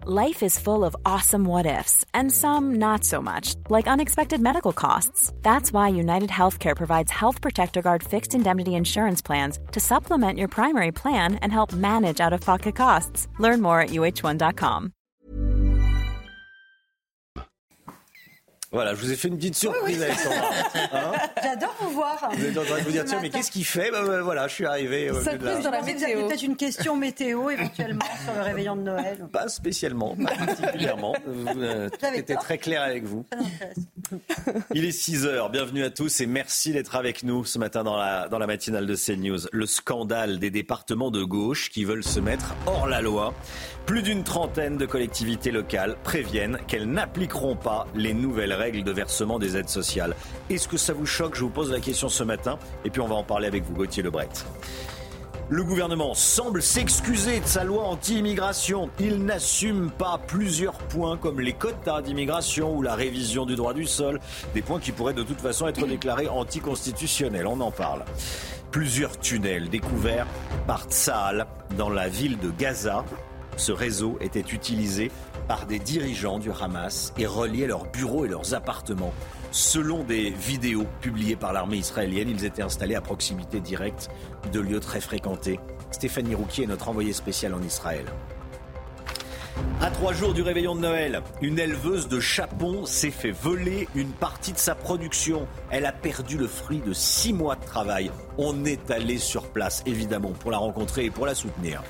Life is full of awesome what-ifs, and some not so much, like unexpected medical costs. That's why United Healthcare provides Health Protector Guard fixed indemnity insurance plans to supplement your primary plan and help manage out-of-pocket costs. Learn more at uh1.com. Voilà, je vous ai fait une petite surprise, Alexandra. Hein, j'adore vous voir. Vous êtes en train de vous dire, tiens, mais qu'est-ce qu'il fait ? Voilà, je suis arrivé. Surprise dans la météo. Vous avez peut-être une question météo, éventuellement, sur le réveillon de Noël. Pas spécialement, pas particulièrement. J'étais très clair avec vous. Il est 6h, bienvenue à tous et merci d'être avec nous ce matin dans la matinale de CNews. Le scandale des départements de gauche qui veulent se mettre hors la loi. Plus d'une trentaine de collectivités locales préviennent qu'elles n'appliqueront pas les nouvelles règles de versement des aides sociales. Est-ce que ça vous choque ? Je vous pose la question ce matin et puis on va en parler avec vous, Gauthier Lebret. Le gouvernement semble s'excuser de sa loi anti-immigration. Il n'assume pas plusieurs points comme les quotas d'immigration ou la révision du droit du sol. Des points qui pourraient de toute façon être déclarés anticonstitutionnels. On en parle. Plusieurs tunnels découverts par Tsahal dans la ville de Gaza. Ce réseau était utilisé par des dirigeants du Hamas et relié leurs bureaux et leurs appartements. Selon des vidéos publiées par l'armée israélienne, ils étaient installés à proximité directe de lieux très fréquentés. Stéphanie Rouquier est notre envoyée spéciale en Israël. À 3 jours du réveillon de Noël, une éleveuse de chapons s'est fait voler une partie de sa production. Elle a perdu le fruit de 6 mois de travail. On est allé sur place, évidemment, pour la rencontrer et pour la soutenir.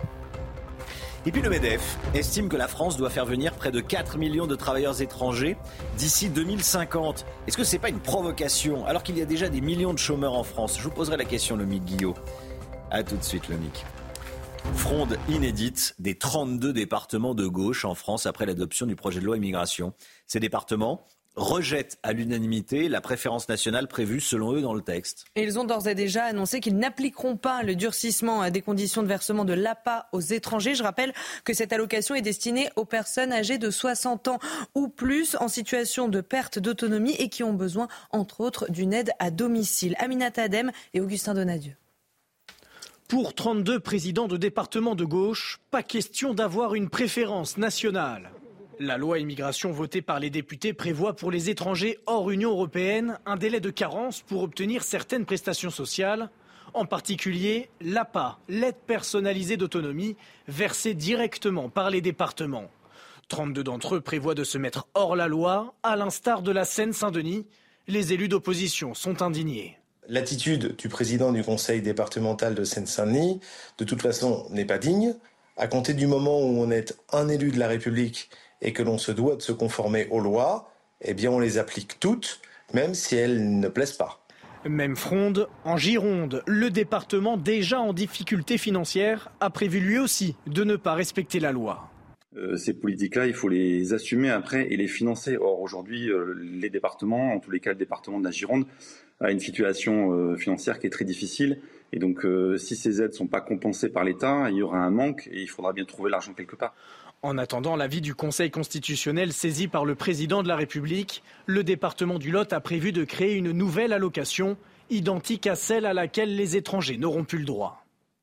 Et puis le MEDEF estime que la France doit faire venir près de 4 millions de travailleurs étrangers d'ici 2050. Est-ce que ce n'est pas une provocation alors qu'il y a déjà des millions de chômeurs en France ? Je vous poserai la question, Lomique Guillot. A tout de suite, Lomique. Fronde inédite des 32 départements de gauche en France après l'adoption du projet de loi immigration. Ces départements rejettent à l'unanimité la préférence nationale prévue selon eux dans le texte. Et ils ont d'ores et déjà annoncé qu'ils n'appliqueront pas le durcissement des conditions de versement de l'APA aux étrangers. Je rappelle que cette allocation est destinée aux personnes âgées de 60 ans ou plus en situation de perte d'autonomie et qui ont besoin, entre autres, d'une aide à domicile. Aminata Adem et Augustin Donadieu. Pour 32 présidents de départements de gauche, pas question d'avoir une préférence nationale. La loi immigration votée par les députés prévoit pour les étrangers hors Union européenne un délai de carence pour obtenir certaines prestations sociales, en particulier l'APA, l'aide personnalisée d'autonomie, versée directement par les départements. 32 d'entre eux prévoient de se mettre hors la loi, à l'instar de la Seine-Saint-Denis. Les élus d'opposition sont indignés. L'attitude du président du conseil départemental de Seine-Saint-Denis, de toute façon, n'est pas digne. À compter du moment où on est un élu de la République et que l'on se doit de se conformer aux lois, eh bien on les applique toutes, même si elles ne plaisent pas. Même fronde en Gironde. Le département, déjà en difficulté financière, a prévu lui aussi de ne pas respecter la loi. Ces politiques-là, il faut les assumer après et les financer. Or, aujourd'hui, les départements, en tous les cas le département de la Gironde, a une situation financière qui est très difficile. Et donc, si ces aides ne sont pas compensées par l'État, il y aura un manque et il faudra bien trouver l'argent quelque part. En attendant l'avis du Conseil constitutionnel saisi par le président de la République, le département du Lot a prévu de créer une nouvelle allocation, identique à celle à laquelle les étrangers n'auront plus le droit.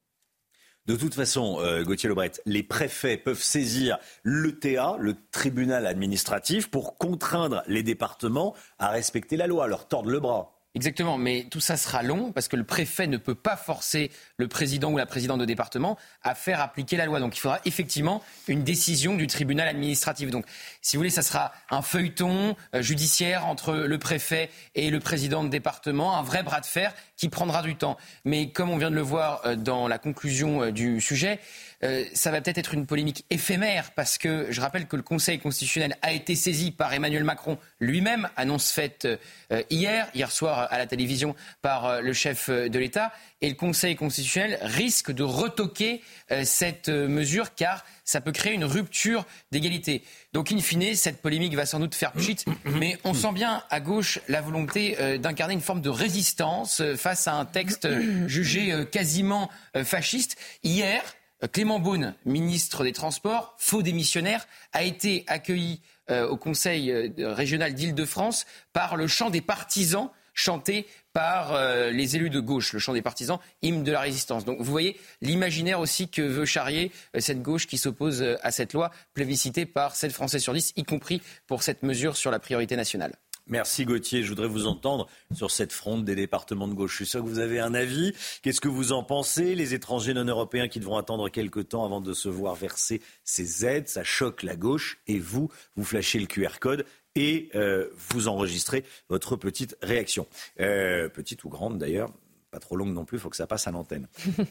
De toute façon, Gauthier Lebret, les préfets peuvent saisir l'ETA, le tribunal administratif, pour contraindre les départements à respecter la loi, leur tordre le bras. Exactement, mais tout ça sera long parce que le préfet ne peut pas forcer le président ou la présidente de département à faire appliquer la loi. Donc il faudra effectivement une décision du tribunal administratif. Donc si vous voulez, ça sera un feuilleton judiciaire entre le préfet et le président de département, un vrai bras de fer qui prendra du temps. Mais comme on vient de le voir dans la conclusion du sujet, ça va peut-être être une polémique éphémère parce que je rappelle que le Conseil constitutionnel a été saisi par Emmanuel Macron lui-même, annonce faite hier soir à la télévision par le chef de l'État. Et le Conseil constitutionnel risque de retoquer cette mesure car ça peut créer une rupture d'égalité. Donc in fine, cette polémique va sans doute faire pchit, mais on sent bien à gauche la volonté d'incarner une forme de résistance face à un texte jugé quasiment fasciste. Hier, Clément Beaune, ministre des Transports, faux démissionnaire, a été accueilli au Conseil régional d'Île-de-France par le chant des partisans chanté par les élus de gauche, le chant des partisans, hymne de la résistance. Donc vous voyez l'imaginaire aussi que veut charrier cette gauche qui s'oppose à cette loi plébiscitée par 7 Français sur 10, y compris pour cette mesure sur la priorité nationale. Merci Gauthier, je voudrais vous entendre sur cette fronde des départements de gauche. Je suis sûr que vous avez un avis. Qu'est-ce que vous en pensez? Les étrangers non européens qui devront attendre quelques temps avant de se voir verser ces aides, ça choque la gauche et vous flashez le QR code et vous enregistrez votre petite réaction. Petite ou grande d'ailleurs, pas trop longue non plus, il faut que ça passe à l'antenne.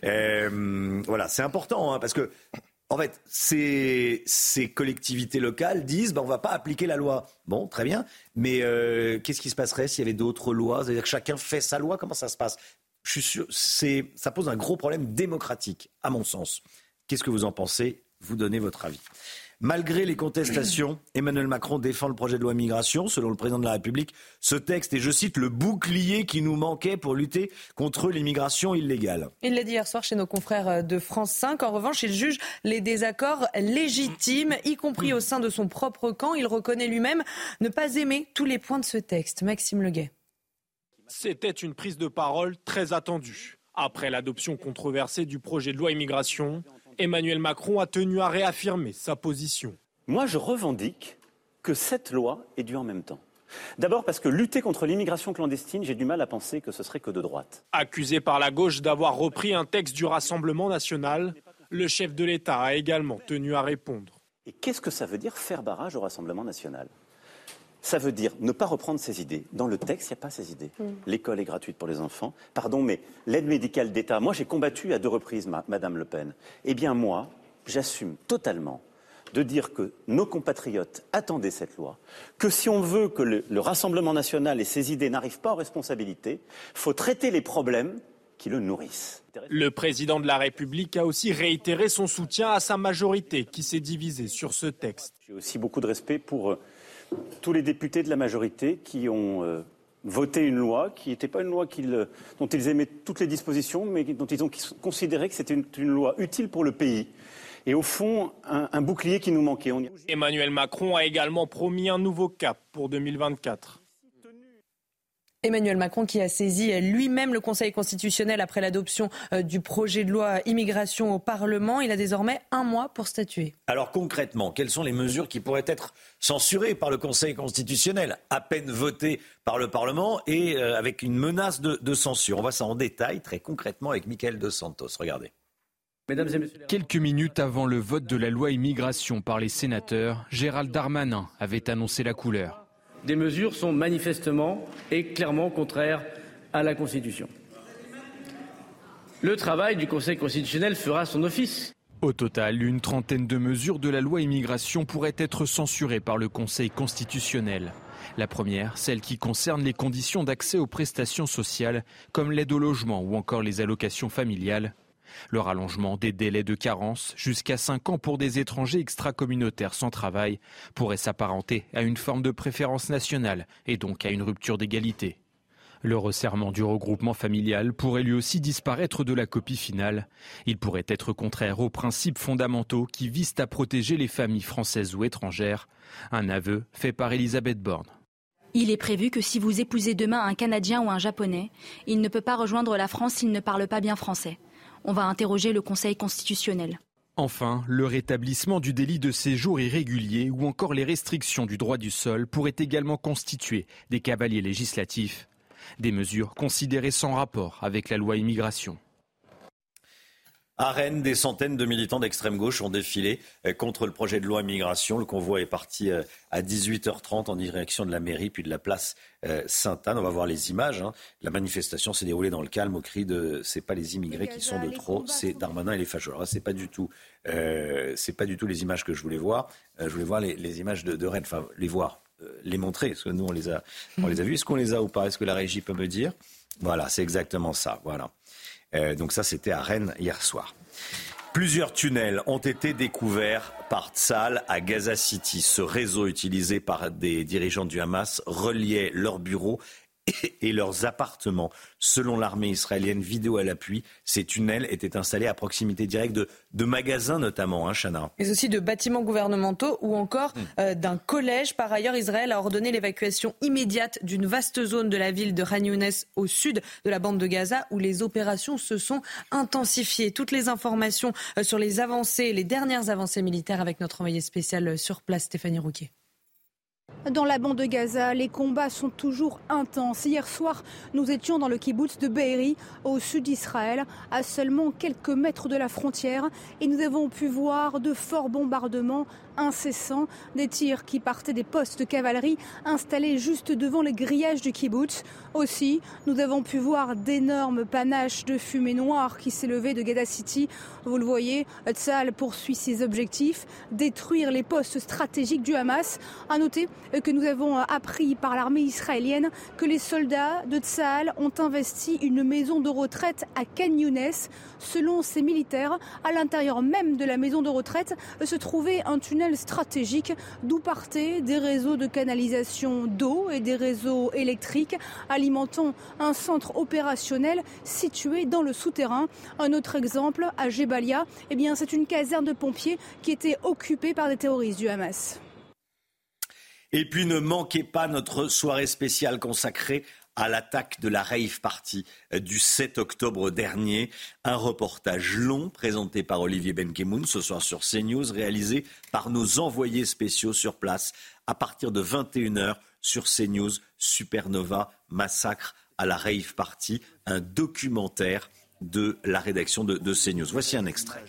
Voilà, c'est important parce que en fait, ces collectivités locales disent on ne va pas appliquer la loi. Bon, très bien, mais qu'est-ce qui se passerait s'il y avait d'autres lois? C'est-à-dire que chacun fait sa loi, comment ça se passe? Je suis sûr, ça pose un gros problème démocratique, à mon sens. Qu'est-ce que vous en pensez? Vous donnez votre avis. Malgré les contestations, Emmanuel Macron défend le projet de loi migration. Selon le président de la République, ce texte est, je cite, le bouclier qui nous manquait pour lutter contre l'immigration illégale. Il l'a dit hier soir chez nos confrères de France 5. En revanche, il juge les désaccords légitimes, y compris au sein de son propre camp. Il reconnaît lui-même ne pas aimer tous les points de ce texte. Maxime Leguet. C'était une prise de parole très attendue. Après l'adoption controversée du projet de loi immigration, Emmanuel Macron a tenu à réaffirmer sa position. Moi, je revendique que cette loi est due en même temps. D'abord parce que lutter contre l'immigration clandestine, j'ai du mal à penser que ce serait que de droite. Accusé par la gauche d'avoir repris un texte du Rassemblement national, le chef de l'État a également tenu à répondre. Et qu'est-ce que ça veut dire faire barrage au Rassemblement national ? Ça veut dire ne pas reprendre ses idées. Dans le texte, il n'y a pas ces idées. L'école est gratuite pour les enfants. Pardon, mais l'aide médicale d'État, moi j'ai combattu à 2 reprises Madame Le Pen. Eh bien moi, j'assume totalement de dire que nos compatriotes attendaient cette loi, que si on veut que le Rassemblement national et ses idées n'arrivent pas en responsabilité, il faut traiter les problèmes qui le nourrissent. Le président de la République a aussi réitéré son soutien à sa majorité qui s'est divisée sur ce texte. J'ai aussi beaucoup de respect pour tous les députés de la majorité qui ont voté une loi qui n'était pas une loi dont ils aimaient toutes les dispositions, mais dont ils ont considéré que c'était une loi utile pour le pays. Et au fond, un bouclier qui nous manquait. Emmanuel Macron a également promis un nouveau cap pour 2024. Emmanuel Macron qui a saisi lui-même le Conseil constitutionnel après l'adoption du projet de loi immigration au Parlement. Il a désormais 1 mois pour statuer. Alors concrètement, quelles sont les mesures qui pourraient être censurées par le Conseil constitutionnel, à peine votées par le Parlement et avec une menace de censure? On voit ça en détail, très concrètement, avec Mickaël Dos Santos. Regardez. Quelques minutes avant le vote de la loi immigration par les sénateurs, Gérald Darmanin avait annoncé la couleur. Des mesures sont manifestement et clairement contraires à la Constitution. Le travail du Conseil constitutionnel fera son office. Au total, une trentaine de mesures de la loi immigration pourraient être censurées par le Conseil constitutionnel. La première, celle qui concerne les conditions d'accès aux prestations sociales, comme l'aide au logement ou encore les allocations familiales. Le rallongement des délais de carence, jusqu'à 5 ans pour des étrangers extracommunautaires sans travail, pourrait s'apparenter à une forme de préférence nationale et donc à une rupture d'égalité. Le resserrement du regroupement familial pourrait lui aussi disparaître de la copie finale. Il pourrait être contraire aux principes fondamentaux qui visent à protéger les familles françaises ou étrangères. Un aveu fait par Elisabeth Borne. Il est prévu que si vous épousez demain un Canadien ou un Japonais, il ne peut pas rejoindre la France s'il ne parle pas bien français. On va interroger le Conseil constitutionnel. Enfin, le rétablissement du délit de séjour irrégulier ou encore les restrictions du droit du sol pourraient également constituer des cavaliers législatifs. Des mesures considérées sans rapport avec la loi immigration. À Rennes, des centaines de militants d'extrême gauche ont défilé contre le projet de loi immigration. Le convoi est parti à 18h30 en direction de la mairie, puis de la place Sainte-Anne. On va voir les images. La manifestation s'est déroulée dans le calme au cri de « c'est pas les immigrés qui sont de trop, c'est Darmanin et les fachos ». Alors c'est pas du tout les images que je voulais voir. Je voulais voir les images de Rennes, enfin les voir, les montrer, parce que nous on les a vus. Est-ce qu'on les a ou pas? Est-ce que la régie peut me dire? Voilà, c'est exactement ça. Voilà. Donc ça, c'était à Rennes hier soir. Plusieurs tunnels ont été découverts par Tsahal à Gaza City. Ce réseau utilisé par des dirigeants du Hamas reliait leurs bureaux et leurs appartements. Selon l'armée israélienne, vidéo à l'appui, ces tunnels étaient installés à proximité directe de magasins notamment, Chana. Mais aussi de bâtiments gouvernementaux ou encore d'un collège. Par ailleurs, Israël a ordonné l'évacuation immédiate d'une vaste zone de la ville de Khan Younes au sud de la bande de Gaza où les opérations se sont intensifiées. Toutes les informations sur les avancées, les dernières avancées militaires avec notre envoyé spécial sur place, Stéphanie Rouquier. Dans la bande de Gaza, les combats sont toujours intenses. Hier soir, nous étions dans le kibboutz de Be'eri, au sud d'Israël, à seulement quelques mètres de la frontière. Et nous avons pu voir de forts bombardements incessants, des tirs qui partaient des postes de cavalerie installés juste devant les grillages du kibboutz. Aussi, nous avons pu voir d'énormes panaches de fumée noire qui s'élevaient de Gaza City. Vous le voyez, Tsahal poursuit ses objectifs, détruire les postes stratégiques du Hamas. À noter que nous avons appris par l'armée israélienne que les soldats de Tsahal ont investi une maison de retraite à Khan Younes. Selon ces militaires, à l'intérieur même de la maison de retraite se trouvait un tunnel stratégique d'où partaient des réseaux de canalisation d'eau et des réseaux électriques alimentant un centre opérationnel situé dans le souterrain. Un autre exemple, à Jebalia, c'est une caserne de pompiers qui était occupée par des terroristes du Hamas. Et puis ne manquez pas notre soirée spéciale consacrée à l'attaque de la rave party du 7 octobre dernier. Un reportage long présenté par Olivier Benkemoun ce soir sur CNews, réalisé par nos envoyés spéciaux sur place à partir de 21h sur CNews. Supernova, massacre à la rave party, un documentaire de la rédaction de CNews. Voici un extrait.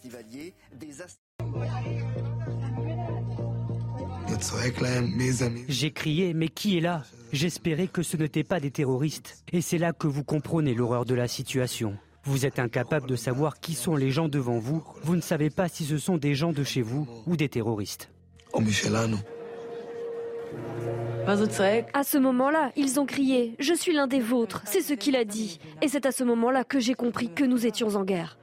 J'ai crié, mais qui est là ? J'espérais que ce n'étaient pas des terroristes. Et c'est là que vous comprenez l'horreur de la situation. Vous êtes incapable de savoir qui sont les gens devant vous. Vous ne savez pas si ce sont des gens de chez vous ou des terroristes. À ce moment-là, ils ont crié « Je suis l'un des vôtres », c'est ce qu'il a dit. Et c'est à ce moment-là que j'ai compris que nous étions en guerre.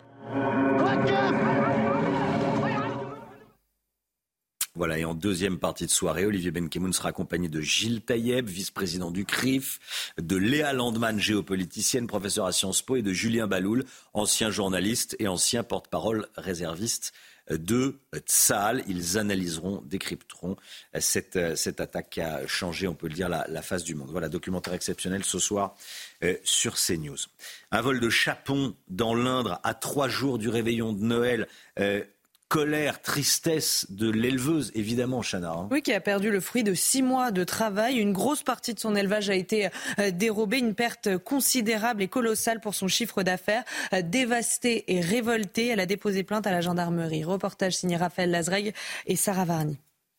Voilà, et en deuxième partie de soirée, Olivier Benkemoun sera accompagné de Gilles Taïeb, vice-président du CRIF, de Léa Landman, géopoliticienne, professeure à Sciences Po, et de Julien Baloul, ancien journaliste et ancien porte-parole réserviste de Tsahal. Ils analyseront, décrypteront cette attaque qui a changé, on peut le dire, la face du monde. Voilà, documentaire exceptionnel ce soir sur CNews. Un vol de chapon dans l'Indre à 3 jours du réveillon de Noël. Colère, tristesse de l'éleveuse, évidemment, Chana. Oui, qui a perdu le fruit de 6 mois de travail. Une grosse partie de son élevage a été dérobée. Une perte considérable et colossale pour son chiffre d'affaires. Dévastée et révoltée, elle a déposé plainte à la gendarmerie. Reportage signé Raphaël Lazreg et Sarah Varny.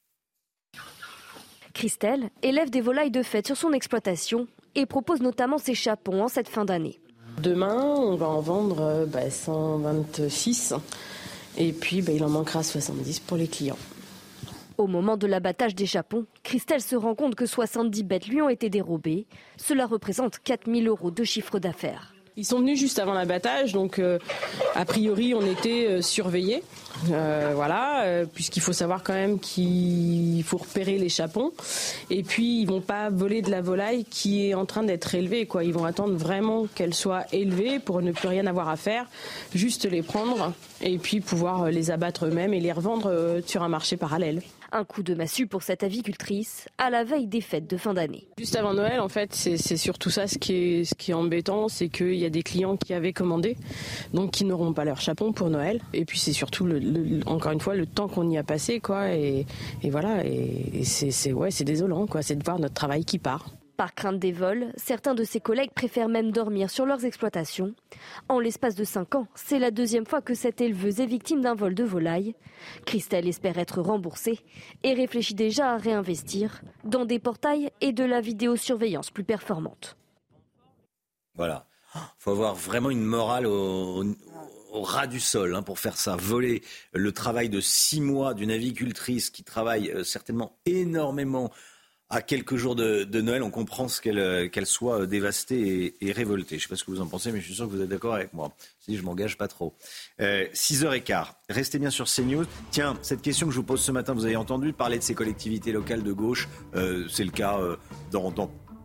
Christelle élève des volailles de fête sur son exploitation et propose notamment ses chapons en cette fin d'année. Demain, on va en vendre 126. Et puis, il en manquera 70 pour les clients. Au moment de l'abattage des chapons, Christelle se rend compte que 70 bêtes lui ont été dérobées. Cela représente 4 000 € de chiffre d'affaires. Ils sont venus juste avant l'abattage, donc a priori on était surveillés. Puisqu'il faut savoir quand même qu'il faut repérer les chapons. Et puis ils vont pas voler de la volaille qui est en train d'être élevée, quoi. Ils vont attendre vraiment qu'elle soit élevée pour ne plus rien avoir à faire, juste les prendre et puis pouvoir les abattre eux-mêmes et les revendre sur un marché parallèle. Un coup de massue pour cette avicultrice à la veille des fêtes de fin d'année. Juste avant Noël, en fait, c'est surtout ça ce qui est embêtant, c'est qu'il y a des clients qui avaient commandé, donc qui n'auront pas leur chapon pour Noël. Et puis c'est surtout, encore une fois, le temps qu'on y a passé, quoi. Et voilà, et c'est désolant, quoi. C'est de voir notre travail qui part. Par crainte des vols, certains de ses collègues préfèrent même dormir sur leurs exploitations. En l'espace de 5 ans, c'est la 2e fois que cette éleveuse est victime d'un vol de volaille. Christelle espère être remboursée et réfléchit déjà à réinvestir dans des portails et de la vidéosurveillance plus performante. Voilà, il faut avoir vraiment une morale au ras du sol pour faire ça. Voler le travail de 6 mois d'une avicultrice qui travaille certainement énormément. À quelques jours de Noël, on comprend qu'elle soit dévastée et révoltée. Je ne sais pas ce que vous en pensez, mais je suis sûr que vous êtes d'accord avec moi. Si je m'engage pas trop. 6h15. Restez bien sur CNews. Tiens, cette question que je vous pose ce matin, vous avez entendu parler de ces collectivités locales de gauche. C'est le cas dans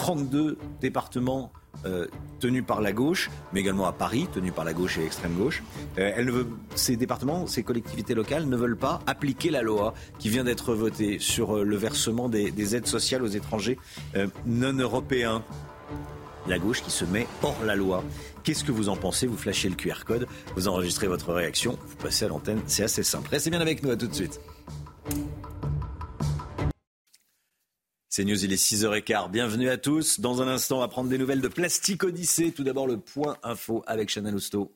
32 départements tenus par la gauche, mais également à Paris, tenus par la gauche et l'extrême gauche. Ces départements, ces collectivités locales ne veulent pas appliquer la loi qui vient d'être votée sur le versement des aides sociales aux étrangers non européens. La gauche qui se met hors la loi. Qu'est-ce que vous en pensez ? Vous flashez le QR code, vous enregistrez votre réaction, vous passez à l'antenne, c'est assez simple. Restez bien avec nous, à tout de suite. C'est News, il est 6h15. Bienvenue à tous. Dans un instant, on va prendre des nouvelles de Plastic Odyssée. Tout d'abord, le point info avec Chana Lousteau.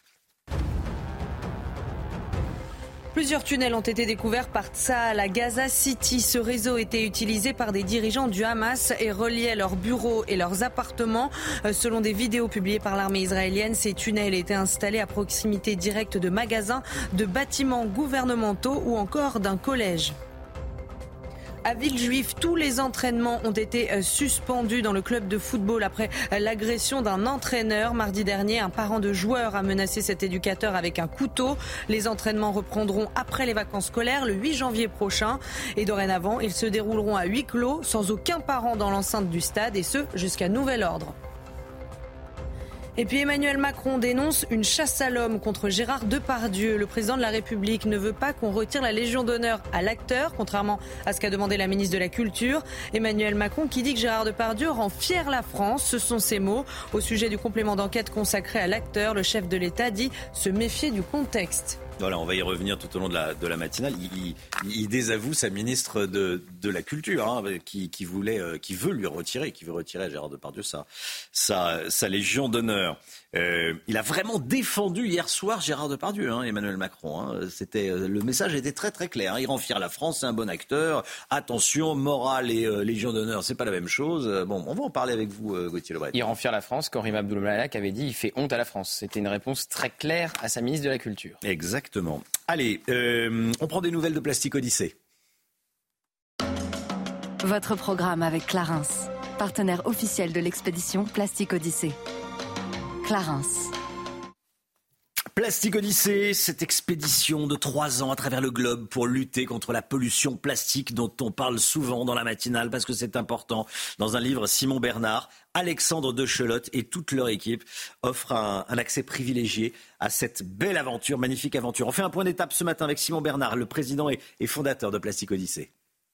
Plusieurs tunnels ont été découverts par Tsahal à Gaza City. Ce réseau était utilisé par des dirigeants du Hamas et reliait leurs bureaux et leurs appartements. Selon des vidéos publiées par l'armée israélienne, ces tunnels étaient installés à proximité directe de magasins, de bâtiments gouvernementaux ou encore d'un collège. À Villejuif, tous les entraînements ont été suspendus dans le club de football après l'agression d'un entraîneur. Mardi dernier, un parent de joueur a menacé cet éducateur avec un couteau. Les entraînements reprendront après les vacances scolaires le 8 janvier prochain. Et dorénavant, ils se dérouleront à huis clos, sans aucun parent dans l'enceinte du stade, et ce, jusqu'à nouvel ordre. Et puis Emmanuel Macron dénonce une chasse à l'homme contre Gérard Depardieu. Le président de la République ne veut pas qu'on retire la Légion d'honneur à l'acteur, contrairement à ce qu'a demandé la ministre de la Culture. Emmanuel Macron qui dit que Gérard Depardieu rend fière la France, ce sont ses mots. Au sujet du complément d'enquête consacré à l'acteur, le chef de l'État dit se méfier du contexte. Voilà, on va y revenir tout au long de la matinale. Il désavoue sa ministre de la Culture, qui veut retirer à Gérard Depardieu sa Légion d'honneur. Il a vraiment défendu hier soir Gérard Depardieu, Emmanuel Macron. Le message était très très clair. Il rend fier la France, c'est un bon acteur. Attention, morale et Légion d'honneur, c'est pas la même chose. Bon, on va en parler avec vous, Gauthier Lebret. Il rend fier la France. Karim Abdul-Malak avait dit il fait honte à la France. C'était une réponse très claire à sa ministre de la Culture. Exactement. Allez, on prend des nouvelles de Plastic Odyssée. Votre programme avec Clarins, partenaire officiel de l'expédition Plastic Odyssée. Clarins. Plastic Odyssée, cette expédition de 3 ans à travers le globe pour lutter contre la pollution plastique dont on parle souvent dans la matinale parce que c'est important. Dans un livre, Simon Bernard, Alexandre Dechelotte et toute leur équipe offrent un accès privilégié à cette belle aventure, magnifique aventure. On fait un point d'étape ce matin avec Simon Bernard, le président et fondateur de Plastic Odyssée.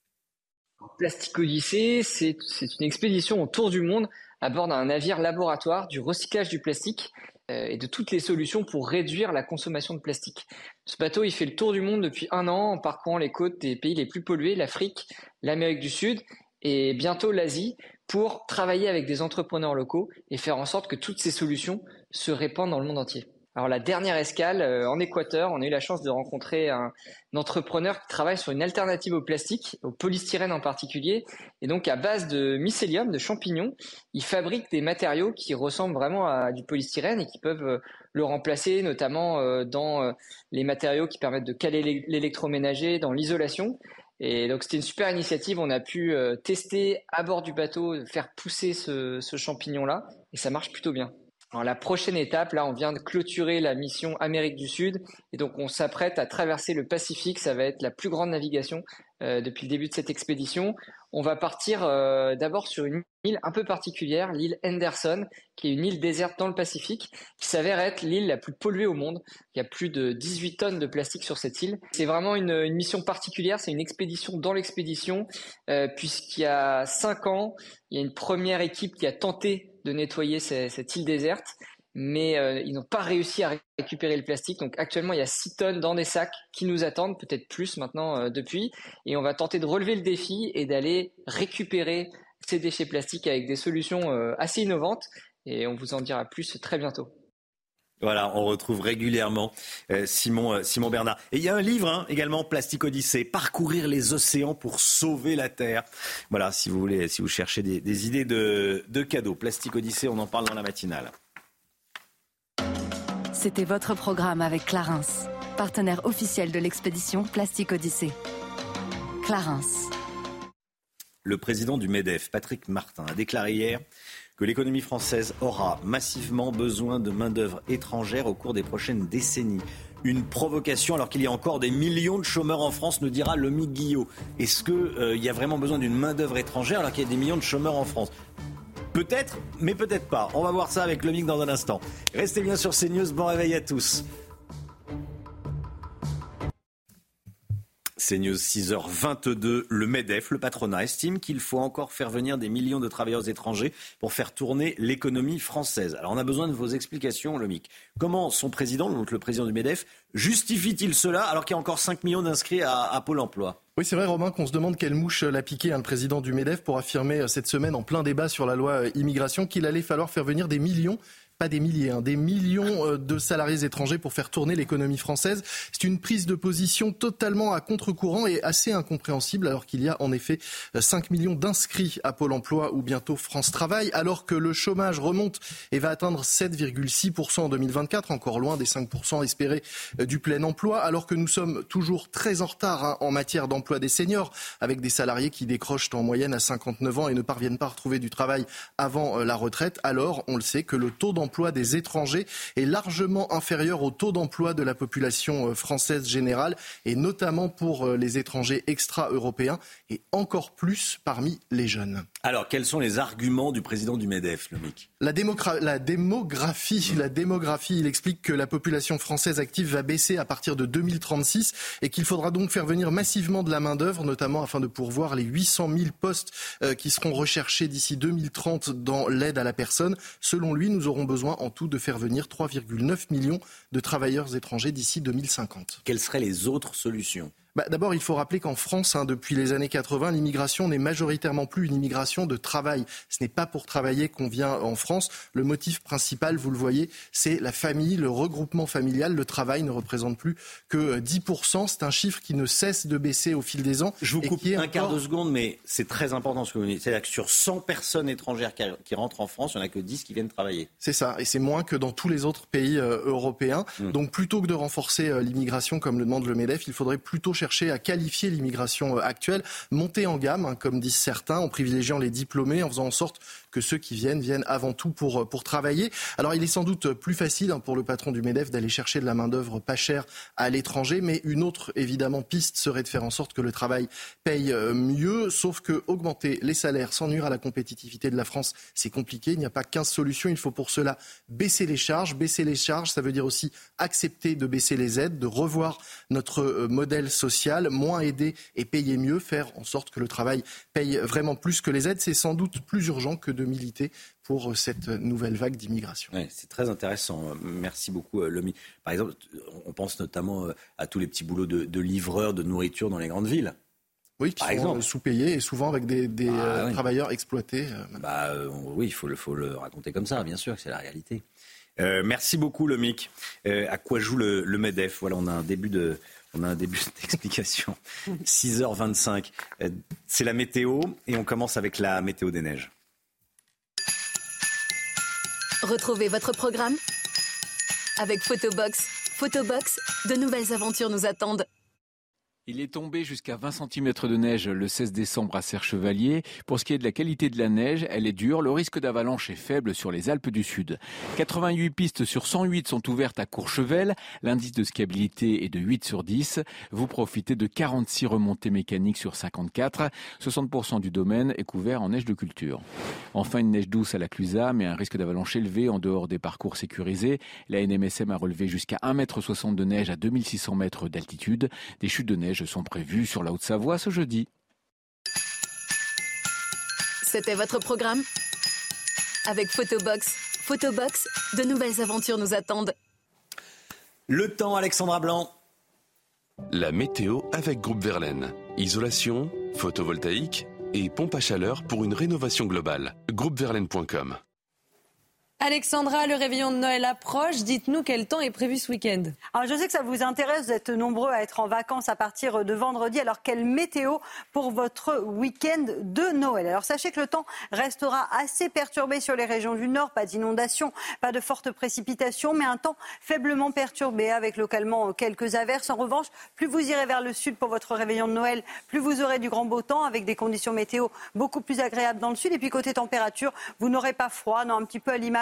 Plastic Odyssée, c'est une expédition autour du monde à bord d'un navire laboratoire du recyclage du plastique et de toutes les solutions pour réduire la consommation de plastique. Ce bateau, il fait le tour du monde depuis 1 an en parcourant les côtes des pays les plus pollués, l'Afrique, l'Amérique du Sud et bientôt l'Asie, pour travailler avec des entrepreneurs locaux et faire en sorte que toutes ces solutions se répandent dans le monde entier. Alors la dernière escale en Équateur, on a eu la chance de rencontrer un entrepreneur qui travaille sur une alternative au plastique, au polystyrène en particulier, et donc à base de mycélium, de champignons, il fabrique des matériaux qui ressemblent vraiment à du polystyrène et qui peuvent le remplacer, notamment dans les matériaux qui permettent de caler l'électroménager, dans l'isolation. Et donc c'était une super initiative, on a pu tester à bord du bateau, faire pousser ce champignon-là, et ça marche plutôt bien. Alors la prochaine étape, là on vient de clôturer la mission Amérique du Sud et donc on s'apprête à traverser le Pacifique, ça va être la plus grande navigation depuis le début de cette expédition. On va partir d'abord sur une île un peu particulière, l'île Henderson, qui est une île déserte dans le Pacifique, qui s'avère être l'île la plus polluée au monde. Il y a plus de 18 tonnes de plastique sur cette île. C'est vraiment une mission particulière, c'est une expédition dans l'expédition, puisqu'il y a 5 ans, il y a une première équipe qui a tenté de nettoyer cette île déserte, mais ils n'ont pas réussi à récupérer le plastique. Donc actuellement, il y a 6 tonnes dans des sacs qui nous attendent, peut-être plus maintenant depuis, et on va tenter de relever le défi et d'aller récupérer ces déchets plastiques avec des solutions assez innovantes, et on vous en dira plus très bientôt. Voilà, on retrouve régulièrement Simon Bernard. Et il y a un livre également, Plastic Odyssée, Parcourir les océans pour sauver la Terre. Voilà, si vous cherchez des idées de cadeaux. Plastic Odyssée, on en parle dans la matinale. C'était votre programme avec Clarins, partenaire officiel de l'expédition Plastic Odyssée. Clarins. Le président du MEDEF, Patrick Martin, a déclaré hier que l'économie française aura massivement besoin de main-d'œuvre étrangère au cours des prochaines décennies. Une provocation alors qu'il y a encore des millions de chômeurs en France, nous dira Lomi Guillot. Est-ce qu'il y a vraiment besoin d'une main-d'œuvre étrangère alors qu'il y a des millions de chômeurs en France ? Peut-être, mais peut-être pas. On va voir ça avec Lomic dans un instant. Restez bien sur CNews, bon réveil à tous. CNews 6h22, le MEDEF, le patronat, estime qu'il faut encore faire venir des millions de travailleurs étrangers pour faire tourner l'économie française. Alors on a besoin de vos explications, Lomic. Comment son président, donc le président du MEDEF, justifie-t-il cela alors qu'il y a encore 5 millions d'inscrits à Pôle emploi ? Oui, c'est vrai, Romain, qu'on se demande quelle mouche l'a piqué, le président du MEDEF, pour affirmer cette semaine en plein débat sur la loi immigration qu'il allait falloir faire venir des millions, pas des milliers, des millions de salariés étrangers pour faire tourner l'économie française. C'est une prise de position totalement à contre-courant et assez incompréhensible, alors qu'il y a en effet 5 millions d'inscrits à Pôle emploi ou bientôt France Travail, alors que le chômage remonte et va atteindre 7,6% en 2024, encore loin des 5% espérés du plein emploi, alors que nous sommes toujours très en retard en matière d'emploi des seniors, avec des salariés qui décrochent en moyenne à 59 ans et ne parviennent pas à retrouver du travail avant la retraite. Alors, on le sait, que le taux d'emploi des étrangers est largement inférieur au taux d'emploi de la population française générale, et notamment pour les étrangers extra-européens, et encore plus parmi les jeunes. Alors, quels sont les arguments du président du MEDEF, Lomic ? La démographie, il explique que la population française active va baisser à partir de 2036 et qu'il faudra donc faire venir massivement de la main-d'œuvre, notamment afin de pourvoir les 800 000 postes qui seront recherchés d'ici 2030 dans l'aide à la personne. Selon lui, nous aurons besoin en tout de faire venir 3,9 millions de travailleurs étrangers d'ici 2050. Quelles seraient les autres solutions ? D'abord, il faut rappeler qu'en France, depuis les années 80, l'immigration n'est majoritairement plus une immigration de travail. Ce n'est pas pour travailler qu'on vient en France. Le motif principal, vous le voyez, c'est la famille, le regroupement familial. Le travail ne représente plus que 10%. C'est un chiffre qui ne cesse de baisser au fil des ans. Je vous coupe quart de seconde, mais c'est très important ce que vous dites. C'est-à-dire que sur 100 personnes étrangères qui rentrent en France, il n'y en a que 10 qui viennent travailler. C'est ça, et c'est moins que dans tous les autres pays européens. Donc plutôt que de renforcer l'immigration, comme le demande le MEDEF, il faudrait plutôt chercher à qualifier l'immigration actuelle, monter en gamme, comme disent certains, en privilégiant les diplômés, en faisant en sorte que ceux qui viennent avant tout pour travailler. Alors il est sans doute plus facile pour le patron du MEDEF d'aller chercher de la main-d'œuvre pas chère à l'étranger, mais une autre évidemment piste serait de faire en sorte que le travail paye mieux, sauf que augmenter les salaires sans nuire à la compétitivité de la France, c'est compliqué. Il n'y a pas 15 solutions, il faut pour cela baisser les charges. Baisser les charges, ça veut dire aussi accepter de baisser les aides, de revoir notre modèle social, moins aider et payer mieux, faire en sorte que le travail paye vraiment plus que les aides. C'est sans doute plus urgent que de militer pour cette nouvelle vague d'immigration. Oui, c'est très intéressant. Merci beaucoup, Lomi. Par exemple, on pense notamment à tous les petits boulots de livreurs de nourriture dans les grandes villes. Oui, qui sont sous-payés et souvent avec des travailleurs exploités. Oui, il faut le raconter comme ça, bien sûr, que c'est la réalité. Merci beaucoup, Lomic. À quoi joue le MEDEF ? Voilà, on a un début d'explication. 6h25. C'est la météo et on commence avec la météo des neiges. Retrouvez votre programme avec Photobox. Photobox, de nouvelles aventures nous attendent. Il est tombé jusqu'à 20 cm de neige le 16 décembre à Serre-Chevalier. Pour ce qui est de la qualité de la neige, elle est dure. Le risque d'avalanche est faible sur les Alpes du Sud. 88 pistes sur 108 sont ouvertes à Courchevel. L'indice de skiabilité est de 8 sur 10. Vous profitez de 46 remontées mécaniques sur 54. 60% du domaine est couvert en neige de culture. Enfin, une neige douce à la Clusaz, mais un risque d'avalanche élevé en dehors des parcours sécurisés. La NMSM a relevé jusqu'à 1,60 m de neige à 2600 mètres d'altitude. Des chutes de neige sont prévues sur la Haute-Savoie ce jeudi. C'était votre programme avec Photobox. Photobox, de nouvelles aventures nous attendent. Le temps, Alexandra Blanc. La météo avec Groupe Verlaine. Isolation, photovoltaïque et pompe à chaleur pour une rénovation globale. Groupeverlaine.com. Alexandra, le réveillon de Noël approche. Dites-nous quel temps est prévu ce week-end. Alors, je sais que ça vous intéresse, vous êtes nombreux à être en vacances à partir de vendredi. Alors, quelle météo pour votre week-end de Noël? Alors, sachez que le temps restera assez perturbé sur les régions du Nord. Pas d'inondations, pas de fortes précipitations, mais un temps faiblement perturbé avec localement quelques averses. En revanche, plus vous irez vers le sud pour votre réveillon de Noël, plus vous aurez du grand beau temps avec des conditions météo beaucoup plus agréables dans le sud. Et puis, côté température, vous n'aurez pas froid, non, un petit peu à l'image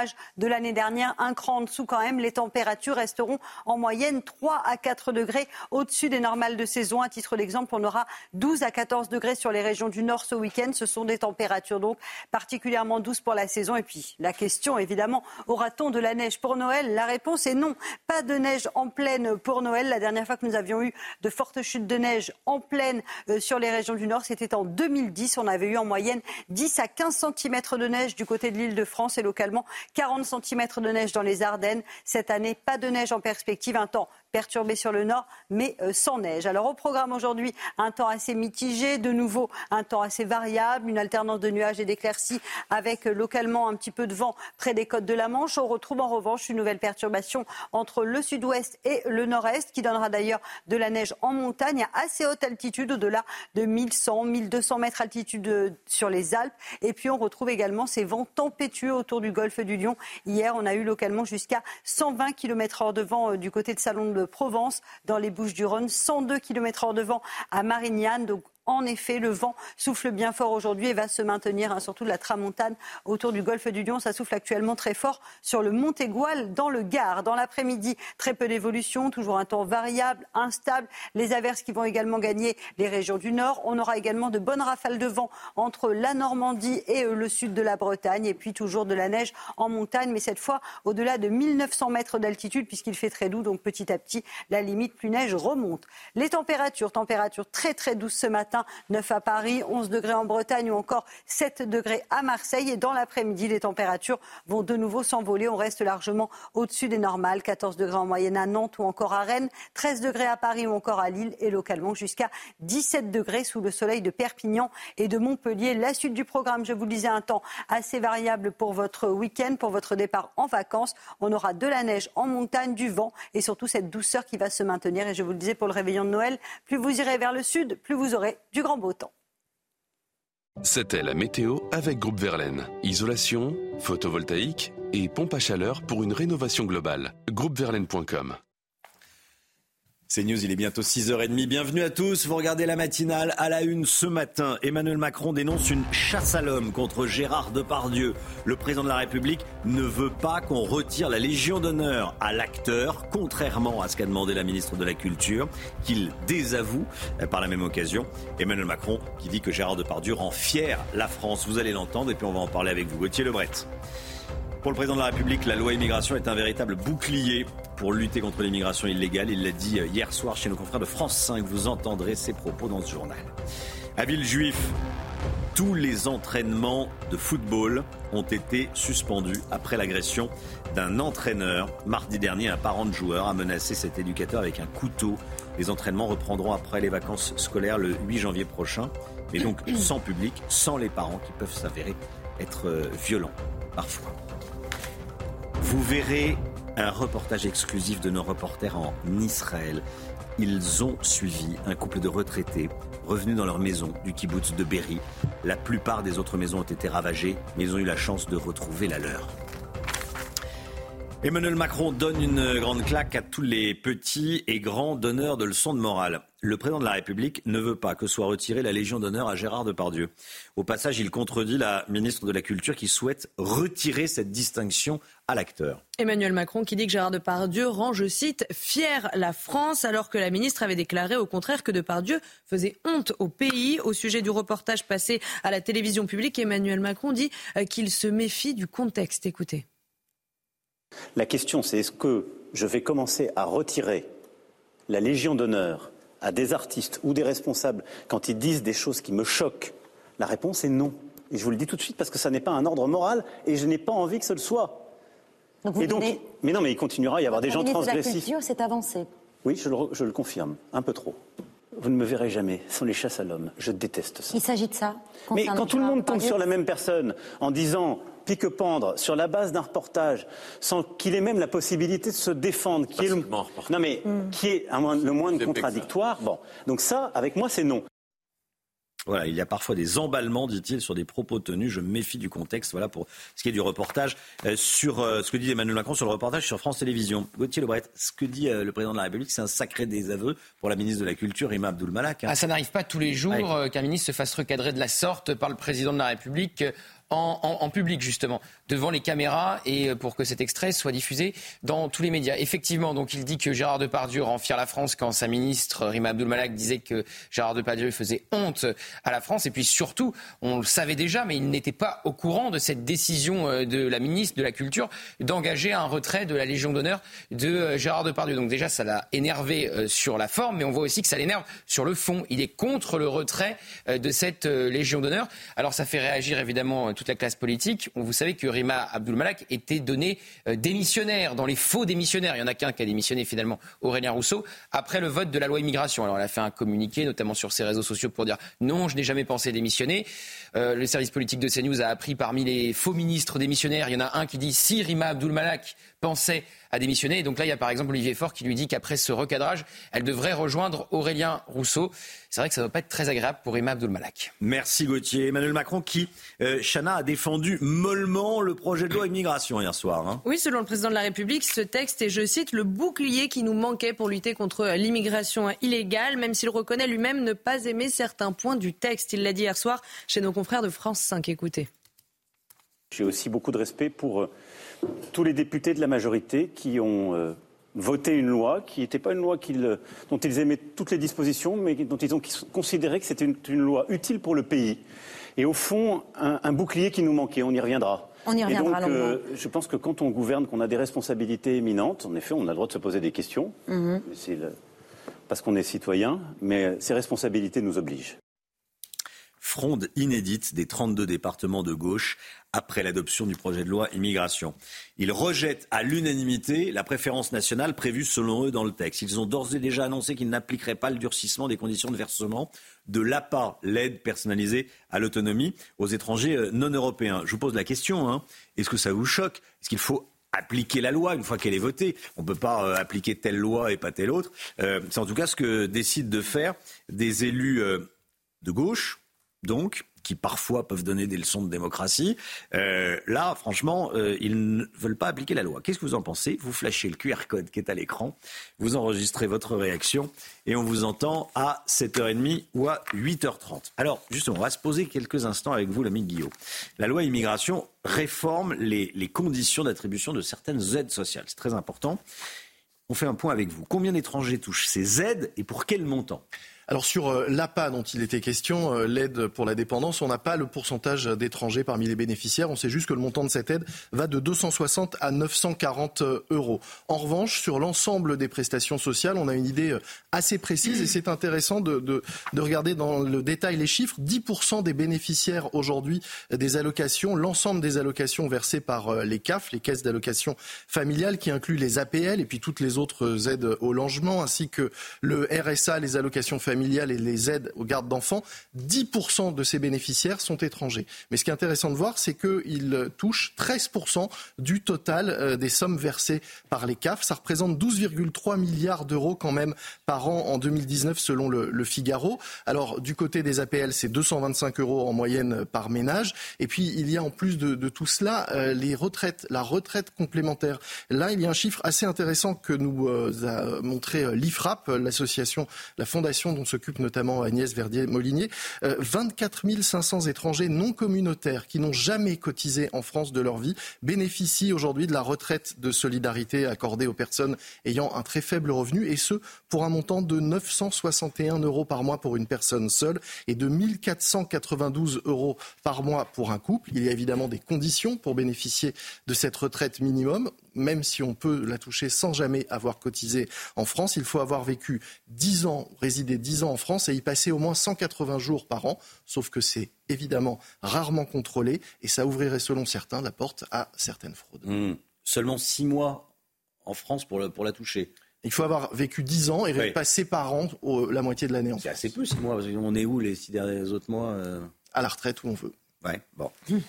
nuages de l'année dernière, un cran en dessous quand même. Les températures resteront en moyenne 3 à 4 degrés au-dessus des normales de saison. À titre d'exemple, on aura 12 à 14 degrés sur les régions du nord ce week-end. Ce sont des températures donc particulièrement douces pour la saison. Et puis la question évidemment, aura-t-on de la neige pour Noël ? La réponse est non. Pas de neige en pleine pour Noël. La dernière fois que nous avions eu de fortes chutes de neige en pleine sur les régions du nord, c'était en 2010. On avait eu en moyenne 10 à 15 cm de neige du côté de l'Île-de-France et localement 40 cm de neige dans les Ardennes. Cette année, pas de neige en perspective. Un temps perturbé sur le nord, mais sans neige. Alors au programme aujourd'hui, un temps assez mitigé, de nouveau un temps assez variable, une alternance de nuages et d'éclaircies avec localement un petit peu de vent près des côtes de la Manche. On retrouve en revanche une nouvelle perturbation entre le sud-ouest et le nord-est qui donnera d'ailleurs de la neige en montagne à assez haute altitude, au-delà de 1100, 1200 mètres altitude sur les Alpes. Et puis on retrouve également ces vents tempétueux autour du golfe du Lion. Hier, on a eu localement jusqu'à 120 km/h de vent du côté de Salon de Provence, dans les Bouches-du-Rhône, 102 km/h de vent à Marignane. Donc, en effet, le vent souffle bien fort aujourd'hui et va se maintenir, surtout de la tramontane autour du golfe du Lion. Ça souffle actuellement très fort sur le Montégoal dans le Gard. Dans l'après-midi, très peu d'évolution, toujours un temps variable, instable. Les averses qui vont également gagner les régions du nord. On aura également de bonnes rafales de vent entre la Normandie et le sud de la Bretagne. Et puis toujours de la neige en montagne, mais cette fois au-delà de 1900 mètres d'altitude puisqu'il fait très doux. Donc petit à petit, la limite plus neige remonte. Les températures très très douces ce matin. 9 à Paris, 11 degrés en Bretagne ou encore 7 degrés à Marseille. Et dans l'après-midi, les températures vont de nouveau s'envoler. On reste largement au-dessus des normales. 14 degrés en moyenne à Nantes ou encore à Rennes. 13 degrés à Paris ou encore à Lille. Et localement jusqu'à 17 degrés sous le soleil de Perpignan et de Montpellier. La suite du programme, je vous le disais, un temps assez variable pour votre week-end, pour votre départ en vacances. On aura de la neige en montagne, du vent et surtout cette douceur qui va se maintenir. Et je vous le disais, pour le réveillon de Noël, plus vous irez vers le sud, plus vous aurez du grand beau temps. C'était la météo avec Groupe Verlaine. Isolation, photovoltaïque et pompe à chaleur pour une rénovation globale. Groupeverlaine.com. C'est News, il est bientôt 6h30. Bienvenue à tous. Vous regardez la matinale à la une ce matin. Emmanuel Macron dénonce une chasse à l'homme contre Gérard Depardieu. Le président de la République ne veut pas qu'on retire la Légion d'honneur à l'acteur, contrairement à ce qu'a demandé la ministre de la Culture, qu'il désavoue par la même occasion. Emmanuel Macron qui dit que Gérard Depardieu rend fière la France. Vous allez l'entendre et puis on va en parler avec vous. Gauthier Lebret. Pour le président de la République, la loi immigration est un véritable bouclier pour lutter contre l'immigration illégale. Il l'a dit hier soir chez nos confrères de France 5. Vous entendrez ses propos dans ce journal. À Villejuif, tous les entraînements de football ont été suspendus après l'agression d'un entraîneur. Mardi dernier, un parent de joueur a menacé cet éducateur avec un couteau. Les entraînements reprendront après les vacances scolaires le 8 janvier prochain. Mais donc sans public, sans les parents qui peuvent s'avérer être violents parfois. Vous verrez un reportage exclusif de nos reporters en Israël. Ils ont suivi un couple de retraités revenus dans leur maison du kibboutz de Be'eri. La plupart des autres maisons ont été ravagées, mais ils ont eu la chance de retrouver la leur. Emmanuel Macron donne une grande claque à tous les petits et grands donneurs de leçons de morale. Le président de la République ne veut pas que soit retirée la Légion d'honneur à Gérard Depardieu. Au passage, il contredit la ministre de la Culture qui souhaite retirer cette distinction à l'acteur. Emmanuel Macron qui dit que Gérard Depardieu rend, je cite, fière la France, alors que la ministre avait déclaré au contraire que Depardieu faisait honte au pays. Au sujet du reportage passé à la télévision publique, Emmanuel Macron dit qu'il se méfie du contexte. Écoutez. La question, c'est est-ce que je vais commencer à retirer la Légion d'honneur à des artistes ou des responsables quand ils disent des choses qui me choquent? La réponse est non. Et je vous le dis tout de suite parce que ça n'est pas un ordre moral et je n'ai pas envie que ce le soit. Mais il continuera à y avoir des gens transgressifs. La culture, c'est avancé. Oui, je le confirme, un peu trop. Vous ne me verrez jamais sans les chasses à l'homme. Je déteste ça. Il s'agit de ça. Mais quand tout le monde tombe sur la même personne en disant pique-pendre sur la base d'un reportage sans qu'il ait même la possibilité de se défendre, qui est le moindre contradictoire, bon. Donc ça, avec moi, c'est non. Voilà, il y a parfois des emballements, dit-il, sur des propos tenus. Je me méfie du contexte. Voilà pour ce qui est du reportage sur ce que dit Emmanuel Macron sur le reportage sur France Télévisions. Gauthier Lebret, ce que dit le président de la République, c'est un sacré désaveu pour la ministre de la Culture, Rima Abdul Malak. Ça n'arrive pas tous les jours qu'un ministre se fasse recadrer de la sorte par le président de la République en public, justement, devant les caméras, et pour que cet extrait soit diffusé dans tous les médias. Effectivement, donc il dit que Gérard Depardieu rend fier la France quand sa ministre Rima Abdul-Malak disait que Gérard Depardieu faisait honte à la France. Et puis surtout, on le savait déjà, mais il n'était pas au courant de cette décision de la ministre de la Culture d'engager un retrait de la Légion d'honneur de Gérard Depardieu. Donc déjà, ça l'a énervé sur la forme, mais on voit aussi que ça l'énerve sur le fond. Il est contre le retrait de cette Légion d'honneur. Alors ça fait réagir évidemment toute la classe politique. Vous savez que Rima Abdul-Malak était donnée démissionnaire, dans les faux démissionnaires. Il y en a qu'un qui a démissionné finalement, Aurélien Rousseau, après le vote de la loi immigration. Alors elle a fait un communiqué, notamment sur ses réseaux sociaux, pour dire non, je n'ai jamais pensé démissionner. Le service politique de CNews a appris parmi les faux ministres démissionnaires, il y en a un qui dit si Rima Abdul-Malak pensait à démissionner. Et donc là, il y a par exemple Olivier Faure qui lui dit qu'après ce recadrage, elle devrait rejoindre Aurélien Rousseau. C'est vrai que ça ne doit pas être très agréable pour Rima Abdul-Malak. Merci Gauthier. Emmanuel Macron qui, Chana, a défendu mollement le projet de loi immigration hier soir. Hein. Oui, selon le président de la République, ce texte est, je cite, le bouclier qui nous manquait pour lutter contre l'immigration illégale, même s'il reconnaît lui-même ne pas aimer certains points du texte. Il l'a dit hier soir chez nos confrères de France 5. Écoutez. J'ai aussi beaucoup de respect pour tous les députés de la majorité qui ont voté une loi qui n'était pas une loi dont ils aimaient toutes les dispositions, mais dont ils ont considéré que c'était une loi utile pour le pays. Et au fond, un bouclier qui nous manquait. On y reviendra. On y reviendra. Et donc, je pense que quand on gouverne, qu'on a des responsabilités éminentes, en effet, on a le droit de se poser des questions. C'est parce qu'on est citoyen, mais ces responsabilités nous obligent. Fronde inédite des 32 départements de gauche après l'adoption du projet de loi immigration. Ils rejettent à l'unanimité la préférence nationale prévue selon eux dans le texte. Ils ont d'ores et déjà annoncé qu'ils n'appliqueraient pas le durcissement des conditions de versement de l'APA, l'aide personnalisée à l'autonomie, aux étrangers non européens. Je vous pose la question, est-ce que ça vous choque ? Est-ce qu'il faut appliquer la loi une fois qu'elle est votée? On ne peut pas appliquer telle loi et pas telle autre. C'est en tout cas ce que décident de faire des élus de gauche, donc, qui parfois peuvent donner des leçons de démocratie. Là, franchement, ils ne veulent pas appliquer la loi. Qu'est-ce que vous en pensez ? Vous flashez le QR code qui est à l'écran, vous enregistrez votre réaction et on vous entend à 7h30 ou à 8h30. Alors, justement, on va se poser quelques instants avec vous, l'ami Guillaume. La loi immigration réforme les conditions d'attribution de certaines aides sociales. C'est très important. On fait un point avec vous. Combien d'étrangers touchent ces aides et pour quel montant ? Alors sur l'APA dont il était question, l'aide pour la dépendance, on n'a pas le pourcentage d'étrangers parmi les bénéficiaires. On sait juste que le montant de cette aide va de 260 à 940 euros. En revanche, sur l'ensemble des prestations sociales, on a une idée assez précise et c'est intéressant de regarder dans le détail les chiffres. 10% des bénéficiaires aujourd'hui des allocations, l'ensemble des allocations versées par les CAF, les caisses d'allocations familiales, qui incluent les APL et puis toutes les autres aides au logement, ainsi que le RSA, les allocations familiales et les aides aux gardes d'enfants, 10% de ces bénéficiaires sont étrangers. Mais ce qui est intéressant de voir, c'est qu'ils touchent 13% du total des sommes versées par les CAF. Ça représente 12,3 milliards d'euros quand même par an en 2019 selon le Figaro. Alors du côté des APL, c'est 225 euros en moyenne par ménage. Et puis il y a en plus de tout cela les retraites, la retraite complémentaire. Là, il y a un chiffre assez intéressant que nous a montré l'IFRAP, l'association, la fondation dont s'occupe notamment Agnès Verdier-Molinier. 24 500 étrangers non communautaires qui n'ont jamais cotisé en France de leur vie bénéficient aujourd'hui de la retraite de solidarité accordée aux personnes ayant un très faible revenu, et ce pour un montant de 961 euros par mois pour une personne seule et de 1492 euros par mois pour un couple. Il y a évidemment des conditions pour bénéficier de cette retraite minimum. Même si on peut la toucher sans jamais avoir cotisé en France, il faut avoir vécu 10 ans, résidé 10 ans en France et y passer au moins 180 jours par an. Sauf que c'est évidemment rarement contrôlé et ça ouvrirait selon certains la porte à certaines fraudes. Seulement 6 mois en France pour la toucher. Il faut avoir vécu 10 ans et passer par an la moitié de l'année en France. C'est assez peu 6 mois, parce qu'on est où les 6 derniers autres mois À la retraite où on veut. Ouais, bon.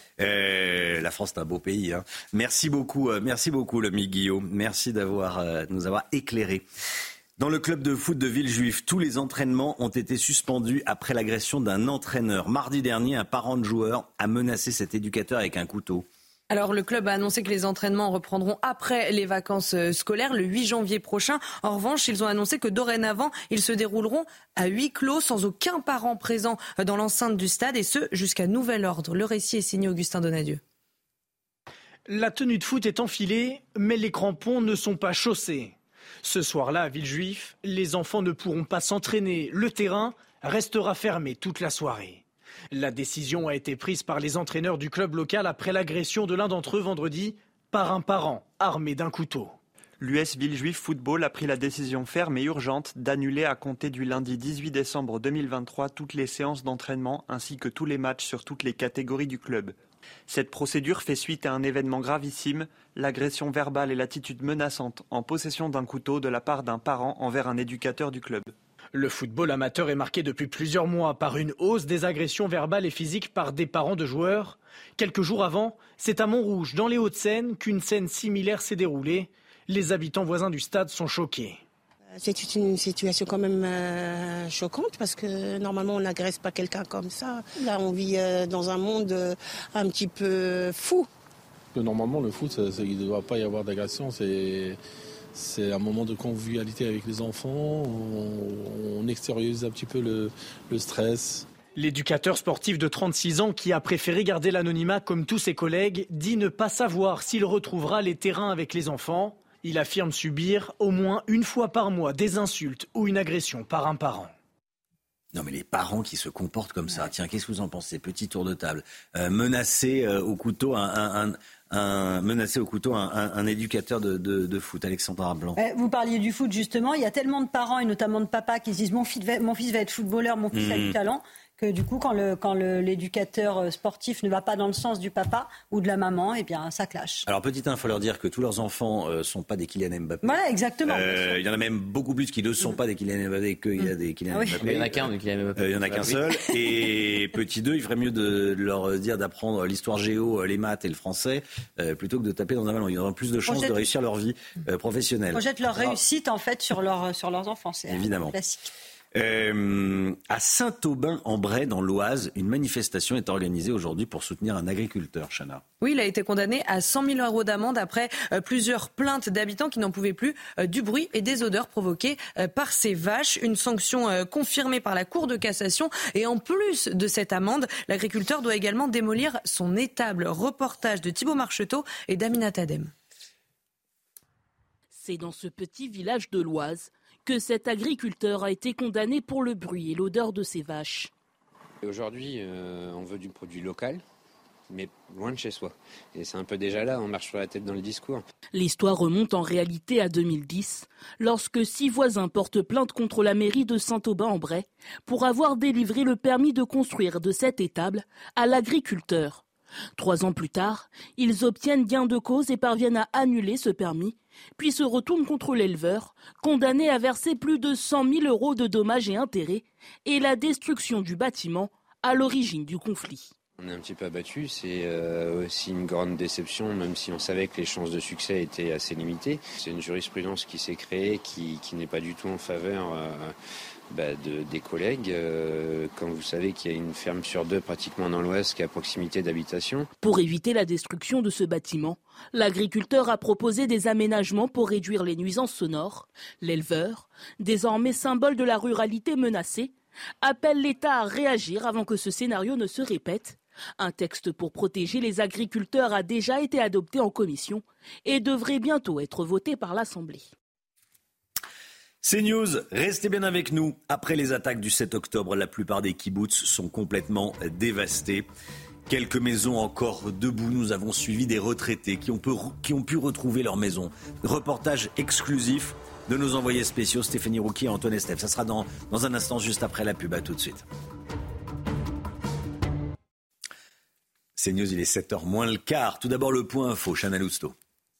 La France, c'est un beau pays. Hein. Merci beaucoup, l'ami Guillaume. Merci de nous avoir éclairés. Dans le club de foot de Villejuif, tous les entraînements ont été suspendus après l'agression d'un entraîneur. Mardi dernier, un parent de joueur a menacé cet éducateur avec un couteau. Alors, le club a annoncé que les entraînements reprendront après les vacances scolaires, le 8 janvier prochain. En revanche, ils ont annoncé que dorénavant, ils se dérouleront à huis clos, sans aucun parent présent dans l'enceinte du stade, et ce, jusqu'à nouvel ordre. Le récit est signé Augustin Donadieu. La tenue de foot est enfilée, mais les crampons ne sont pas chaussés. Ce soir-là, à Villejuif, les enfants ne pourront pas s'entraîner. Le terrain restera fermé toute la soirée. La décision a été prise par les entraîneurs du club local après l'agression de l'un d'entre eux vendredi par un parent armé d'un couteau. L'US Villejuif Football a pris la décision ferme et urgente d'annuler à compter du lundi 18 décembre 2023 toutes les séances d'entraînement ainsi que tous les matchs sur toutes les catégories du club. Cette procédure fait suite à un événement gravissime, l'agression verbale et l'attitude menaçante en possession d'un couteau de la part d'un parent envers un éducateur du club. Le football amateur est marqué depuis plusieurs mois par une hausse des agressions verbales et physiques par des parents de joueurs. Quelques jours avant, c'est à Montrouge, dans les Hauts-de-Seine, qu'une scène similaire s'est déroulée. Les habitants voisins du stade sont choqués. C'est une situation quand même choquante parce que normalement on n'agresse pas quelqu'un comme ça. Là on vit dans un monde un petit peu fou. Normalement le foot, il ne doit pas y avoir d'agression, c'est un moment de convivialité avec les enfants, on extériorise un petit peu le stress. L'éducateur sportif de 36 ans qui a préféré garder l'anonymat comme tous ses collègues dit ne pas savoir s'il retrouvera les terrains avec les enfants. Il affirme subir au moins une fois par mois des insultes ou une agression par un parent. Non mais les parents qui se comportent comme ça, tiens, qu'est-ce que vous en pensez? Petit tour de table. Menacer au couteau un éducateur de foot, Alexandra Blanc. Vous parliez du foot justement, il y a tellement de parents et notamment de papas qui se disent mon fils va être footballeur, mon fils a du talent, que du coup quand l'éducateur sportif ne va pas dans le sens du papa ou de la maman, eh bien ça clash. Alors petite info, leur dire que tous leurs enfants sont pas des Kylian Mbappé. Voilà, exactement. Il y en a même beaucoup plus qui ne sont pas des Kylian Mbappé qu'il y a des Kylian Mbappé. Mais il n'y en a qu'un de Kylian Mbappé. Il n'y en a qu'un seul. Et petit 2, il ferait mieux de leur dire d'apprendre l'histoire géo, les maths et le français, plutôt que de taper dans un ballon. Ils auront plus de chances de réussir leur vie professionnelle. Projette leur réussite en fait sur leurs enfants, c'est évidemment classique. À Saint-Aubin-en-Bray, dans l'Oise, une manifestation est organisée aujourd'hui pour soutenir un agriculteur, Chana. Oui, il a été condamné à 100 000 € d'amende après plusieurs plaintes d'habitants qui n'en pouvaient plus du bruit et des odeurs provoquées par ces vaches. Une sanction confirmée par la Cour de cassation. Et en plus de cette amende, l'agriculteur doit également démolir son étable. Reportage de Thibaut Marcheteau et d'Amina Tadem. C'est dans ce petit village de l'Oise que cet agriculteur a été condamné pour le bruit et l'odeur de ses vaches. Aujourd'hui, on veut du produit local, mais loin de chez soi. Et c'est un peu déjà là, on marche sur la tête dans le discours. L'histoire remonte en réalité à 2010, lorsque 6 voisins portent plainte contre la mairie de Saint-Aubin-en-Bray pour avoir délivré le permis de construire de cette étable à l'agriculteur. 3 ans plus tard, ils obtiennent gain de cause et parviennent à annuler ce permis, puis se retournent contre l'éleveur, condamné à verser plus de 100 000 € de dommages et intérêts, et la destruction du bâtiment à l'origine du conflit. On est un petit peu abattu, c'est aussi une grande déception, même si on savait que les chances de succès étaient assez limitées. C'est une jurisprudence qui s'est créée, qui n'est pas du tout en faveur des collègues. Quand vous savez qu'il y a une ferme sur 2 pratiquement dans l'Ouest qui est à proximité d'habitation. Pour éviter la destruction de ce bâtiment, l'agriculteur a proposé des aménagements pour réduire les nuisances sonores. L'éleveur, désormais symbole de la ruralité menacée, appelle l'État à réagir avant que ce scénario ne se répète. Un texte pour protéger les agriculteurs a déjà été adopté en commission et devrait bientôt être voté par l'Assemblée. CNews, restez bien avec nous. Après les attaques du 7 octobre, la plupart des kibboutz sont complètement dévastés. Quelques maisons encore debout. Nous avons suivi des retraités qui ont pu retrouver leur maison. Reportage exclusif de nos envoyés spéciaux Stéphanie Rouquier et Antoine Estève. Ça sera dans un instant, juste après la pub. À tout de suite. CNews, il est 7h moins le quart. Tout d'abord le point info, Chana Lousteau.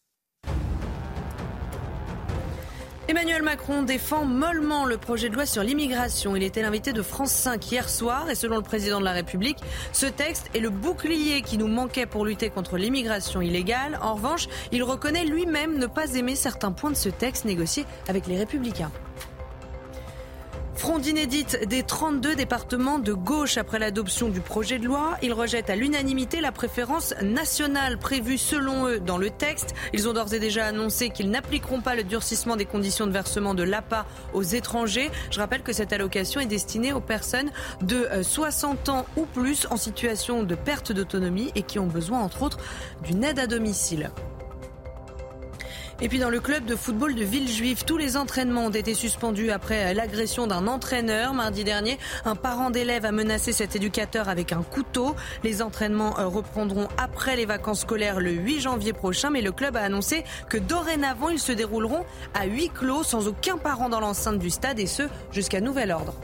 Emmanuel Macron défend mollement le projet de loi sur l'immigration. Il était l'invité de France 5 hier soir et selon le président de la République, ce texte est le bouclier qui nous manquait pour lutter contre l'immigration illégale. En revanche, il reconnaît lui-même ne pas aimer certains points de ce texte négocié avec les Républicains. Fronde inédite des 32 départements de gauche après l'adoption du projet de loi. Ils rejettent à l'unanimité la préférence nationale prévue selon eux dans le texte. Ils ont d'ores et déjà annoncé qu'ils n'appliqueront pas le durcissement des conditions de versement de l'APA aux étrangers. Je rappelle que cette allocation est destinée aux personnes de 60 ans ou plus en situation de perte d'autonomie et qui ont besoin entre autres d'une aide à domicile. Et puis dans le club de football de Villejuif, tous les entraînements ont été suspendus après l'agression d'un entraîneur. Mardi dernier, un parent d'élève a menacé cet éducateur avec un couteau. Les entraînements reprendront après les vacances scolaires le 8 janvier prochain, mais le club a annoncé que dorénavant, ils se dérouleront à huis clos, sans aucun parent dans l'enceinte du stade, et ce, jusqu'à nouvel ordre.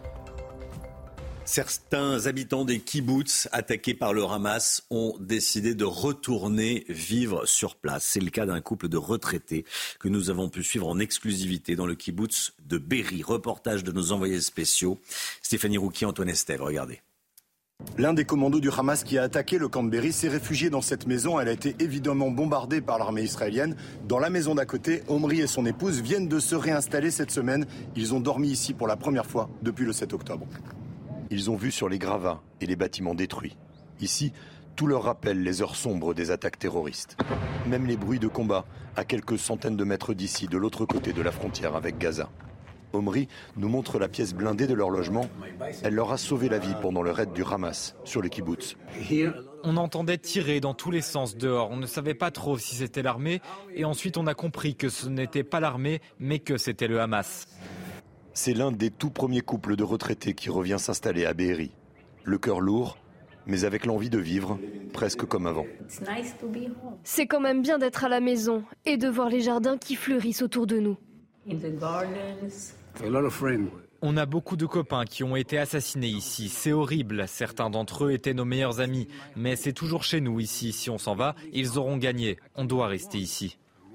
Certains habitants des kibboutz attaqués par le Hamas ont décidé de retourner vivre sur place. C'est le cas d'un couple de retraités que nous avons pu suivre en exclusivité dans le kibboutz de Be'eri. Reportage de nos envoyés spéciaux, Stéphanie Rouquier, Antoine Estève. Regardez. L'un des commandos du Hamas qui a attaqué le camp de Be'eri s'est réfugié dans cette maison. Elle a été évidemment bombardée par l'armée israélienne. Dans la maison d'à côté, Omri et son épouse viennent de se réinstaller cette semaine. Ils ont dormi ici pour la première fois depuis le 7 octobre. Ils ont vu sur les gravats et les bâtiments détruits. Ici, tout leur rappelle les heures sombres des attaques terroristes. Même les bruits de combat à quelques centaines de mètres d'ici, de l'autre côté de la frontière avec Gaza. Omri nous montre la pièce blindée de leur logement. Elle leur a sauvé la vie pendant le raid du Hamas sur le kibbutz. On entendait tirer dans tous les sens dehors. On ne savait pas trop si c'était l'armée. Et ensuite, on a compris que ce n'était pas l'armée, mais que c'était le Hamas. C'est l'un des tout premiers couples de retraités qui revient s'installer à Be'eri. Le cœur lourd, mais avec l'envie de vivre, presque comme avant. C'est quand même bien d'être à la maison et de voir les jardins qui fleurissent autour de nous. On a beaucoup de copains qui ont été assassinés ici. C'est horrible. Certains d'entre eux étaient nos meilleurs amis. Mais c'est toujours chez nous ici. Si on s'en va, ils auront gagné. On doit rester ici.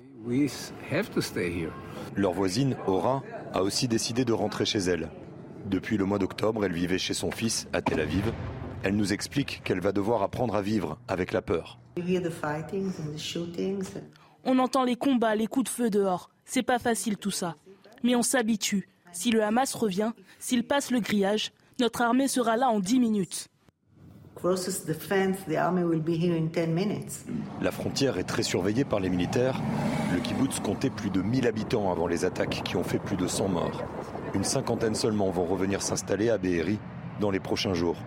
Leur voisine, Aura, a aussi décidé de rentrer chez elle. Depuis le mois d'octobre, elle vivait chez son fils à Tel Aviv. Elle nous explique qu'elle va devoir apprendre à vivre avec la peur. On entend les combats, les coups de feu dehors. C'est pas facile tout ça. Mais on s'habitue. Si le Hamas revient, s'il passe le grillage, notre armée sera là en 10 minutes. La frontière est très surveillée par les militaires. Le kibbutz comptait plus de 1000 habitants avant les attaques qui ont fait plus de 100 morts. Une cinquantaine seulement vont revenir s'installer à Be'eri dans les prochains jours.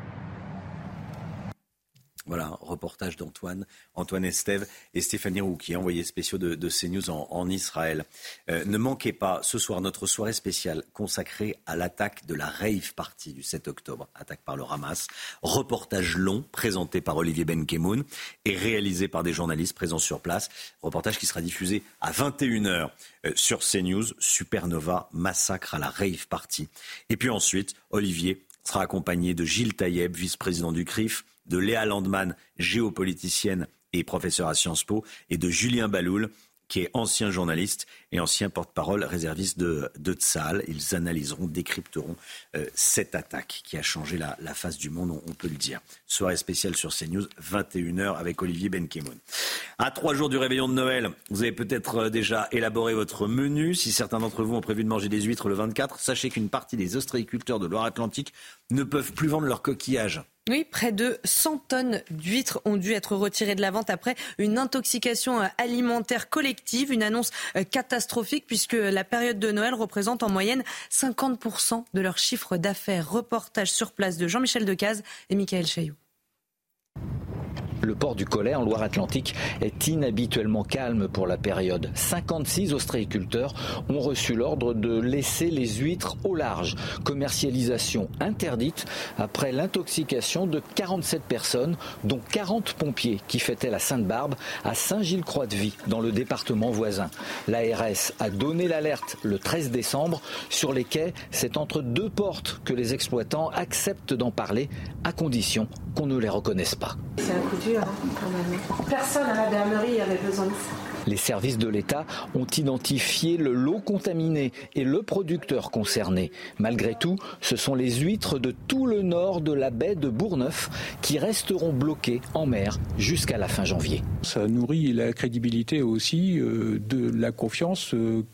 Voilà, reportage d'Antoine Estève et Stéphanie Rouquier, envoyés spéciaux de CNews en Israël. Ne manquez pas ce soir notre soirée spéciale consacrée à l'attaque de la rave party du 7 octobre, attaque par le Hamas. Reportage long présenté par Olivier Benkemoun et réalisé par des journalistes présents sur place. Reportage qui sera diffusé à 21h sur CNews. Supernova, massacre à la rave party. Et puis ensuite, Olivier sera accompagné de Gilles Taïeb, vice-président du CRIF, de Léa Landman, géopoliticienne et professeure à Sciences Po, et de Julien Baloul, qui est ancien journaliste et ancien porte-parole réserviste de Tsahal. Ils analyseront, décrypteront cette attaque qui a changé la face du monde, on peut le dire. Soirée spéciale sur CNews, 21h avec Olivier Benkemoun. À 3 jours du réveillon de Noël, vous avez peut-être déjà élaboré votre menu. Si certains d'entre vous ont prévu de manger des huîtres le 24, sachez qu'une partie des ostréiculteurs de Loire-Atlantique ne peuvent plus vendre leurs coquillages. Oui, près de 100 tonnes d'huîtres ont dû être retirées de la vente après une intoxication alimentaire collective, une annonce catastrophique puisque la période de Noël représente en moyenne 50% de leur chiffre d'affaires. Reportage sur place de Jean-Michel Decaze et Michael Chailloux. Le port du Collet, en Loire-Atlantique, est inhabituellement calme pour la période. 56 ostréiculteurs ont reçu l'ordre de laisser les huîtres au large. Commercialisation interdite après l'intoxication de 47 personnes, dont 40 pompiers qui fêtaient la Sainte-Barbe à Saint-Gilles-Croix-de-Vie, dans le département voisin. L'ARS a donné l'alerte le 13 décembre. Sur les quais, c'est entre deux portes que les exploitants acceptent d'en parler, à condition qu'on ne les reconnaisse pas. C'est un coup dur, quand même. Personne à la gendarmerie avait besoin de ça. Les services de l'État ont identifié le lot contaminé et le producteur concerné. Malgré tout, ce sont les huîtres de tout le nord de la baie de Bourgneuf qui resteront bloquées en mer jusqu'à la fin janvier. Ça nourrit la crédibilité aussi de la confiance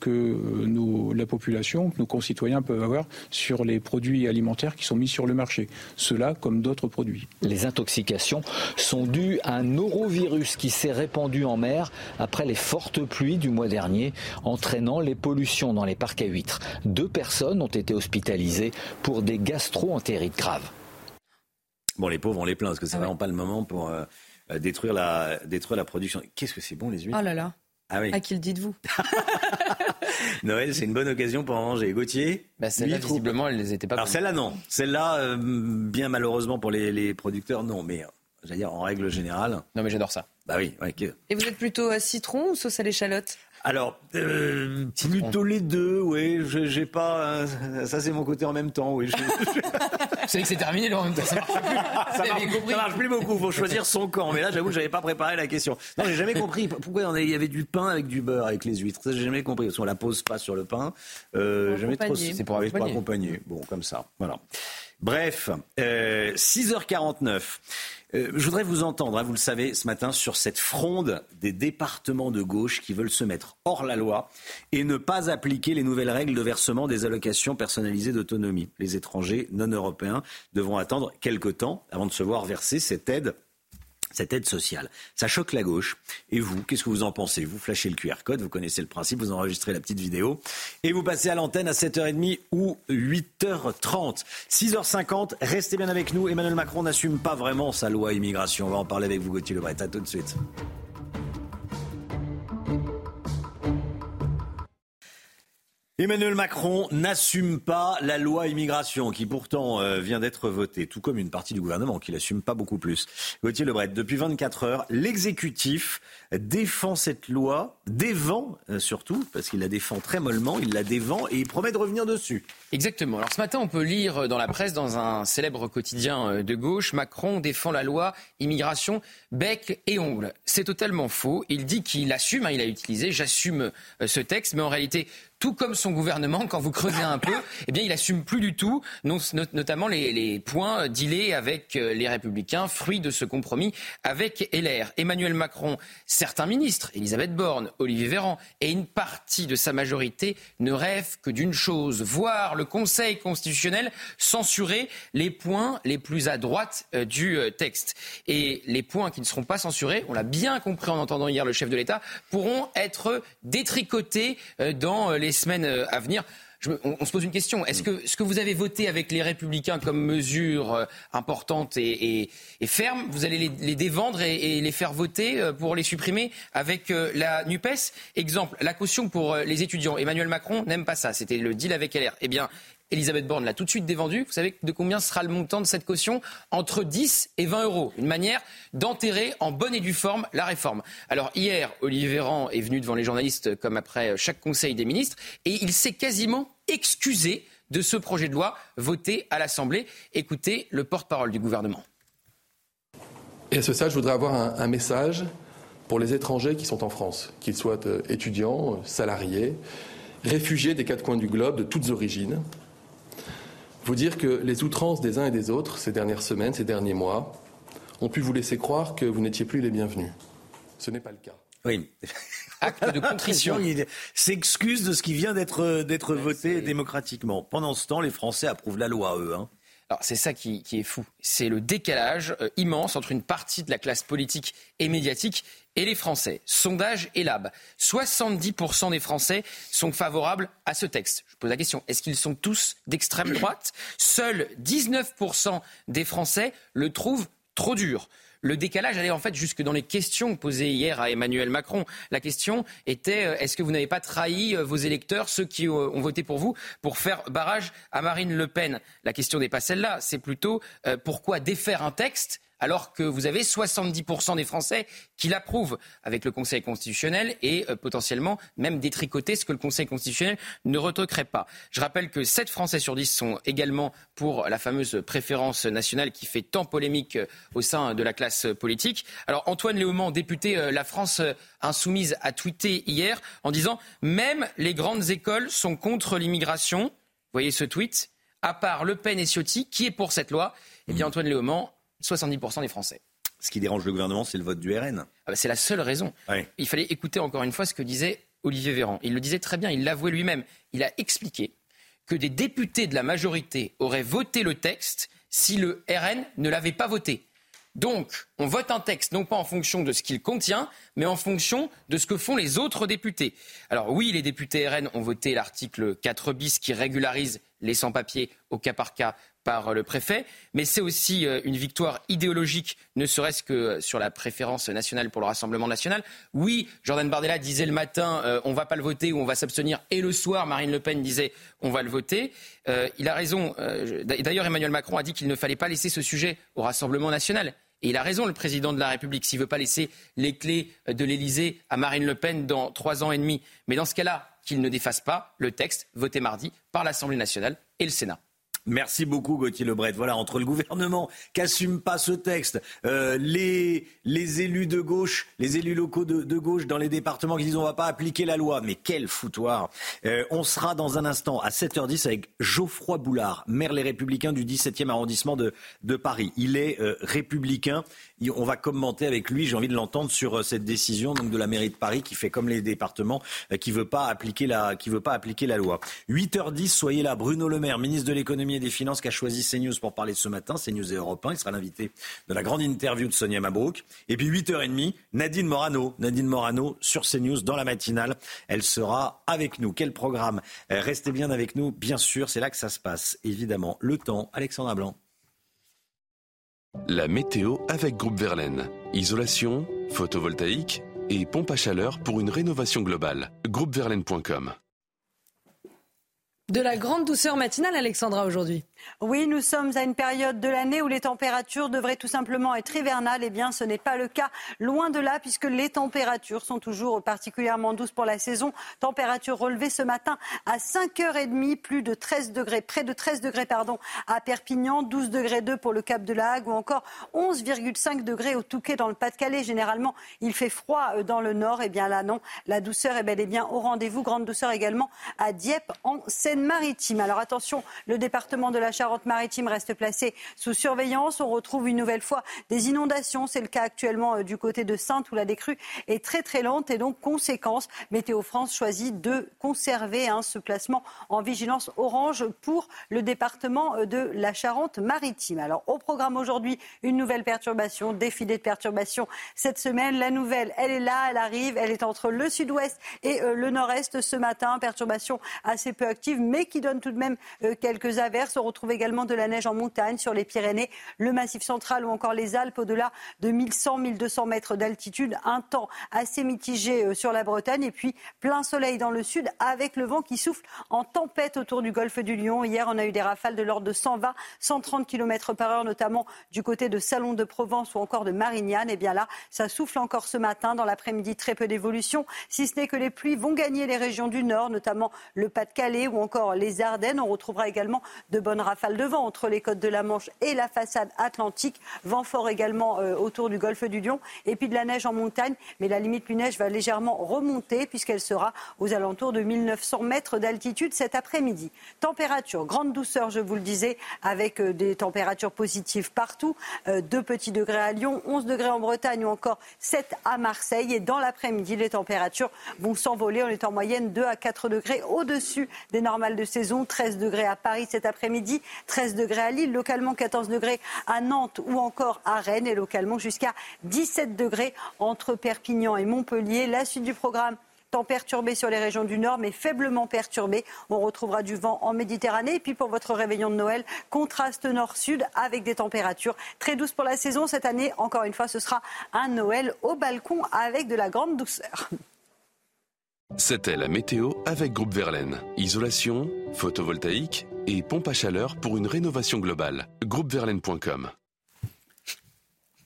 que la population, que nos concitoyens peuvent avoir sur les produits alimentaires qui sont mis sur le marché. Cela comme d'autres produits. Les intoxications sont dues à un norovirus qui s'est répandu en mer après les fortes pluies du mois dernier, entraînant les pollutions dans les parcs à huîtres. 2 personnes ont été hospitalisées pour des gastro-entérites graves. Bon, les pauvres, on les plaint, parce que c'est vraiment pas le moment pour détruire la production. Qu'est-ce que c'est bon, les huîtres? Oh là là. Ah oui. À qui le dites-vous? Noël, c'est une bonne occasion pour en manger. Gauthier? Celle-là, visiblement, elles n'étaient pas bonnes. Alors celle-là, non. Celle-là, bien malheureusement pour les producteurs, non. Mais j'allais dire, en règle générale... Non, mais j'adore ça. Bah oui. Ouais. Et vous êtes plutôt citron ou sauce à l'échalote? Alors, plutôt les deux, oui. J'ai pas... ça, c'est mon côté en même temps, oui. Vous savez que c'est terminé, là, en même temps. Ça marche plus beaucoup. Il faut choisir son camp. Mais là, j'avoue, j'avais pas préparé la question. Non, j'ai jamais compris pourquoi il y avait du pain avec du beurre avec les huîtres. Ça, j'ai jamais compris. Parce qu'on la pose pas sur le pain. Jamais trop. C'est pour accompagner. Bon, comme ça. Voilà. Bref, 6h49. Je voudrais vous entendre, vous le savez, ce matin, sur cette fronde des départements de gauche qui veulent se mettre hors la loi et ne pas appliquer les nouvelles règles de versement des allocations personnalisées d'autonomie. Les étrangers non européens devront attendre quelque temps avant de se voir verser cette aide sociale. Ça choque la gauche. Et vous, qu'est-ce que vous en pensez? Vous flashez le QR code, vous connaissez le principe, vous enregistrez la petite vidéo et vous passez à l'antenne à 7h30 ou 8h30. 6h50, restez bien avec nous. Emmanuel Macron n'assume pas vraiment sa loi immigration. On va en parler avec vous, Gauthier Lebret. À tout de suite. Emmanuel Macron n'assume pas la loi immigration qui pourtant vient d'être votée, tout comme une partie du gouvernement qui l'assume pas beaucoup plus. Gauthier Lebret, depuis 24 heures, l'exécutif défend cette loi, dévend surtout, parce qu'il la défend très mollement, il la dévend et il promet de revenir dessus. Exactement. Alors ce matin, on peut lire dans la presse, dans un célèbre quotidien de gauche, Macron défend la loi immigration bec et ongle. C'est totalement faux. Il dit qu'il assume, il a utilisé « j'assume ce texte », mais en réalité... Tout comme son gouvernement, quand vous creusez un peu, eh bien, il assume plus du tout, notamment les points dealés avec les Républicains, fruit de ce compromis avec LR. Emmanuel Macron, certains ministres, Elisabeth Borne, Olivier Véran et une partie de sa majorité ne rêvent que d'une chose, voir le Conseil constitutionnel censurer les points les plus à droite du texte. Et les points qui ne seront pas censurés, on l'a bien compris en entendant hier le chef de l'État, pourront être détricotés dans les semaines à venir. On se pose une question. Est-ce que ce que vous avez voté avec les Républicains comme mesure importante et ferme, vous allez les dévendre et les faire voter pour les supprimer avec la NUPES? Exemple, la caution pour les étudiants. Emmanuel Macron n'aime pas ça. C'était le deal avec LR. Eh bien, Elisabeth Borne l'a tout de suite dévendu. Vous savez de combien sera le montant de cette caution? Entre 10 et 20 euros. Une manière d'enterrer en bonne et due forme la réforme. Alors hier, Olivier Véran est venu devant les journalistes comme après chaque conseil des ministres et il s'est quasiment excusé de ce projet de loi voté à l'Assemblée. Écoutez le porte-parole du gouvernement. Et à ce stade, je voudrais avoir un message pour les étrangers qui sont en France, qu'ils soient étudiants, salariés, réfugiés des 4 coins du globe, de toutes origines. Vous dire que les outrances des uns et des autres, ces dernières semaines, ces derniers mois, ont pu vous laisser croire que vous n'étiez plus les bienvenus. Ce n'est pas le cas. Oui. Acte de contrition. Il s'excuse de ce qui vient d'être voté démocratiquement. Pendant ce temps, les Français approuvent la loi, eux. Alors c'est ça qui est fou. C'est le décalage immense entre une partie de la classe politique et médiatique et les Français. Sondage Elab. 70% des Français sont favorables à ce texte. Je pose la question, est-ce qu'ils sont tous d'extrême droite? Seuls 19% des Français le trouvent trop dur. Le décalage allait en fait jusque dans les questions posées hier à Emmanuel Macron. La question était, est-ce que vous n'avez pas trahi vos électeurs, ceux qui ont voté pour vous, pour faire barrage à Marine Le Pen? La question n'est pas celle-là, c'est plutôt pourquoi défaire un texte alors que vous avez 70% des Français qui l'approuvent avec le Conseil constitutionnel et potentiellement même détricoter ce que le Conseil constitutionnel ne retoquerait pas. Je rappelle que 7 Français sur 10 sont également pour la fameuse préférence nationale qui fait tant polémique au sein de la classe politique. Alors Antoine Léaumont, député La France Insoumise, a tweeté hier en disant « Même les grandes écoles sont contre l'immigration ». Vous voyez ce tweet ? À part Le Pen et Ciotti, qui est pour cette loi ? Eh bien Antoine Léaumont, 70% des Français. Ce qui dérange le gouvernement, c'est le vote du RN. C'est la seule raison. Oui. Il fallait écouter encore une fois ce que disait Olivier Véran. Il le disait très bien, il l'avouait lui-même. Il a expliqué que des députés de la majorité auraient voté le texte si le RN ne l'avait pas voté. Donc, on vote un texte non pas en fonction de ce qu'il contient, mais en fonction de ce que font les autres députés. Alors oui, les députés RN ont voté l'article 4 bis qui régularise les sans-papiers au cas par cas par le préfet, mais c'est aussi une victoire idéologique, ne serait-ce que sur la préférence nationale pour le Rassemblement national. Oui, Jordan Bardella disait le matin on ne va pas le voter ou on va s'abstenir, et le soir Marine Le Pen disait on va le voter. Il a raison. D'ailleurs, Emmanuel Macron a dit qu'il ne fallait pas laisser ce sujet au Rassemblement national. Et il a raison, le président de la République, s'il ne veut pas laisser les clés de l'Élysée à Marine Le Pen dans 3 ans et demi. Mais dans ce cas-là, qu'il ne défasse pas le texte voté mardi par l'Assemblée nationale et le Sénat. Merci beaucoup Gauthier Lebret. Voilà, entre le gouvernement qui n'assume pas ce texte, les élus de gauche, les élus locaux de gauche dans les départements qui disent on ne va pas appliquer la loi. Mais quel foutoir. On sera dans un instant à 7h10 avec Geoffroy Boulard, maire Les Républicains du 17e arrondissement de Paris. Il est républicain. On va commenter avec lui, j'ai envie de l'entendre, sur cette décision donc, de la mairie de Paris qui fait comme les départements, qui ne veut pas appliquer la loi. 8h10, soyez là. Bruno Le Maire, ministre de l'économie et des Finances, qui a choisi CNews pour parler de ce matin, CNews et Europe 1. Il sera l'invité de la grande interview de Sonia Mabrouk. Et puis 8h30, Nadine Morano sur CNews dans la matinale. Elle sera avec nous. Quel programme ? Restez bien avec nous, bien sûr, c'est là que ça se passe. Évidemment, le temps, Alexandra Blanc. La météo avec Groupe Verlaine. Isolation, photovoltaïque et pompe à chaleur pour une rénovation globale. Groupeverlaine.com. De la grande douceur matinale, Alexandra, aujourd'hui. Oui, nous sommes à une période de l'année où les températures devraient tout simplement être hivernales. Eh bien, ce n'est pas le cas, loin de là, puisque les températures sont toujours particulièrement douces pour la saison. Température relevée ce matin à 5h30, plus de 13 degrés, près de 13 degrés à Perpignan, 12 degrés 2 pour le Cap de la Hague ou encore 11,5 degrés au Touquet dans le Pas-de-Calais. Généralement, il fait froid dans le nord. Eh bien là, non, la douceur est bel et bien au rendez-vous. Grande douceur également à Dieppe, en Seine-Maritime. Alors attention, le département de la Charente-Maritime reste placé sous surveillance. On retrouve une nouvelle fois des inondations. C'est le cas actuellement du côté de Saintes où la décrue est très très lente et donc conséquence, Météo France choisit de conserver ce placement en vigilance orange pour le département de la Charente-Maritime. Alors au programme aujourd'hui, une nouvelle perturbation, défilé de perturbations cette semaine. La nouvelle, elle est là, elle arrive, elle est entre le sud-ouest et le nord-est ce matin. Perturbation assez peu active mais qui donne tout de même quelques averses. On retrouve également de la neige en montagne sur les Pyrénées, le Massif central ou encore les Alpes au-delà de 1100-1200 mètres d'altitude. Un temps assez mitigé sur la Bretagne et puis plein soleil dans le sud avec le vent qui souffle en tempête autour du golfe du Lion. Hier, on a eu des rafales de l'ordre de 120-130 km/h, notamment du côté de Salon de Provence ou encore de Marignane. Et bien là, ça souffle encore ce matin. Dans l'après-midi, très peu d'évolution, si ce n'est que les pluies vont gagner les régions du nord, notamment le Pas-de-Calais ou encore les Ardennes. On retrouvera également de bonnes rafales de vent entre les côtes de la Manche et la façade atlantique. Vent fort également autour du golfe du Lion. Et puis de la neige en montagne. Mais la limite pluie-neige va légèrement remonter puisqu'elle sera aux alentours de 1900 mètres d'altitude cet après-midi. Température, grande douceur, je vous le disais, avec des températures positives partout. 2 petits degrés à Lyon, 11 degrés en Bretagne ou encore 7 à Marseille. Et dans l'après-midi, les températures vont s'envoler. On est en moyenne 2 à 4 degrés au-dessus des normales de saison. 13 degrés à Paris cet après-midi, 13 degrés à Lille, localement 14 degrés à Nantes ou encore à Rennes et localement jusqu'à 17 degrés entre Perpignan et Montpellier. La suite du programme, temps perturbé sur les régions du nord, mais faiblement perturbé. On retrouvera du vent en Méditerranée. Et puis pour votre réveillon de Noël, contraste nord-sud avec des températures très douces pour la saison. Cette année, encore une fois, ce sera un Noël au balcon avec de la grande douceur. C'était la météo avec Groupe Verlaine. Isolation, photovoltaïque et pompe à chaleur pour une rénovation globale. Groupeverlaine.com.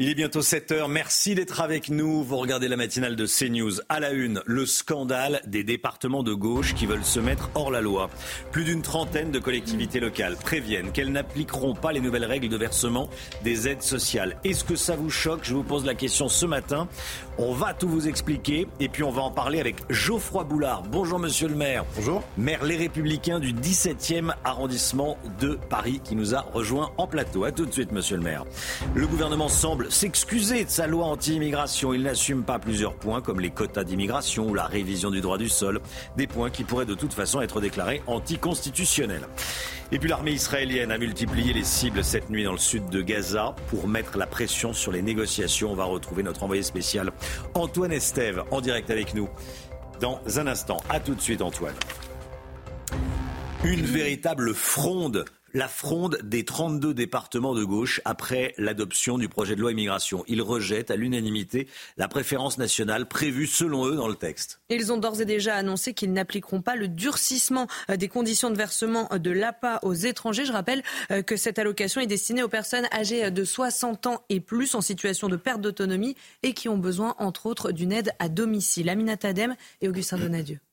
Il est bientôt 7h, merci d'être avec nous. Vous regardez la matinale de CNews. À la une, le scandale des départements de gauche qui veulent se mettre hors la loi. Plus d'une trentaine de collectivités locales préviennent qu'elles n'appliqueront pas les nouvelles règles de versement des aides sociales. Est-ce que ça vous choque ? Je vous pose la question ce matin. On va tout vous expliquer et puis on va en parler avec Geoffroy Boulard. Bonjour monsieur le maire. Bonjour. Maire Les Républicains du 17e arrondissement de Paris qui nous a rejoint en plateau. A tout de suite monsieur le maire. Le gouvernement semble s'excuser de sa loi anti-immigration. Il n'assume pas plusieurs points comme les quotas d'immigration ou la révision du droit du sol. Des points qui pourraient de toute façon être déclarés anticonstitutionnels. Et puis l'armée israélienne a multiplié les cibles cette nuit dans le sud de Gaza pour mettre la pression sur les négociations. On va retrouver notre envoyé spécial Antoine Estève en direct avec nous dans un instant. A tout de suite Antoine. Une véritable fronde. La fronde des 32 départements de gauche après l'adoption du projet de loi immigration. Ils rejettent à l'unanimité la préférence nationale prévue selon eux dans le texte. Ils ont d'ores et déjà annoncé qu'ils n'appliqueront pas le durcissement des conditions de versement de l'APA aux étrangers. Je rappelle que cette allocation est destinée aux personnes âgées de 60 ans et plus en situation de perte d'autonomie et qui ont besoin entre autres d'une aide à domicile. Aminata Adem et Augustin Donadieu.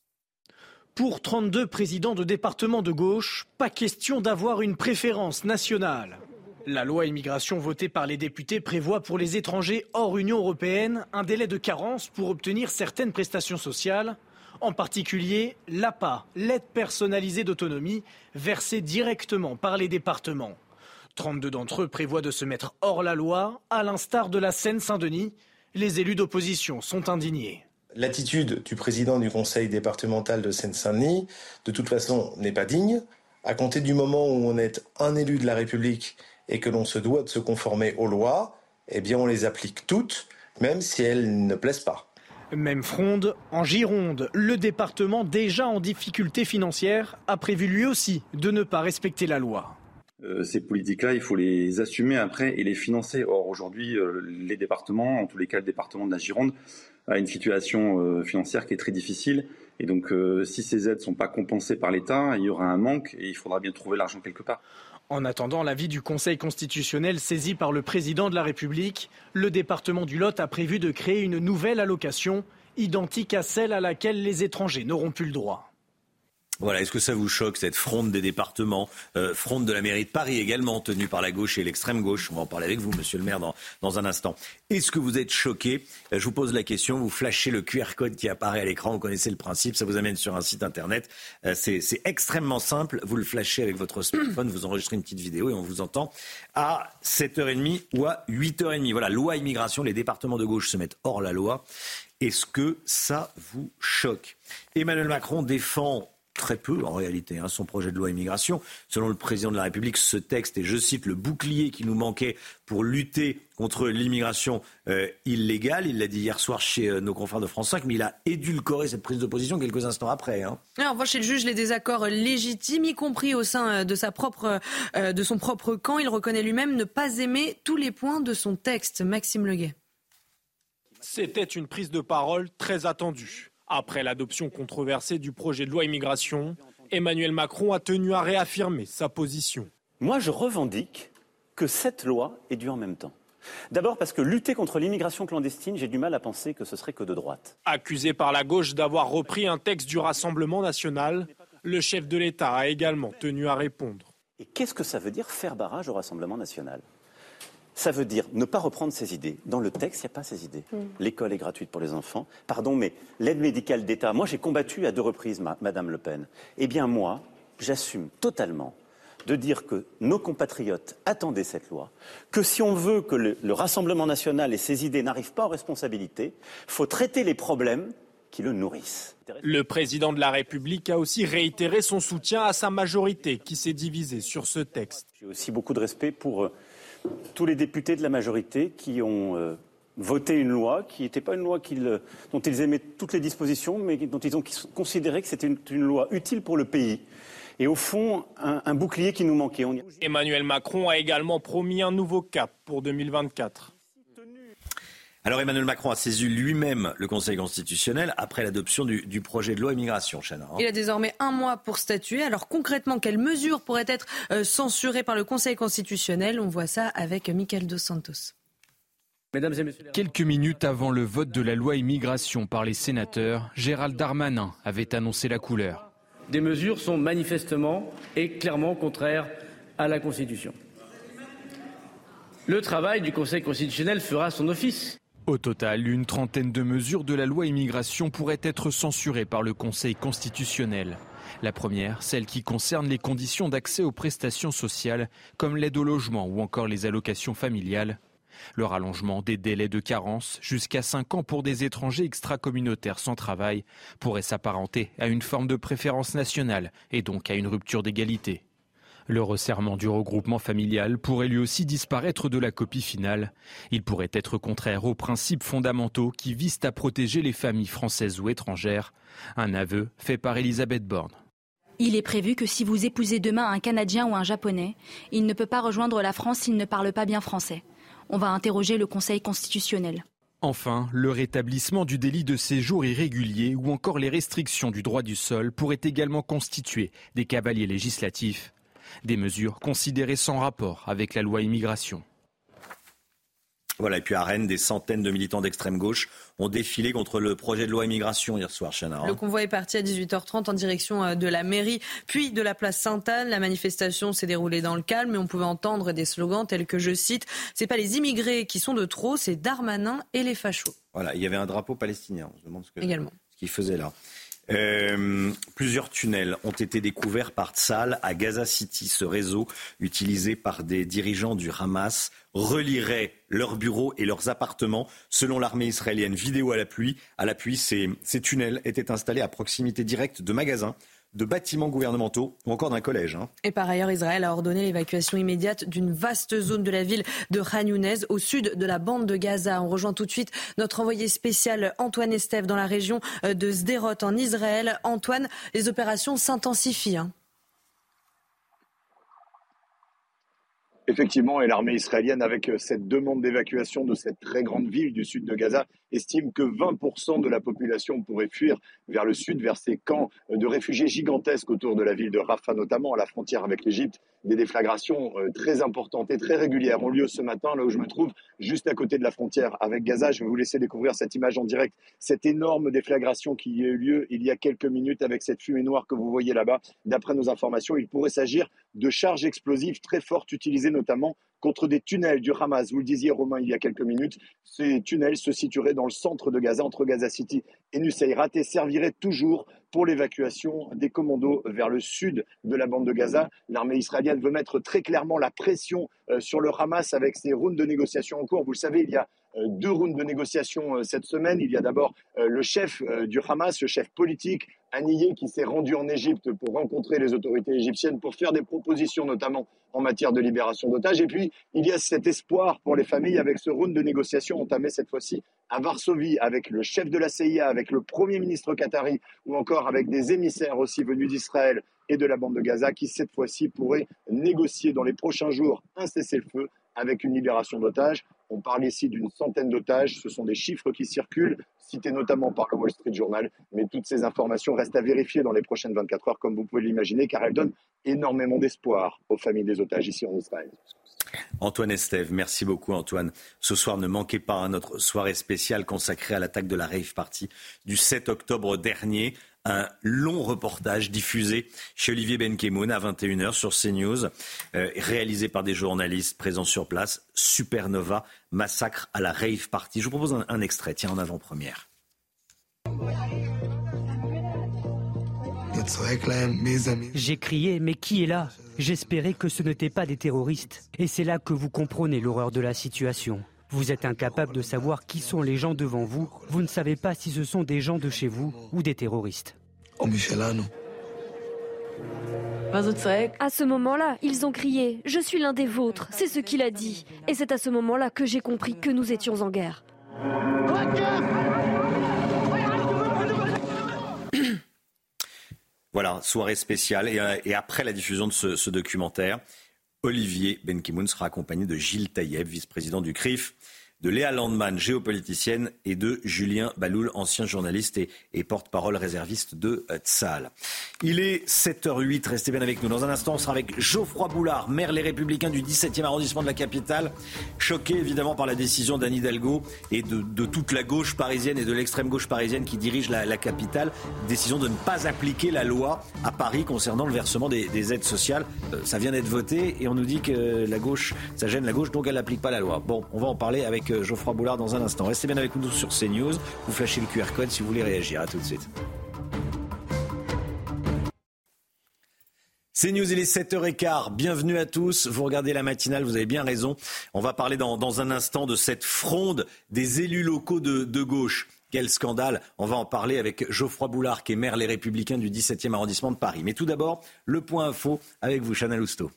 Pour 32 présidents de départements de gauche, pas question d'avoir une préférence nationale. La loi immigration votée par les députés prévoit pour les étrangers hors Union européenne un délai de carence pour obtenir certaines prestations sociales, en particulier l'APA, l'aide personnalisée d'autonomie, versée directement par les départements. 32 d'entre eux prévoient de se mettre hors la loi, à l'instar de la Seine-Saint-Denis. Les élus d'opposition sont indignés. L'attitude du président du conseil départemental de Seine-Saint-Denis, de toute façon, n'est pas digne. À compter du moment où on est un élu de la République et que l'on se doit de se conformer aux lois, eh bien on les applique toutes, même si elles ne plaisent pas. Même fronde en Gironde. Le département, déjà en difficulté financière, a prévu lui aussi de ne pas respecter la loi. Ces politiques-là, il faut les assumer après et les financer. Or, aujourd'hui, les départements, en tous les cas le département de la Gironde, a une situation financière qui est très difficile. Et donc, si ces aides ne sont pas compensées par l'État, il y aura un manque et il faudra bien trouver l'argent quelque part. En attendant l'avis du Conseil constitutionnel saisi par le président de la République, le département du Lot a prévu de créer une nouvelle allocation identique à celle à laquelle les étrangers n'auront plus le droit. Voilà, est-ce que ça vous choque, cette fronde des départements, fronde de la mairie de Paris également, tenue par la gauche et l'extrême gauche? On va en parler avec vous, monsieur le maire, dans un instant. Est-ce que vous êtes choqué? Je vous pose la question, vous flashez le QR code qui apparaît à l'écran, vous connaissez le principe, ça vous amène sur un site internet. C'est extrêmement simple, vous le flashez avec votre smartphone, vous enregistrez une petite vidéo et on vous entend à 7h30 ou à 8h30. Voilà, loi immigration, les départements de gauche se mettent hors la loi. Est-ce que ça vous choque? Emmanuel Macron défend très peu en réalité son projet de loi immigration. Selon le président de la République, ce texte est, je cite, le bouclier qui nous manquait pour lutter contre l'immigration illégale. Il l'a dit hier soir chez nos confrères de France 5, mais il a édulcoré cette prise de position quelques instants après. Alors, voit chez le juge les désaccords légitimes, y compris au sein de son propre camp. Il reconnaît lui-même ne pas aimer tous les points de son texte. Maxime Leguet. C'était une prise de parole très attendue. Après l'adoption controversée du projet de loi immigration, Emmanuel Macron a tenu à réaffirmer sa position. Moi, je revendique que cette loi est due en même temps. D'abord parce que lutter contre l'immigration clandestine, j'ai du mal à penser que ce serait que de droite. Accusé par la gauche d'avoir repris un texte du Rassemblement national, le chef de l'État a également tenu à répondre. Et qu'est-ce que ça veut dire faire barrage au Rassemblement national ? Ça veut dire ne pas reprendre ses idées. Dans le texte, il n'y a pas ces idées. L'école est gratuite pour les enfants. Pardon, mais l'aide médicale d'État, moi j'ai combattu à 2 reprises Madame Le Pen. Eh bien moi, j'assume totalement de dire que nos compatriotes attendaient cette loi, que si on veut que le Rassemblement national et ses idées n'arrivent pas en responsabilité, il faut traiter les problèmes qui le nourrissent. Le président de la République a aussi réitéré son soutien à sa majorité qui s'est divisée sur ce texte. J'ai aussi beaucoup de respect pour tous les députés de la majorité qui ont voté une loi qui n'était pas une loi dont ils aimaient toutes les dispositions, mais dont ils ont considéré que c'était une loi utile pour le pays. Et au fond, un bouclier qui nous manquait. Emmanuel Macron a également promis un nouveau cap pour 2024. Alors Emmanuel Macron a saisi lui-même le Conseil constitutionnel après l'adoption du projet de loi immigration, Chana. Il a désormais 1 mois pour statuer. Alors concrètement, quelles mesures pourraient être censurées par le Conseil constitutionnel? On voit ça avec Mickaël Dos Santos. Quelques minutes avant le vote de la loi immigration par les sénateurs, Gérald Darmanin avait annoncé la couleur. Des mesures sont manifestement et clairement contraires à la Constitution. Le travail du Conseil constitutionnel fera son office. Au total, une trentaine de mesures de la loi immigration pourraient être censurées par le Conseil constitutionnel. La première, celle qui concerne les conditions d'accès aux prestations sociales, comme l'aide au logement ou encore les allocations familiales. Le rallongement des délais de carence, jusqu'à 5 ans pour des étrangers extracommunautaires sans travail, pourrait s'apparenter à une forme de préférence nationale et donc à une rupture d'égalité. Le resserrement du regroupement familial pourrait lui aussi disparaître de la copie finale. Il pourrait être contraire aux principes fondamentaux qui visent à protéger les familles françaises ou étrangères. Un aveu fait par Elisabeth Borne. Il est prévu que si vous épousez demain un Canadien ou un Japonais, il ne peut pas rejoindre la France s'il ne parle pas bien français. On va interroger le Conseil constitutionnel. Enfin, le rétablissement du délit de séjour irrégulier ou encore les restrictions du droit du sol pourraient également constituer des cavaliers législatifs. Des mesures considérées sans rapport avec la loi immigration. Voilà, et puis à Rennes, des centaines de militants d'extrême gauche ont défilé contre le projet de loi immigration hier soir, Chana. Le convoi est parti à 18h30 en direction de la mairie, puis de la place Sainte-Anne. La manifestation s'est déroulée dans le calme, mais on pouvait entendre des slogans tels que, je cite, « C'est pas les immigrés qui sont de trop, c'est Darmanin et les fachos ». Voilà, il y avait un drapeau palestinien. On se demande ce qu'il faisait là. Plusieurs tunnels ont été découverts par Tsahal à Gaza City. Ce réseau, utilisé par des dirigeants du Hamas, relierait leurs bureaux et leurs appartements. Selon l'armée israélienne, vidéo à l'appui, ces tunnels étaient installés à proximité directe de magasins, de bâtiments gouvernementaux ou encore d'un collège. Et par ailleurs, Israël a ordonné l'évacuation immédiate d'une vaste zone de la ville de Khan Younes, au sud de la bande de Gaza. On rejoint tout de suite notre envoyé spécial Antoine Estève dans la région de Sderot en Israël. Antoine, les opérations s'intensifient. Effectivement, et l'armée israélienne, avec cette demande d'évacuation de cette très grande ville du sud de Gaza, estime que 20% de la population pourrait fuir vers le sud, vers ces camps de réfugiés gigantesques autour de la ville de Rafah, notamment à la frontière avec l'Égypte. Des déflagrations très importantes et très régulières ont lieu ce matin, là où je me trouve, juste à côté de la frontière avec Gaza. Je vais vous laisser découvrir cette image en direct, cette énorme déflagration qui a eu lieu il y a quelques minutes avec cette fumée noire que vous voyez là-bas. D'après nos informations, il pourrait s'agir de charges explosives très fortes utilisées notamment contre des tunnels du Hamas. Vous le disiez, Romain, il y a quelques minutes, ces tunnels se situeraient dans le centre de Gaza, entre Gaza City et Nusayrat, et serviraient toujours pour l'évacuation des commandos vers le sud de la bande de Gaza. L'armée israélienne veut mettre très clairement la pression sur le Hamas avec ses rounds de négociations en cours. Vous le savez, il y a 2 rounds de négociations cette semaine. Il y a d'abord le chef du Hamas, le chef politique, Haniyeh, qui s'est rendu en Égypte pour rencontrer les autorités égyptiennes pour faire des propositions, notamment en matière de libération d'otages. Et puis, il y a cet espoir pour les familles avec ce round de négociations entamé cette fois-ci à Varsovie avec le chef de la CIA, avec le Premier ministre qatari ou encore avec des émissaires aussi venus d'Israël et de la bande de Gaza qui, cette fois-ci, pourraient négocier dans les prochains jours un cessez-le-feu avec une libération d'otages. On parle ici d'une centaine d'otages. Ce sont des chiffres qui circulent, cités notamment par le Wall Street Journal. Mais toutes ces informations restent à vérifier dans les prochaines 24 heures, comme vous pouvez l'imaginer, car elles donnent énormément d'espoir aux familles des otages ici en Israël. Antoine Estève, merci beaucoup Antoine. Ce soir, ne manquez pas notre soirée spéciale consacrée à l'attaque de la rave party du 7 octobre dernier. Un long reportage diffusé chez Olivier Benkemoun à 21h sur CNews, réalisé par des journalistes présents sur place. Supernova, massacre à la rave party. Je vous propose un extrait, tiens, en avant-première. J'ai crié, mais qui est là ? J'espérais que ce n'étaient pas des terroristes. Et c'est là que vous comprenez l'horreur de la situation. Vous êtes incapable de savoir qui sont les gens devant vous. Vous ne savez pas si ce sont des gens de chez vous ou des terroristes. À ce moment-là, ils ont crié « Je suis l'un des vôtres », c'est ce qu'il a dit. Et c'est à ce moment-là que j'ai compris que nous étions en guerre. Voilà, soirée spéciale. Et après la diffusion de ce documentaire, Olivier Benkemoun sera accompagné de Gilles Taïeb, vice-président du CRIF. de Léa Landman, géopoliticienne, et de Julien Baloul, ancien journaliste et porte-parole réserviste de Tsahal. Il est 7h08, restez bien avec nous. Dans un instant, on sera avec Geoffroy Boulard, maire Les Républicains du 17e arrondissement de la capitale, choqué évidemment par la décision d'Anne Hidalgo et de toute la gauche parisienne et de l'extrême gauche parisienne qui dirige la capitale. Décision de ne pas appliquer la loi à Paris concernant le versement des aides sociales. Ça vient d'être voté et on nous dit que la gauche, ça gêne la gauche, donc elle n'applique pas la loi. Bon, on va en parler avec Geoffroy Boulard dans un instant. Restez bien avec nous sur CNews. Vous flashez le QR code si vous voulez réagir. À tout de suite. CNews, il est 7h15. Bienvenue à tous. Vous regardez la matinale, vous avez bien raison. On va parler dans un instant de cette fronde des élus locaux de gauche. Quel scandale. On va en parler avec Geoffroy Boulard, qui est maire Les Républicains du 17e arrondissement de Paris. Mais tout d'abord, le point info avec vous, Chana Lousteau.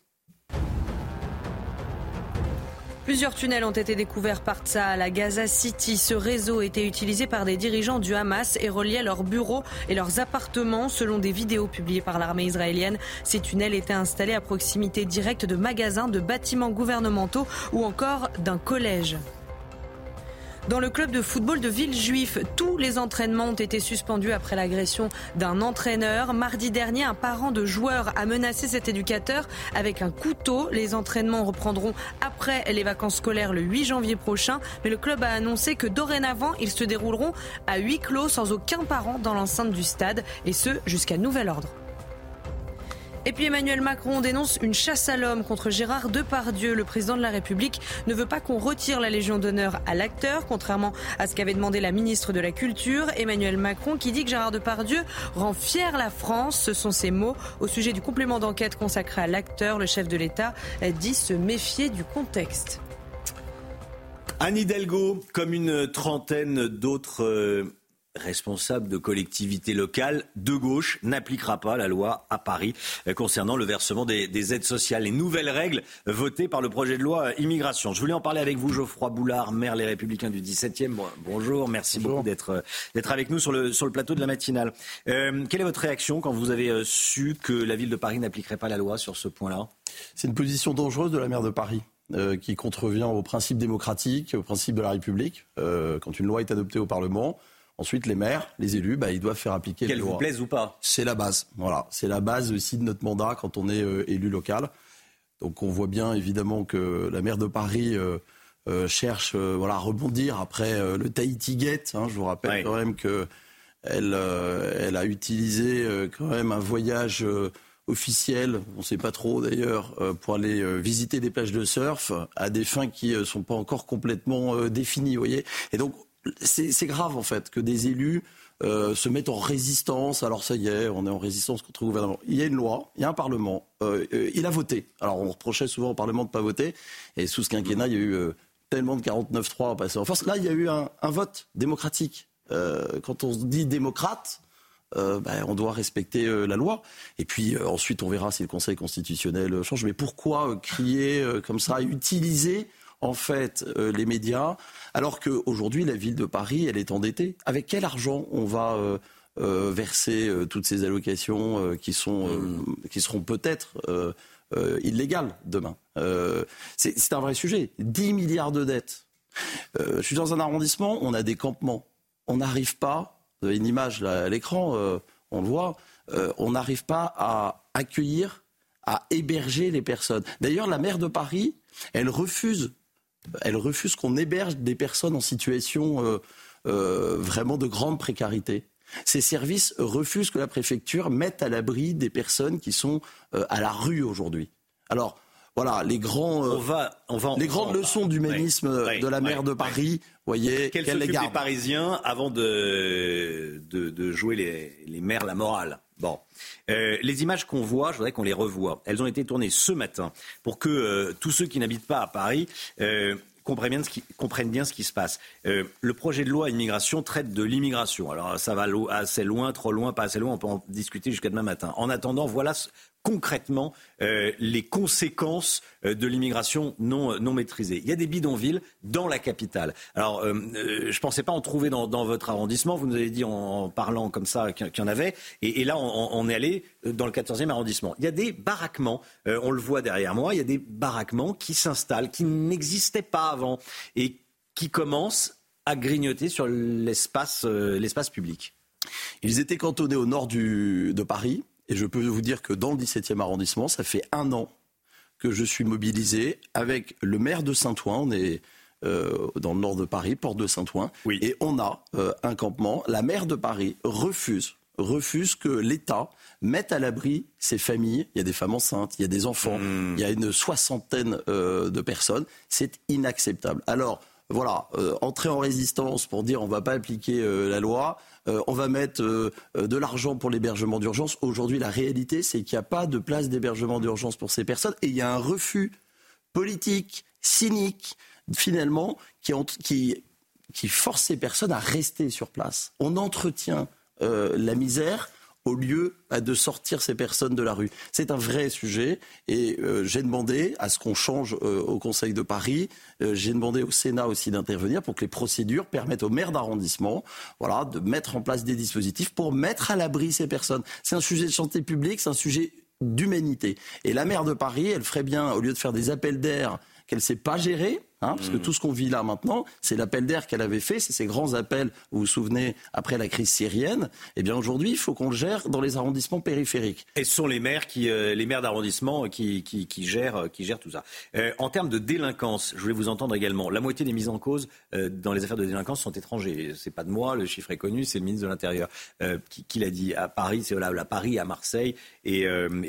Plusieurs tunnels ont été découverts par Tsahal à Gaza City. Ce réseau était utilisé par des dirigeants du Hamas et reliait leurs bureaux et leurs appartements. Selon des vidéos publiées par l'armée israélienne, ces tunnels étaient installés à proximité directe de magasins, de bâtiments gouvernementaux ou encore d'un collège. Dans le club de football de Villejuif, tous les entraînements ont été suspendus après l'agression d'un entraîneur. Mardi dernier, un parent de joueur a menacé cet éducateur avec un couteau. Les entraînements reprendront après les vacances scolaires le 8 janvier prochain. Mais le club a annoncé que dorénavant, ils se dérouleront à huis clos sans aucun parent dans l'enceinte du stade. Et ce, jusqu'à nouvel ordre. Et puis Emmanuel Macron dénonce une chasse à l'homme contre Gérard Depardieu. Le président de la République ne veut pas qu'on retire la Légion d'honneur à l'acteur, contrairement à ce qu'avait demandé la ministre de la Culture. Emmanuel Macron qui dit que Gérard Depardieu rend fière la France. Ce sont ses mots. Au sujet du complément d'enquête consacré à l'acteur, le chef de l'État dit se méfier du contexte. Anne Hidalgo, comme une trentaine d'autres responsable de collectivités locales de gauche, n'appliquera pas la loi à Paris concernant le versement des aides sociales. Les nouvelles règles votées par le projet de loi immigration. Je voulais en parler avec vous, Geoffroy Boulard, maire Les Républicains du 17e. Bonjour, merci beaucoup d'être avec nous sur le plateau de la matinale. Quelle est votre réaction quand vous avez su que la ville de Paris n'appliquerait pas la loi sur ce point-là ? C'est une position dangereuse de la maire de Paris. Qui contrevient aux principes démocratiques, aux principes de la République. Quand une loi est adoptée au Parlement, ensuite, les maires, les élus, ils doivent faire appliquer les lois. Qu'elle vous plaise ou pas ? C'est la base. Voilà, c'est la base aussi de notre mandat quand on est élu local. Donc, on voit bien évidemment que la maire de Paris cherche à rebondir après le Tahiti Gate. Je vous rappelle quand même que elle a utilisé quand même un voyage officiel, on ne sait pas trop d'ailleurs, pour aller visiter des plages de surf à des fins qui ne sont pas encore complètement définies, vous voyez. Et donc, c'est grave en fait que des élus se mettent en résistance. Alors ça y est, on est en résistance contre le gouvernement. Il y a une loi, il y a un Parlement, il a voté. Alors on reprochait souvent au Parlement de ne pas voter. Et sous ce quinquennat, il y a eu tellement de 49-3 passés en force. Là, il y a eu un vote démocratique. Quand on se dit démocrate, on doit respecter la loi. Et puis ensuite, on verra si le Conseil constitutionnel change. Mais pourquoi crier comme ça, utiliser en fait les médias, alors qu'aujourd'hui la ville de Paris, elle est endettée. Avec quel argent on va verser toutes ces allocations qui seront peut-être illégales demain ? C'est un vrai sujet. 10 milliards de dettes. Je suis dans un arrondissement, on a des campements. On n'arrive pas, vous avez une image là, à l'écran, on le voit, on n'arrive pas à accueillir, à héberger les personnes. D'ailleurs, la maire de Paris, elle refuse qu'on héberge des personnes en situation vraiment de grande précarité. Ces services refusent que la préfecture mette à l'abri des personnes qui sont à la rue aujourd'hui. Alors, voilà, les grandes leçons d'humanisme de la maire de Paris, voyez, qu'elle s'occupe des Parisiens avant de jouer les maires la morale. Bon, les images qu'on voit, je voudrais qu'on les revoie. Elles ont été tournées ce matin pour que tous ceux qui n'habitent pas à Paris comprennent bien ce qui se passe. Le projet de loi immigration traite de l'immigration. Alors ça va assez loin, trop loin, pas assez loin, on peut en discuter jusqu'à demain matin. En attendant, voilà concrètement les conséquences de l'immigration non maîtrisée. Il y a des bidonvilles dans la capitale. Alors, je ne pensais pas en trouver dans votre arrondissement. Vous nous avez dit en parlant comme ça qu'il y en avait. Et là, on est allé dans le 14e arrondissement. Il y a des baraquements, on le voit derrière moi, il y a des baraquements qui s'installent, qui n'existaient pas avant et qui commencent à grignoter sur l'espace public. Ils étaient cantonnés au nord de Paris. Et je peux vous dire que dans le 17e arrondissement, ça fait 1 an que je suis mobilisé avec le maire de Saint-Ouen. On est dans le nord de Paris, porte de Saint-Ouen. Oui. Et on a un campement. La maire de Paris refuse que l'État mette à l'abri ces familles. Il y a des femmes enceintes, il y a des enfants, il y a une 60aine de personnes. C'est inacceptable. Alors, voilà, entrer en résistance pour dire on ne va pas appliquer la loi, on va mettre de l'argent pour l'hébergement d'urgence. Aujourd'hui, la réalité, c'est qu'il n'y a pas de place d'hébergement d'urgence pour ces personnes. Et il y a un refus politique, cynique, finalement, qui force ces personnes à rester sur place. On entretient la misère au lieu de sortir ces personnes de la rue. C'est un vrai sujet et j'ai demandé à ce qu'on change au Conseil de Paris. J'ai demandé au Sénat aussi d'intervenir pour que les procédures permettent aux maires d'arrondissement de mettre en place des dispositifs pour mettre à l'abri ces personnes. C'est un sujet de santé publique, c'est un sujet d'humanité. Et la maire de Paris, elle ferait bien, au lieu de faire des appels d'air qu'elle ne sait pas gérer, parce que tout ce qu'on vit là maintenant, c'est l'appel d'air qu'elle avait fait, c'est ces grands appels, vous vous souvenez, après la crise syrienne. Eh bien aujourd'hui, il faut qu'on le gère dans les arrondissements périphériques. Et ce sont les maires d'arrondissement qui gèrent tout ça. En termes de délinquance, je voulais vous entendre également. La moitié des mises en cause dans les affaires de délinquance sont étrangers. C'est pas de moi, le chiffre est connu, c'est le ministre de l'Intérieur qui l'a dit. À Paris, c'est à Paris, à Marseille et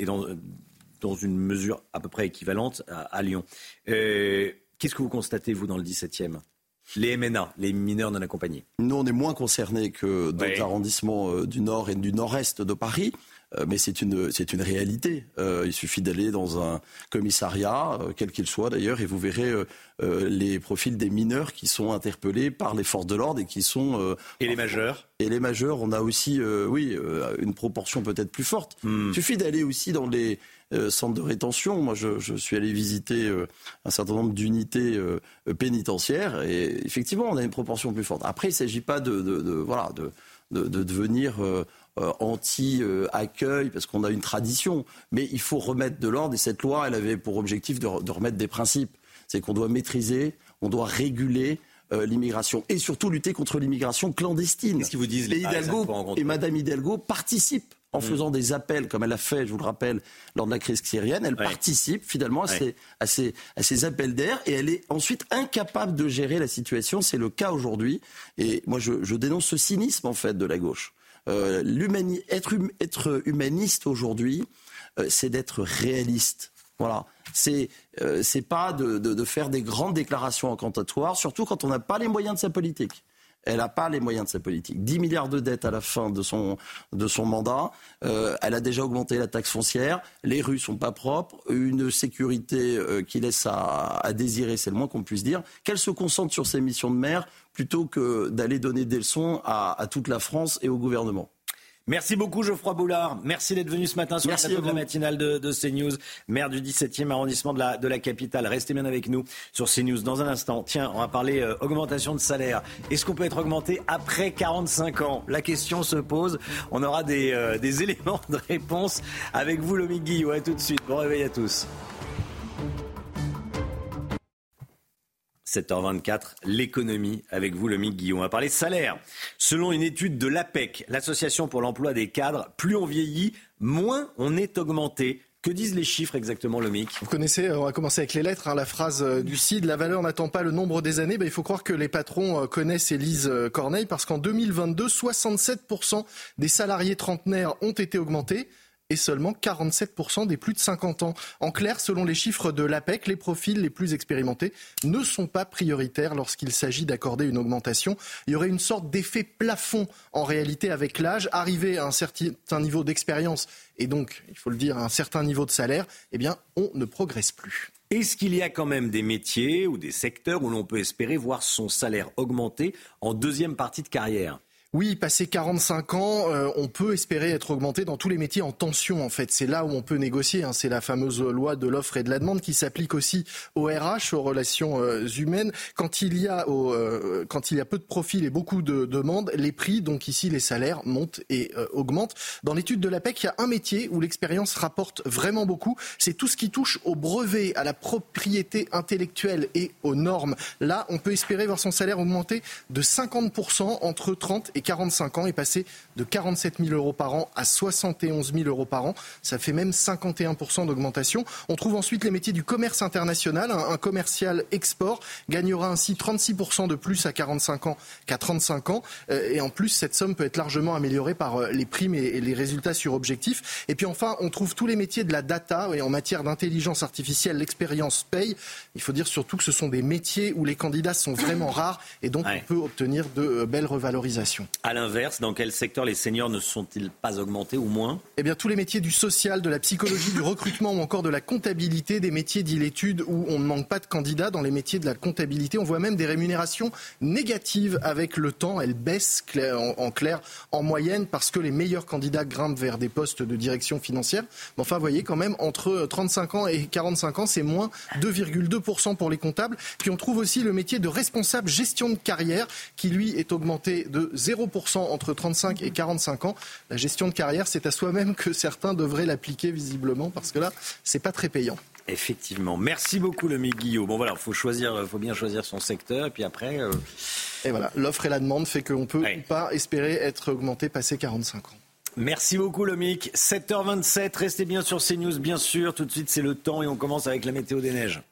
dans une mesure à peu près équivalente à Lyon. Qu'est-ce que vous constatez, vous, dans le 17e ? Les MNA, les mineurs non accompagnés. Nous, on est moins concernés que d'autres arrondissements du nord et du nord-est de Paris. Mais c'est une réalité. Il suffit d'aller dans un commissariat, quel qu'il soit d'ailleurs, et vous verrez les profils des mineurs qui sont interpellés par les forces de l'ordre et qui sont... et les majeurs ? Et les majeurs, on a aussi, une proportion peut-être plus forte. Il suffit d'aller aussi dans les centres de rétention. Moi, je suis allé visiter un certain nombre d'unités pénitentiaires et effectivement, on a une proportion plus forte. Après, il ne s'agit pas de devenir... anti-accueil, parce qu'on a une tradition. Mais il faut remettre de l'ordre, et cette loi, elle avait pour objectif de remettre des principes. C'est qu'on doit maîtriser, on doit réguler l'immigration, et surtout lutter contre l'immigration clandestine. Qu'est-ce qu'ils vous disent, les Hidalgo et Madame Hidalgo participent en faisant des appels, comme elle a fait, je vous le rappelle, lors de la crise syrienne. Elle participe finalement à ces appels d'air, et elle est ensuite incapable de gérer la situation. C'est le cas aujourd'hui. Et moi, je dénonce ce cynisme, en fait, de la gauche. Être humaniste aujourd'hui, c'est d'être réaliste. Voilà. C'est pas de faire des grandes déclarations incantatoires, surtout quand on n'a pas les moyens de sa politique. Elle n'a pas les moyens de sa politique. 10 milliards de dettes à la fin de son mandat. Elle a déjà augmenté la taxe foncière. Les rues sont pas propres. Une sécurité qui laisse à désirer, c'est le moins qu'on puisse dire. Qu'elle se concentre sur ses missions de maire plutôt que d'aller donner des leçons à toute la France et au gouvernement. Merci beaucoup Geoffroy Boulard. Merci d'être venu ce matin sur le plateau de la matinale de CNews, maire du 17e arrondissement de la capitale. Restez bien avec nous sur CNews dans un instant. Tiens, on va parler augmentation de salaire. Est-ce qu'on peut être augmenté après 45 ans ? La question se pose. On aura des éléments de réponse avec vous, Lomique Guillot. À tout de suite. Bon réveil à tous. 7h24, l'économie avec vous, Lomique Guillon. On va parler salaire. Selon une étude de l'APEC, l'Association pour l'emploi des cadres, plus on vieillit, moins on est augmenté. Que disent les chiffres exactement, Lomique ? Vous connaissez, on va commencer avec les lettres, la phrase du CID, la valeur n'attend pas le nombre des années. Il faut croire que les patrons connaissent Élise Corneille, parce qu'en 2022, 67% des salariés trentenaires ont été augmentés. Et seulement 47% des plus de 50 ans. En clair, selon les chiffres de l'APEC, les profils les plus expérimentés ne sont pas prioritaires lorsqu'il s'agit d'accorder une augmentation. Il y aurait une sorte d'effet plafond en réalité avec l'âge. Arrivé à un certain niveau d'expérience et donc, il faut le dire, à un certain niveau de salaire, eh bien, on ne progresse plus. Est-ce qu'il y a quand même des métiers ou des secteurs où l'on peut espérer voir son salaire augmenter en deuxième partie de carrière ? Oui, passé 45 ans, on peut espérer être augmenté dans tous les métiers en tension, en fait. C'est là où on peut négocier. C'est la fameuse loi de l'offre et de la demande qui s'applique aussi au RH, aux relations humaines. Quand il y a peu de profils et beaucoup de demandes, les prix, donc ici les salaires, montent et augmentent. Dans l'étude de l'APEC, il y a un métier où l'expérience rapporte vraiment beaucoup. C'est tout ce qui touche au brevet, à la propriété intellectuelle et aux normes. Là, on peut espérer voir son salaire augmenter de 50% entre 30 et 45 ans et passer de 47 000 euros par an à 71 000 euros par an. Ça fait même 51% d'augmentation. On trouve ensuite les métiers du commerce international. Un commercial export gagnera ainsi 36% de plus à 45 ans qu'à 35 ans. Et en plus, cette somme peut être largement améliorée par les primes et les résultats sur objectifs. Et puis enfin, on trouve tous les métiers de la data. Et en matière d'intelligence artificielle, l'expérience paye. Il faut dire surtout que ce sont des métiers où les candidats sont vraiment rares et donc on peut obtenir de belles revalorisations. À l'inverse, dans quel secteur les seniors ne sont-ils pas augmentés ou moins ? Eh bien, tous les métiers du social, de la psychologie, du recrutement ou encore de la comptabilité, des métiers dit l'étude où on ne manque pas de candidats. Dans les métiers de la comptabilité, on voit même des rémunérations négatives avec le temps. Elles baissent en clair en moyenne parce que les meilleurs candidats grimpent vers des postes de direction financière. Mais enfin, vous voyez quand même, entre 35 ans et 45 ans, c'est moins 2,2% pour les comptables. Puis on trouve aussi le métier de responsable gestion de carrière qui, lui, est augmenté de 0% entre 35 et 45 ans. La gestion de carrière, c'est à soi-même que certains devraient l'appliquer visiblement parce que là, c'est pas très payant. Effectivement. Merci beaucoup, Lomique Guillot. Bon voilà, faut bien choisir son secteur et puis après... Et voilà, l'offre et la demande fait qu'on peut ou pas espérer être augmenté passé 45 ans. Merci beaucoup, Lomique. 7h27, restez bien sur CNews, bien sûr. Tout de suite, c'est le temps et on commence avec la météo des neiges.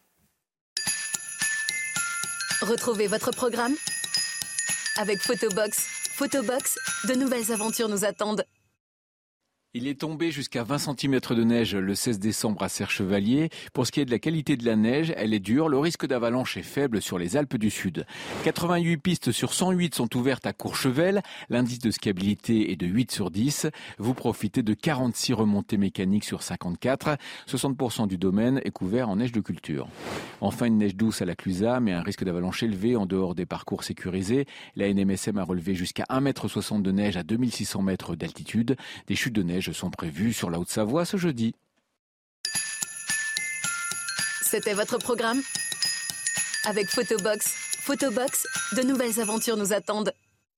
Retrouvez votre programme avec Photobox. Photobox, de nouvelles aventures nous attendent. Il est tombé jusqu'à 20 cm de neige le 16 décembre à Serre-Chevalier. Pour ce qui est de la qualité de la neige, elle est dure. Le risque d'avalanche est faible sur les Alpes du Sud. 88 pistes sur 108 sont ouvertes à Courchevel. L'indice de skiabilité est de 8 sur 10. Vous profitez de 46 remontées mécaniques sur 54. 60% du domaine est couvert en neige de culture. Enfin, une neige douce à la Clusaz, mais un risque d'avalanche élevé en dehors des parcours sécurisés. La NMSM a relevé jusqu'à 1,60 m de neige à 2600 mètres d'altitude. Des chutes de neige sont prévues sur la Haute-Savoie ce jeudi. C'était votre programme avec Photobox. Photobox, de nouvelles aventures nous attendent.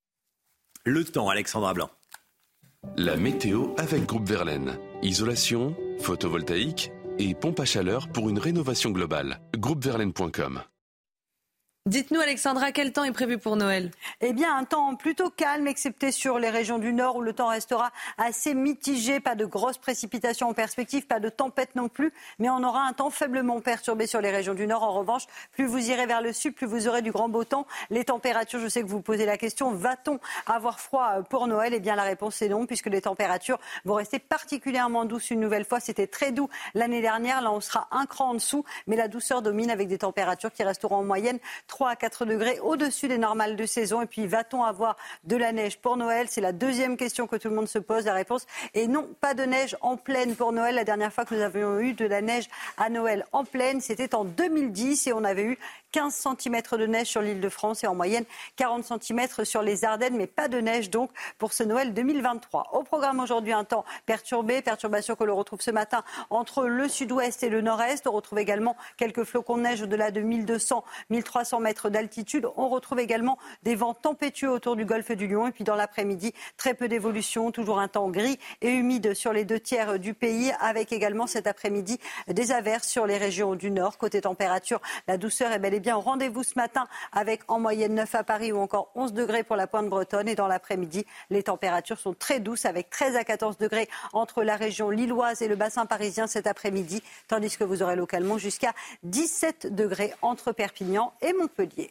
Le temps, Alexandra Blanc. La météo avec Groupe Verlaine. Isolation, photovoltaïque et pompe à chaleur pour une rénovation globale. Groupeverlaine.com. Dites-nous, Alexandra, quel temps est prévu pour Noël ? Eh bien, un temps plutôt calme, excepté sur les régions du nord où le temps restera assez mitigé. Pas de grosses précipitations en perspective, pas de tempête non plus. Mais on aura un temps faiblement perturbé sur les régions du nord. En revanche, plus vous irez vers le sud, plus vous aurez du grand beau temps. Les températures, je sais que vous vous posez la question, va-t-on avoir froid pour Noël ? Eh bien, la réponse est non, puisque les températures vont rester particulièrement douces une nouvelle fois. C'était très doux l'année dernière. Là, on sera un cran en dessous. Mais la douceur domine avec des températures qui resteront en moyenne 3 à 4 degrés au-dessus des normales de saison. Et puis, va-t-on avoir de la neige pour Noël ? C'est la deuxième question que tout le monde se pose. La réponse est non, pas de neige en pleine pour Noël. La dernière fois que nous avions eu de la neige à Noël en pleine, c'était en 2010 et on avait eu 15 cm de neige sur l'île de France et en moyenne 40 cm sur les Ardennes, mais pas de neige donc pour ce Noël 2023. Au programme aujourd'hui, un temps perturbé, perturbation que l'on retrouve ce matin entre le sud-ouest et le nord-est. On retrouve également quelques flocons de neige au-delà de 1200-1300 mètres d'altitude. On retrouve également des vents tempétueux autour du golfe du Lion. Et puis dans l'après-midi, très peu d'évolution, toujours un temps gris et humide sur les 2 tiers du pays, avec également cet après-midi des averses sur les régions du nord. Côté température, la douceur est bel et bien au rendez-vous ce matin, avec en moyenne 9 à Paris ou encore 11 degrés pour la pointe bretonne. Et dans l'après-midi, les températures sont très douces, avec 13 à 14 degrés entre la région lilloise et le bassin parisien cet après-midi, tandis que vous aurez localement jusqu'à 17 degrés entre Perpignan et Montpellier.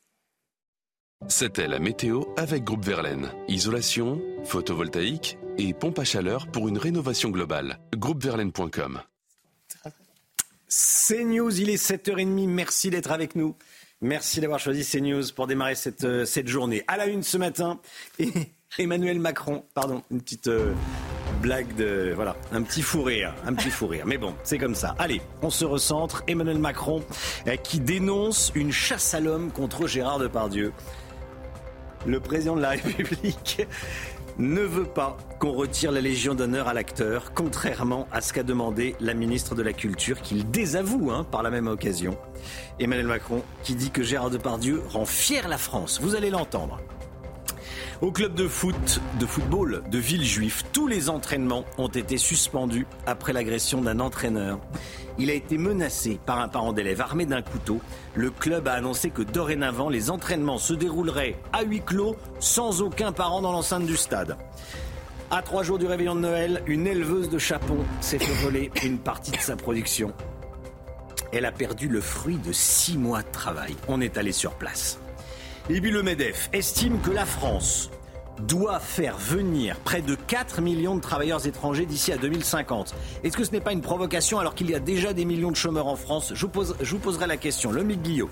C'était la météo avec Groupe Verlaine. Isolation, photovoltaïque et pompe à chaleur pour une rénovation globale. Groupeverlaine.com. CNews, il est 7h30. Merci d'être avec nous. Merci d'avoir choisi CNews pour démarrer cette journée. À la une ce matin, Emmanuel Macron, une petite blague de... Voilà, un petit fou rire. Mais bon, c'est comme ça. Allez, on se recentre. Emmanuel Macron qui dénonce une chasse à l'homme contre Gérard Depardieu. Le président de la République ne veut pas qu'on retire la Légion d'honneur à l'acteur, contrairement à ce qu'a demandé la ministre de la Culture, qu'il désavoue par la même occasion. Emmanuel Macron qui dit que Gérard Depardieu rend fière la France. Vous allez l'entendre. Au club de football de Villejuif, tous les entraînements ont été suspendus après l'agression d'un entraîneur. Il a été menacé par un parent d'élève armé d'un couteau. Le club a annoncé que dorénavant, les entraînements se dérouleraient à huis clos, sans aucun parent dans l'enceinte du stade. À 3 jours du réveillon de Noël, une éleveuse de chapons s'est fait voler une partie de sa production. Elle a perdu le fruit de 6 mois de travail. On est allé sur place. Et puis le MEDEF estime que la France doit faire venir près de 4 millions de travailleurs étrangers d'ici à 2050. Est-ce que ce n'est pas une provocation alors qu'il y a déjà des millions de chômeurs en France ? Je vous poserai la question. Lomique Guillot.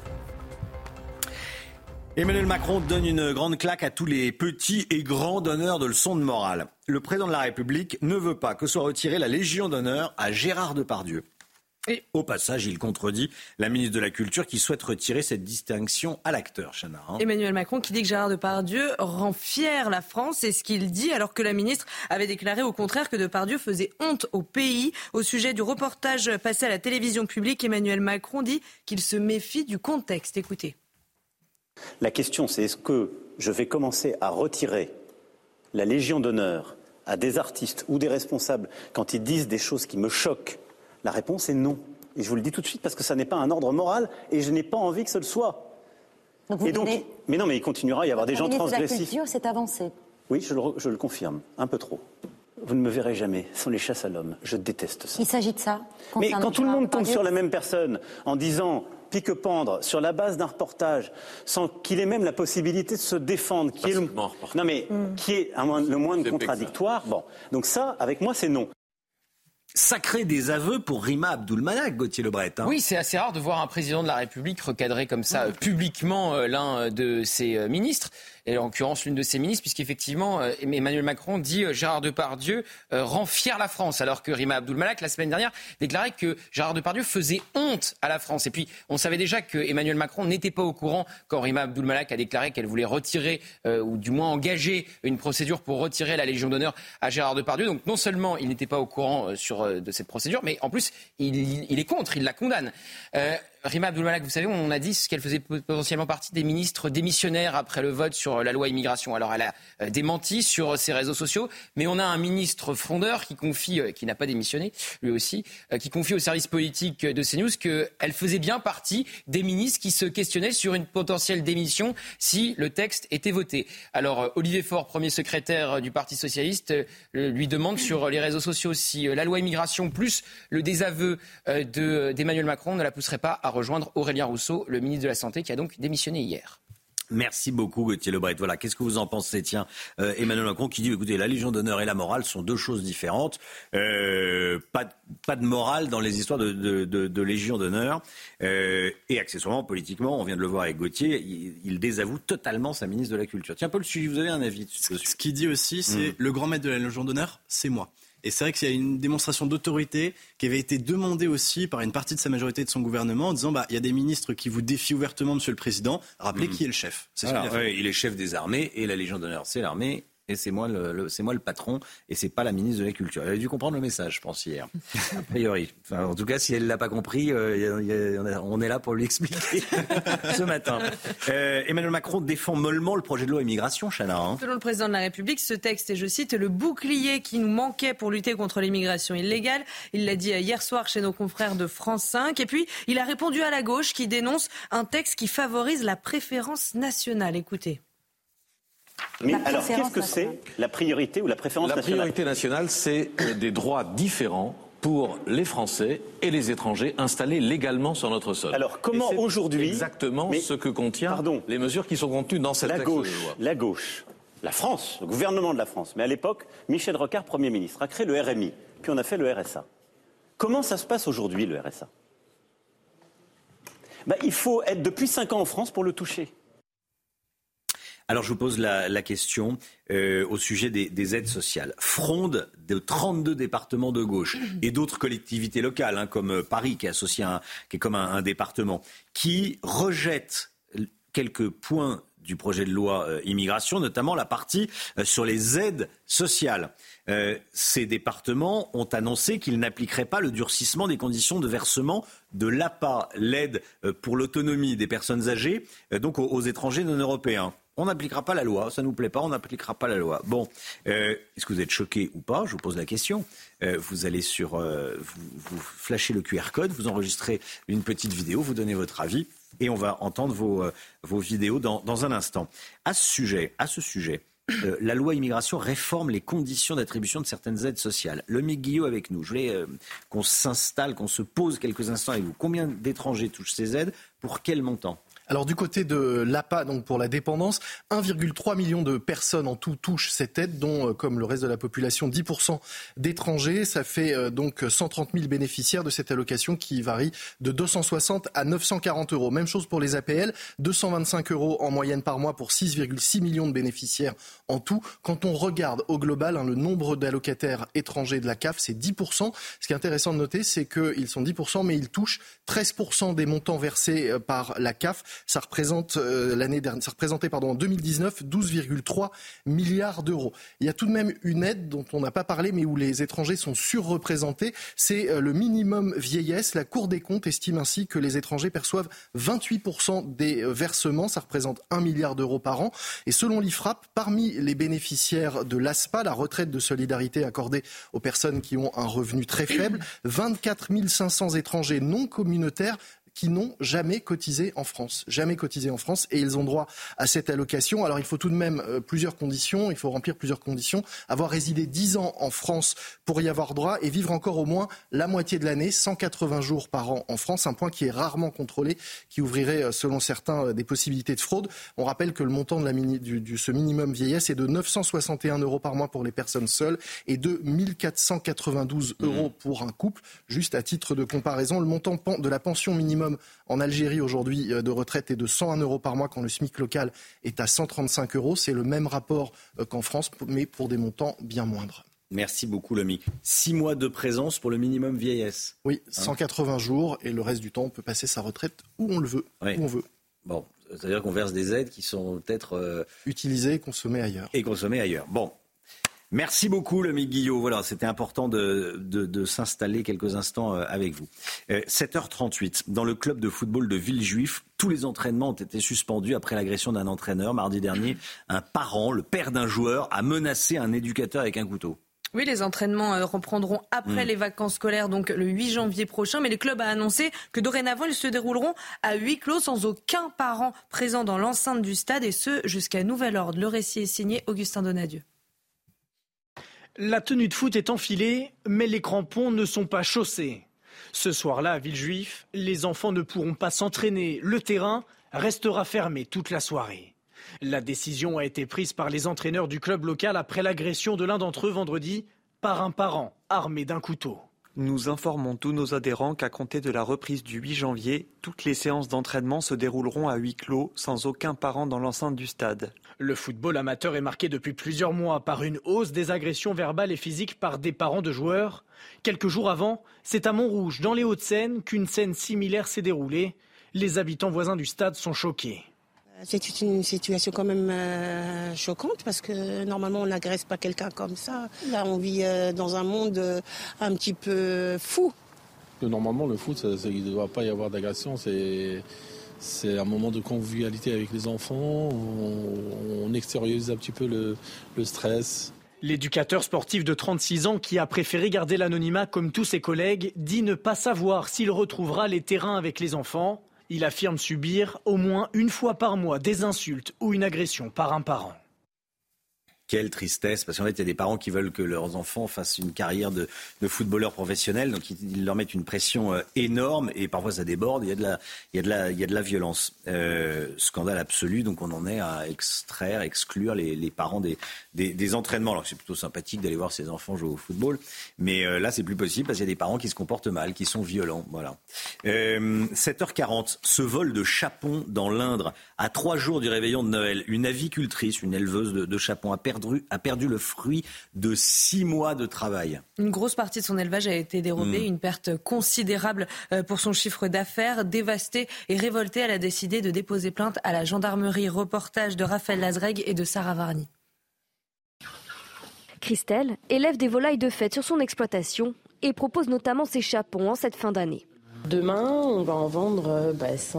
Emmanuel Macron donne une grande claque à tous les petits et grands donneurs de leçons de morale. Le président de la République ne veut pas que soit retirée la Légion d'honneur à Gérard Depardieu. Et au passage, il contredit la ministre de la Culture qui souhaite retirer cette distinction à l'acteur, Chana. Emmanuel Macron qui dit que Gérard Depardieu rend fière la France, c'est ce qu'il dit, alors que la ministre avait déclaré au contraire que Depardieu faisait honte au pays. Au sujet du reportage passé à la télévision publique, Emmanuel Macron dit qu'il se méfie du contexte. Écoutez. La question, c'est est-ce que je vais commencer à retirer la Légion d'honneur à des artistes ou des responsables quand ils disent des choses qui me choquent ? La réponse est non. Et je vous le dis tout de suite parce que ça n'est pas un ordre moral et je n'ai pas envie que ce le soit. Mais il continuera à y avoir des gens transgressifs. La culture, c'est avancé. Oui, je le confirme. Un peu trop. Vous ne me verrez jamais. Ce sont les chasses à l'homme. Je déteste ça. Il s'agit de ça. Mais quand tout le monde compte sur la même personne en disant pique-pendre sur la base d'un reportage sans qu'il ait même la possibilité de se défendre, qui est le moins contradictoire. Bon, donc ça, avec moi, c'est non. Sacré désaveu pour Rima Abdul-Malak, Gauthier Lebret. Oui, c'est assez rare de voir un président de la République recadrer comme ça publiquement l'un de ses ministres. Et en l'occurrence l'une de ses ministres, puisqu'effectivement Emmanuel Macron dit Gérard Depardieu rend fière la France, alors que Rima Abdul-Malak, la semaine dernière, déclarait que Gérard Depardieu faisait honte à la France. Et puis, on savait déjà que Emmanuel Macron n'était pas au courant quand Rima Abdul-Malak a déclaré qu'elle voulait retirer, ou du moins engager une procédure pour retirer la Légion d'honneur à Gérard Depardieu. Donc non seulement il n'était pas au courant de cette procédure, mais en plus, il est contre, il la condamne. Rima Abdul-Malak, vous savez, on a dit qu'elle faisait potentiellement partie des ministres démissionnaires après le vote sur la loi immigration. Alors elle a démenti sur ses réseaux sociaux, mais on a un ministre frondeur qui n'a pas démissionné, lui aussi, qui confie au service politique de CNews qu'elle faisait bien partie des ministres qui se questionnaient sur une potentielle démission si le texte était voté. Alors Olivier Faure, premier secrétaire du Parti socialiste, lui demande sur les réseaux sociaux si la loi immigration plus le désaveu d'Emmanuel Macron ne la pousserait pas à rejoindre Aurélien Rousseau, le ministre de la Santé, qui a donc démissionné hier. Merci beaucoup Gauthier Lebret. Voilà, qu'est-ce que vous en pensez ? Tiens, Emmanuel Macron qui dit, écoutez, la Légion d'honneur et la morale sont deux choses différentes. Pas de morale dans les histoires de Légion d'honneur. Et accessoirement, politiquement, on vient de le voir avec Gauthier, il désavoue totalement sa ministre de la Culture. Tiens, Paul Sugy, vous avez un avis dessus ? Ce qu'il dit aussi, c'est le grand maître de la Légion d'honneur, c'est moi. Et c'est vrai qu'il y a une démonstration d'autorité qui avait été demandée aussi par une partie de sa majorité de son gouvernement en disant il y a des ministres qui vous défient ouvertement, Monsieur le Président. Rappelez qui est le chef. C'est il est chef des armées et la Légion d'honneur, c'est l'armée. Et c'est moi le patron et c'est pas la ministre de la Culture. Elle a dû comprendre le message, je pense, hier. A priori. Enfin, en tout cas, si elle l'a pas compris, on est là pour lui expliquer ce matin. Emmanuel Macron défend mollement le projet de loi immigration, Chana. Selon le président de la République, ce texte est, je cite, le bouclier qui nous manquait pour lutter contre l'immigration illégale. Il l'a dit hier soir chez nos confrères de France 5. Et puis, il a répondu à la gauche qui dénonce un texte qui favorise la préférence nationale. Écoutez. Mais alors, qu'est-ce que c'est la priorité ou la préférence nationale ? La priorité nationale, c'est des droits différents pour les Français et les étrangers installés légalement sur notre sol. Alors, comment aujourd'hui... Exactement ce que contient les mesures qui sont contenues dans cette texte de loi. La gauche, la France, le gouvernement de la France, mais à l'époque, Michel Rocard, Premier ministre, a créé le RMI, puis on a fait le RSA. Comment ça se passe aujourd'hui, le RSA ? Il faut être depuis 5 ans en France pour le toucher. Alors je vous pose la question au sujet des aides sociales. Fronde de 32 départements de gauche et d'autres collectivités locales, comme Paris qui est associé qui est comme un département, qui rejette quelques points du projet de loi immigration, notamment la partie sur les aides sociales. Ces départements ont annoncé qu'ils n'appliqueraient pas le durcissement des conditions de versement de l'APA, l'aide pour l'autonomie des personnes âgées, donc aux étrangers non européens. On n'appliquera pas la loi, ça ne nous plaît pas, on n'appliquera pas la loi. Bon, est-ce que vous êtes choqué ou pas ? Je vous pose la question. Vous allez vous flashez le QR code, vous enregistrez une petite vidéo, vous donnez votre avis et on va entendre vos vidéos dans un instant. À ce sujet, la loi immigration réforme les conditions d'attribution de certaines aides sociales. Lomique Guillot avec nous. Je voulais qu'on s'installe, qu'on se pose quelques instants avec vous. Combien d'étrangers touchent ces aides ? Pour quel montant ? Alors du côté de l'APA, donc pour la dépendance, 1,3 million de personnes en tout touchent cette aide, dont, comme le reste de la population, 10% d'étrangers. Ça fait donc 130 000 bénéficiaires de cette allocation qui varie de 260 à 940 euros. Même chose pour les APL, 225 euros en moyenne par mois pour 6,6 millions de bénéficiaires en tout. Quand on regarde au global, le nombre d'allocataires étrangers de la CAF, c'est 10%. Ce qui est intéressant de noter, c'est qu'ils sont 10%, mais ils touchent 13% des montants versés par la CAF. Ça représentait en 2019 12,3 milliards d'euros. Il y a tout de même une aide dont on n'a pas parlé, mais où les étrangers sont surreprésentés. C'est le minimum vieillesse. La Cour des comptes estime ainsi que les étrangers perçoivent 28% des versements. Ça représente 1 milliard d'euros par an. Et selon l'IFRAP, parmi les bénéficiaires de l'ASPA, la retraite de solidarité accordée aux personnes qui ont un revenu très faible, 24 500 étrangers non communautaires qui n'ont jamais cotisé en France. Et ils ont droit à cette allocation. Alors il faut tout de même il faut remplir plusieurs conditions. Avoir résidé 10 ans en France pour y avoir droit et vivre encore au moins la moitié de l'année, 180 jours par an en France, un point qui est rarement contrôlé, qui ouvrirait selon certains des possibilités de fraude. On rappelle que le montant de ce minimum vieillesse est de 961 euros par mois pour les personnes seules et de 1492 euros pour un couple. Juste à titre de comparaison, le montant de la pension minimum en Algérie aujourd'hui de retraite est de 101 euros par mois quand le SMIC local est à 135 euros. C'est le même rapport qu'en France, mais pour des montants bien moindres. Merci beaucoup, Lomique. 6 mois de présence pour le minimum vieillesse. Oui, 180 jours et le reste du temps, on peut passer sa retraite où on le veut, où on veut. Bon, c'est-à-dire qu'on verse des aides qui sont peut-être utilisées et consommées ailleurs. Bon. Merci beaucoup, Lomique Guillot. Voilà, c'était important de s'installer quelques instants avec vous. 7h38, dans le club de football de Villejuif, tous les entraînements ont été suspendus après l'agression d'un entraîneur. Mardi dernier, un parent, le père d'un joueur, a menacé un éducateur avec un couteau. Oui, les entraînements reprendront après les vacances scolaires, donc le 8 janvier prochain. Mais le club a annoncé que dorénavant, ils se dérouleront à huis clos, sans aucun parent présent dans l'enceinte du stade, et ce, jusqu'à nouvel ordre. Le récit est signé Augustin Donadieu. La tenue de foot est enfilée, mais les crampons ne sont pas chaussés. Ce soir-là, à Villejuif, les enfants ne pourront pas s'entraîner. Le terrain restera fermé toute la soirée. La décision a été prise par les entraîneurs du club local après l'agression de l'un d'entre eux vendredi par un parent armé d'un couteau. Nous informons tous nos adhérents qu'à compter de la reprise du 8 janvier, toutes les séances d'entraînement se dérouleront à huis clos, sans aucun parent dans l'enceinte du stade. Le football amateur est marqué depuis plusieurs mois par une hausse des agressions verbales et physiques par des parents de joueurs. Quelques jours avant, c'est à Montrouge, dans les Hauts-de-Seine, qu'une scène similaire s'est déroulée. Les habitants voisins du stade sont choqués. C'est une situation quand même choquante parce que normalement on n'agresse pas quelqu'un comme ça. Là on vit dans un monde un petit peu fou. Normalement le foot, il ne doit pas y avoir d'agression, c'est un moment de convivialité avec les enfants, on extériorise un petit peu le stress. L'éducateur sportif de 36 ans qui a préféré garder l'anonymat comme tous ses collègues dit ne pas savoir s'il retrouvera les terrains avec les enfants. Il affirme subir au moins une fois par mois des insultes ou une agression par un parent. Quelle tristesse, parce qu'en fait, il y a des parents qui veulent que leurs enfants fassent une carrière de footballeur professionnel, donc ils leur mettent une pression énorme et parfois ça déborde, il y a de la violence. Scandale absolu, donc on en est à exclure les parents des entraînements. Alors c'est plutôt sympathique d'aller voir ses enfants jouer au football, mais là c'est plus possible parce qu'il y a des parents qui se comportent mal, qui sont violents. Voilà. 7h40, ce vol de chapons dans l'Indre, à 3 jours du réveillon de Noël, une avicultrice, une éleveuse de chapons a perdu perdu le fruit de 6 mois de travail. Une grosse partie de son élevage a été dérobée, une perte considérable pour son chiffre d'affaires. Dévasté et révolté, elle a décidé de déposer plainte à la gendarmerie. Reportage de Raphaël Lazreg et de Sarah Varny. Christelle élève des volailles de fête sur son exploitation et propose notamment ses chapons en cette fin d'année. Demain, on va en vendre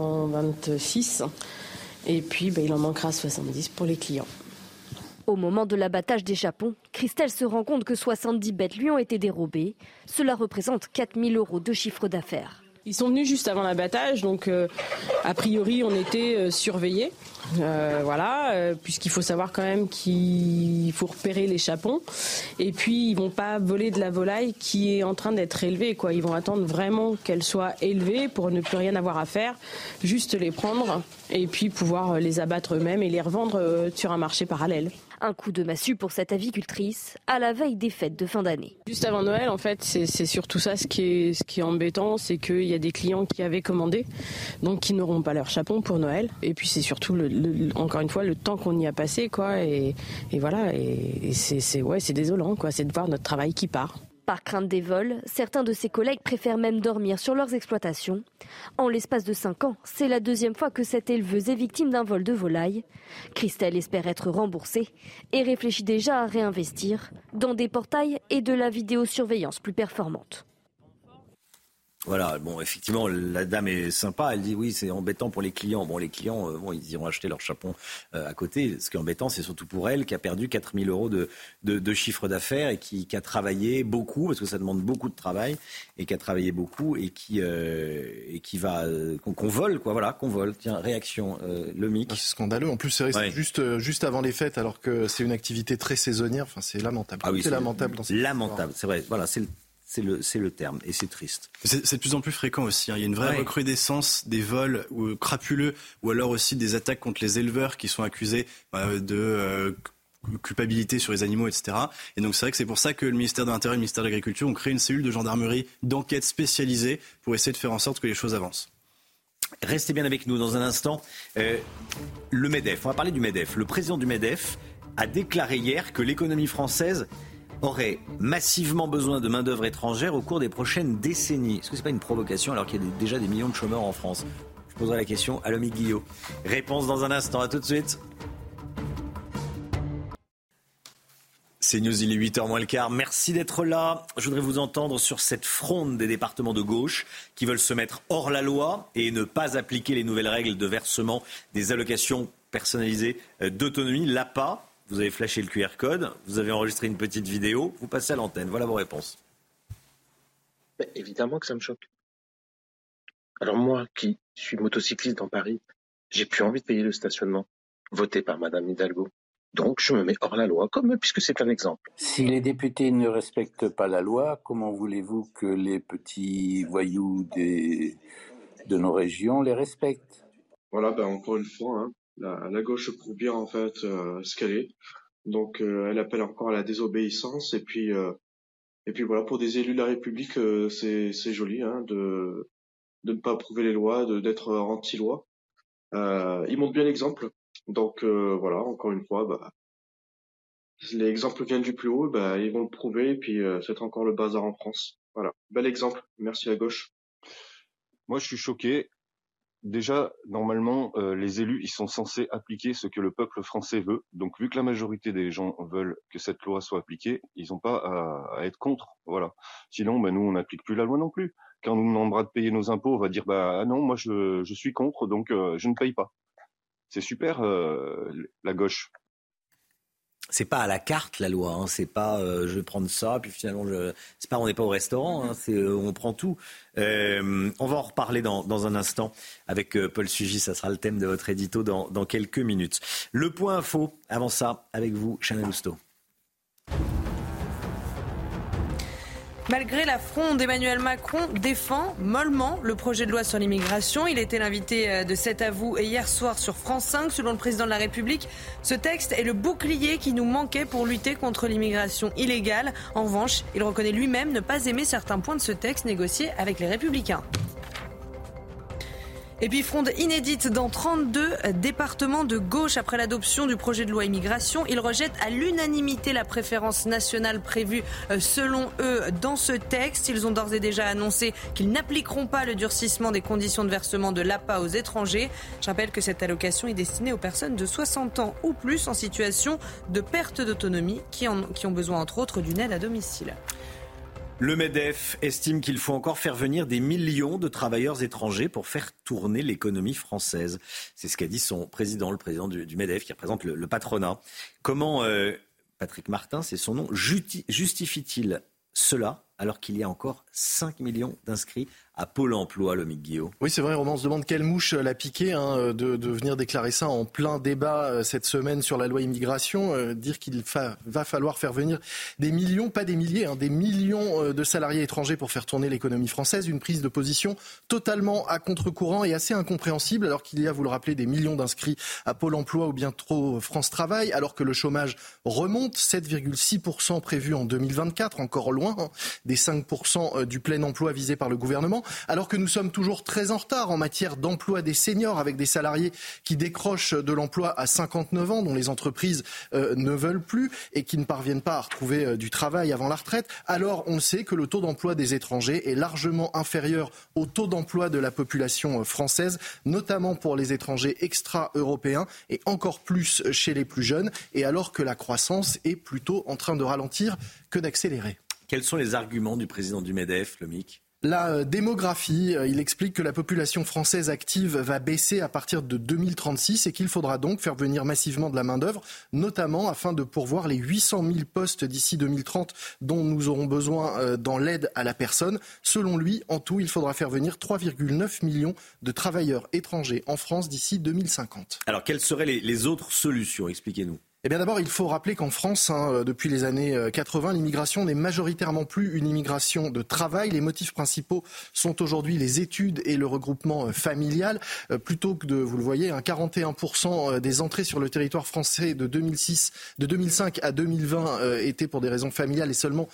126 et puis il en manquera 70 pour les clients. Au moment de l'abattage des chapons, Christelle se rend compte que 70 bêtes lui ont été dérobées. Cela représente 4 000 € de chiffre d'affaires. Ils sont venus juste avant l'abattage, donc a priori on était surveillés. Puisqu'il faut savoir quand même qu'il faut repérer les chapons. Et puis ils vont pas voler de la volaille qui est en train d'être élevée, quoi. Ils vont attendre vraiment qu'elle soit élevée pour ne plus rien avoir à faire, juste les prendre et puis pouvoir les abattre eux-mêmes et les revendre sur un marché parallèle. Un coup de massue pour cette avicultrice à la veille des fêtes de fin d'année. Juste avant Noël, en fait, c'est surtout ça ce qui est embêtant, c'est qu'il y a des clients qui avaient commandé, donc qui n'auront pas leur chapon pour Noël. Et puis c'est surtout encore une fois le temps qu'on y a passé, quoi. Et voilà, et c'est désolant, quoi. C'est de voir notre travail qui part. Par crainte des vols, certains de ses collègues préfèrent même dormir sur leurs exploitations. En l'espace de 5 ans, c'est la 2e fois que cette éleveuse est victime d'un vol de volaille. Christelle espère être remboursée et réfléchit déjà à réinvestir dans des portails et de la vidéosurveillance plus performante. Voilà, bon, effectivement, la dame est sympa. Elle dit oui, c'est embêtant pour les clients. Bon, les clients, ils iront acheter leur chapon à côté. Ce qui est embêtant, c'est surtout pour elle qui a perdu 4 000 € de chiffre d'affaires et qui a travaillé beaucoup, parce que ça demande beaucoup de travail, et qui a travaillé beaucoup et qui va qu'on vole, quoi. Voilà, qu'on vole. Tiens, réaction, le MIC. C'est scandaleux. En plus, c'est vrai, c'est juste avant les fêtes, alors que c'est une activité très saisonnière. Enfin, c'est lamentable. Ah oui, c'est lamentable dans cette lamentable. C'est vrai. Voilà, c'est le terme, et c'est triste. C'est de plus en plus fréquent aussi. Il y a une vraie recrudescence des vols crapuleux, ou alors aussi des attaques contre les éleveurs qui sont accusés de culpabilité sur les animaux, etc. Et donc c'est vrai que c'est pour ça que le ministère de l'Intérieur et le ministère de l'Agriculture ont créé une cellule de gendarmerie d'enquête spécialisée pour essayer de faire en sorte que les choses avancent. Restez bien avec nous dans un instant. Le MEDEF, on va parler du MEDEF. Le président du MEDEF a déclaré hier que l'économie française aurait massivement besoin de main-d'œuvre étrangère au cours des prochaines décennies. Est-ce que ce n'est pas une provocation alors qu'il y a déjà des millions de chômeurs en France ? Je poserai la question à l'ami Guillaume. Réponse dans un instant, à tout de suite. C'est News, il est 8h moins le quart. Merci d'être là. Je voudrais vous entendre sur cette fronde des départements de gauche qui veulent se mettre hors la loi et ne pas appliquer les nouvelles règles de versement des allocations personnalisées d'autonomie, l'APA. Vous avez flashé le QR code, vous avez enregistré une petite vidéo, vous passez à l'antenne. Voilà vos réponses. Évidemment que ça me choque. Alors moi, qui suis motocycliste dans Paris, j'ai plus envie de payer le stationnement voté par Madame Hidalgo. Donc je me mets hors la loi, puisque c'est un exemple. Si les députés ne respectent pas la loi, comment voulez-vous que les petits voyous de nos régions les respectent ? Voilà, encore une fois, la gauche prouve bien en fait ce qu'elle est. Donc elle appelle encore à la désobéissance et puis voilà, pour des élus de la République c'est joli de ne pas approuver les lois, d'être anti-loi. Ils montrent bien l'exemple. Donc voilà, encore une fois, l'exemple vient du plus haut, ils vont le prouver et puis c'est encore le bazar en France. Voilà, bel exemple. Merci à gauche. Moi je suis choqué. Déjà, normalement, les élus, ils sont censés appliquer ce que le peuple français veut. Donc, vu que la majorité des gens veulent que cette loi soit appliquée, ils n'ont pas à être contre. Voilà. Sinon, nous, on n'applique plus la loi non plus. Quand on nous demandera de payer nos impôts, on va dire, non, moi, je suis contre, donc je ne paye pas. C'est super, la gauche. C'est pas à la carte la loi, c'est pas je vais prendre ça puis finalement c'est pas on n'est pas au restaurant, c'est on prend tout. On va en reparler dans un instant avec Paul Sugy, ça sera le thème de votre édito dans quelques minutes. Le point info, avant ça avec vous Chanel Housteau. Malgré la fronde, Emmanuel Macron défend mollement le projet de loi sur l'immigration. Il était l'invité de cet avou hier soir sur France 5. Selon le président de la République, ce texte est le bouclier qui nous manquait pour lutter contre l'immigration illégale. En revanche, il reconnaît lui-même ne pas aimer certains points de ce texte négocié avec les Républicains. Et puis fronde inédite dans 32 départements de gauche après l'adoption du projet de loi immigration. Ils rejettent à l'unanimité la préférence nationale prévue selon eux dans ce texte. Ils ont d'ores et déjà annoncé qu'ils n'appliqueront pas le durcissement des conditions de versement de l'APA aux étrangers. Je rappelle que cette allocation est destinée aux personnes de 60 ans ou plus en situation de perte d'autonomie qui ont besoin entre autres d'une aide à domicile. Le MEDEF estime qu'il faut encore faire venir des millions de travailleurs étrangers pour faire tourner l'économie française. C'est ce qu'a dit son président, le président du MEDEF, qui représente le patronat. Comment Patrick Martin, c'est son nom, justifie-t-il cela alors qu'il y a encore 5 millions d'inscrits à Pôle emploi, Lomique Guillot? Oui, c'est vrai, Romain, on se demande quelle mouche l'a piqué de venir déclarer ça en plein débat cette semaine sur la loi immigration, dire qu'il va falloir faire venir des millions, pas des milliers, des millions de salariés étrangers pour faire tourner l'économie française, une prise de position totalement à contre-courant et assez incompréhensible, alors qu'il y a, vous le rappelez, des millions d'inscrits à Pôle emploi ou bien trop France Travail, alors que le chômage remonte, 7,6% prévu en 2024, encore loin des 5% du plein emploi visé par le gouvernement, alors que nous sommes toujours très en retard en matière d'emploi des seniors, avec des salariés qui décrochent de l'emploi à 59 ans, dont les entreprises ne veulent plus et qui ne parviennent pas à retrouver du travail avant la retraite. Alors on sait que le taux d'emploi des étrangers est largement inférieur au taux d'emploi de la population française, notamment pour les étrangers extra-européens et encore plus chez les plus jeunes, et alors que la croissance est plutôt en train de ralentir que d'accélérer. Quels sont les arguments du président du MEDEF, Lomique ? La démographie, il explique que la population française active va baisser à partir de 2036 et qu'il faudra donc faire venir massivement de la main-d'œuvre, notamment afin de pourvoir les 800 000 postes d'ici 2030 dont nous aurons besoin dans l'aide à la personne. Selon lui, en tout, il faudra faire venir 3,9 millions de travailleurs étrangers en France d'ici 2050. Alors, quelles seraient les autres solutions ? Expliquez-nous. Eh bien d'abord, il faut rappeler qu'en France, depuis les années 80, l'immigration n'est majoritairement plus une immigration de travail. Les motifs principaux sont aujourd'hui les études et le regroupement familial. Plutôt que de, vous le voyez, 41% des entrées sur le territoire français de 2005 à 2020 étaient pour des raisons familiales et seulement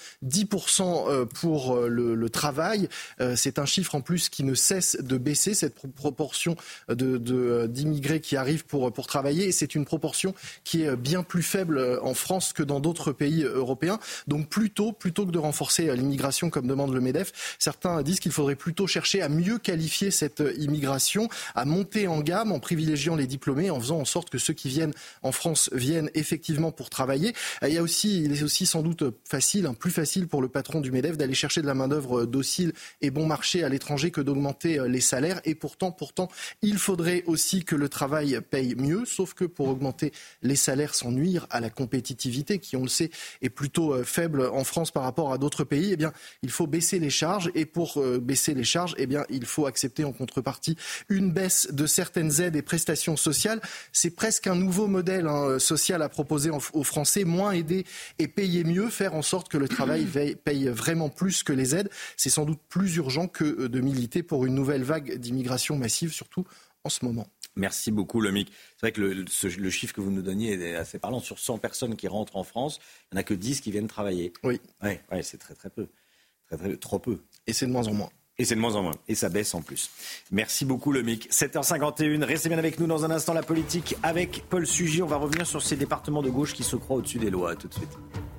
10% pour le travail. C'est un chiffre en plus qui ne cesse de baisser, cette proportion d'immigrés qui arrivent pour travailler. Et c'est une proportion qui est bien plus faible en France que dans d'autres pays européens. Donc plutôt que de renforcer l'immigration comme demande le MEDEF, certains disent qu'il faudrait plutôt chercher à mieux qualifier cette immigration, à monter en gamme en privilégiant les diplômés, en faisant en sorte que ceux qui viennent en France viennent effectivement pour travailler. Il est aussi sans doute plus facile pour le patron du MEDEF d'aller chercher de la main-d'œuvre docile et bon marché à l'étranger que d'augmenter les salaires. Et pourtant, il faudrait aussi que le travail paye mieux, sauf que pour augmenter les salaires sans nuire à la compétitivité qui, on le sait, est plutôt faible en France par rapport à d'autres pays, eh bien, il faut baisser les charges. Et pour baisser les charges, eh bien, il faut accepter en contrepartie une baisse de certaines aides et prestations sociales. C'est presque un nouveau modèle social à proposer aux Français, moins aider et payer mieux, faire en sorte que le travail paye vraiment plus que les aides. C'est sans doute plus urgent que de militer pour une nouvelle vague d'immigration massive, surtout en ce moment. Merci beaucoup, Lomique. C'est vrai que le chiffre que vous nous donniez est assez parlant. Sur 100 personnes qui rentrent en France, il n'y en a que 10 qui viennent travailler. Oui. Ouais, c'est très peu. Trop peu. Et c'est de moins en moins. Et ça baisse en plus. Merci beaucoup, Lomique. 7h51, restez bien avec nous dans un instant, la politique avec Paul Sugy. On va revenir sur ces départements de gauche qui se croient au-dessus des lois. À tout de suite.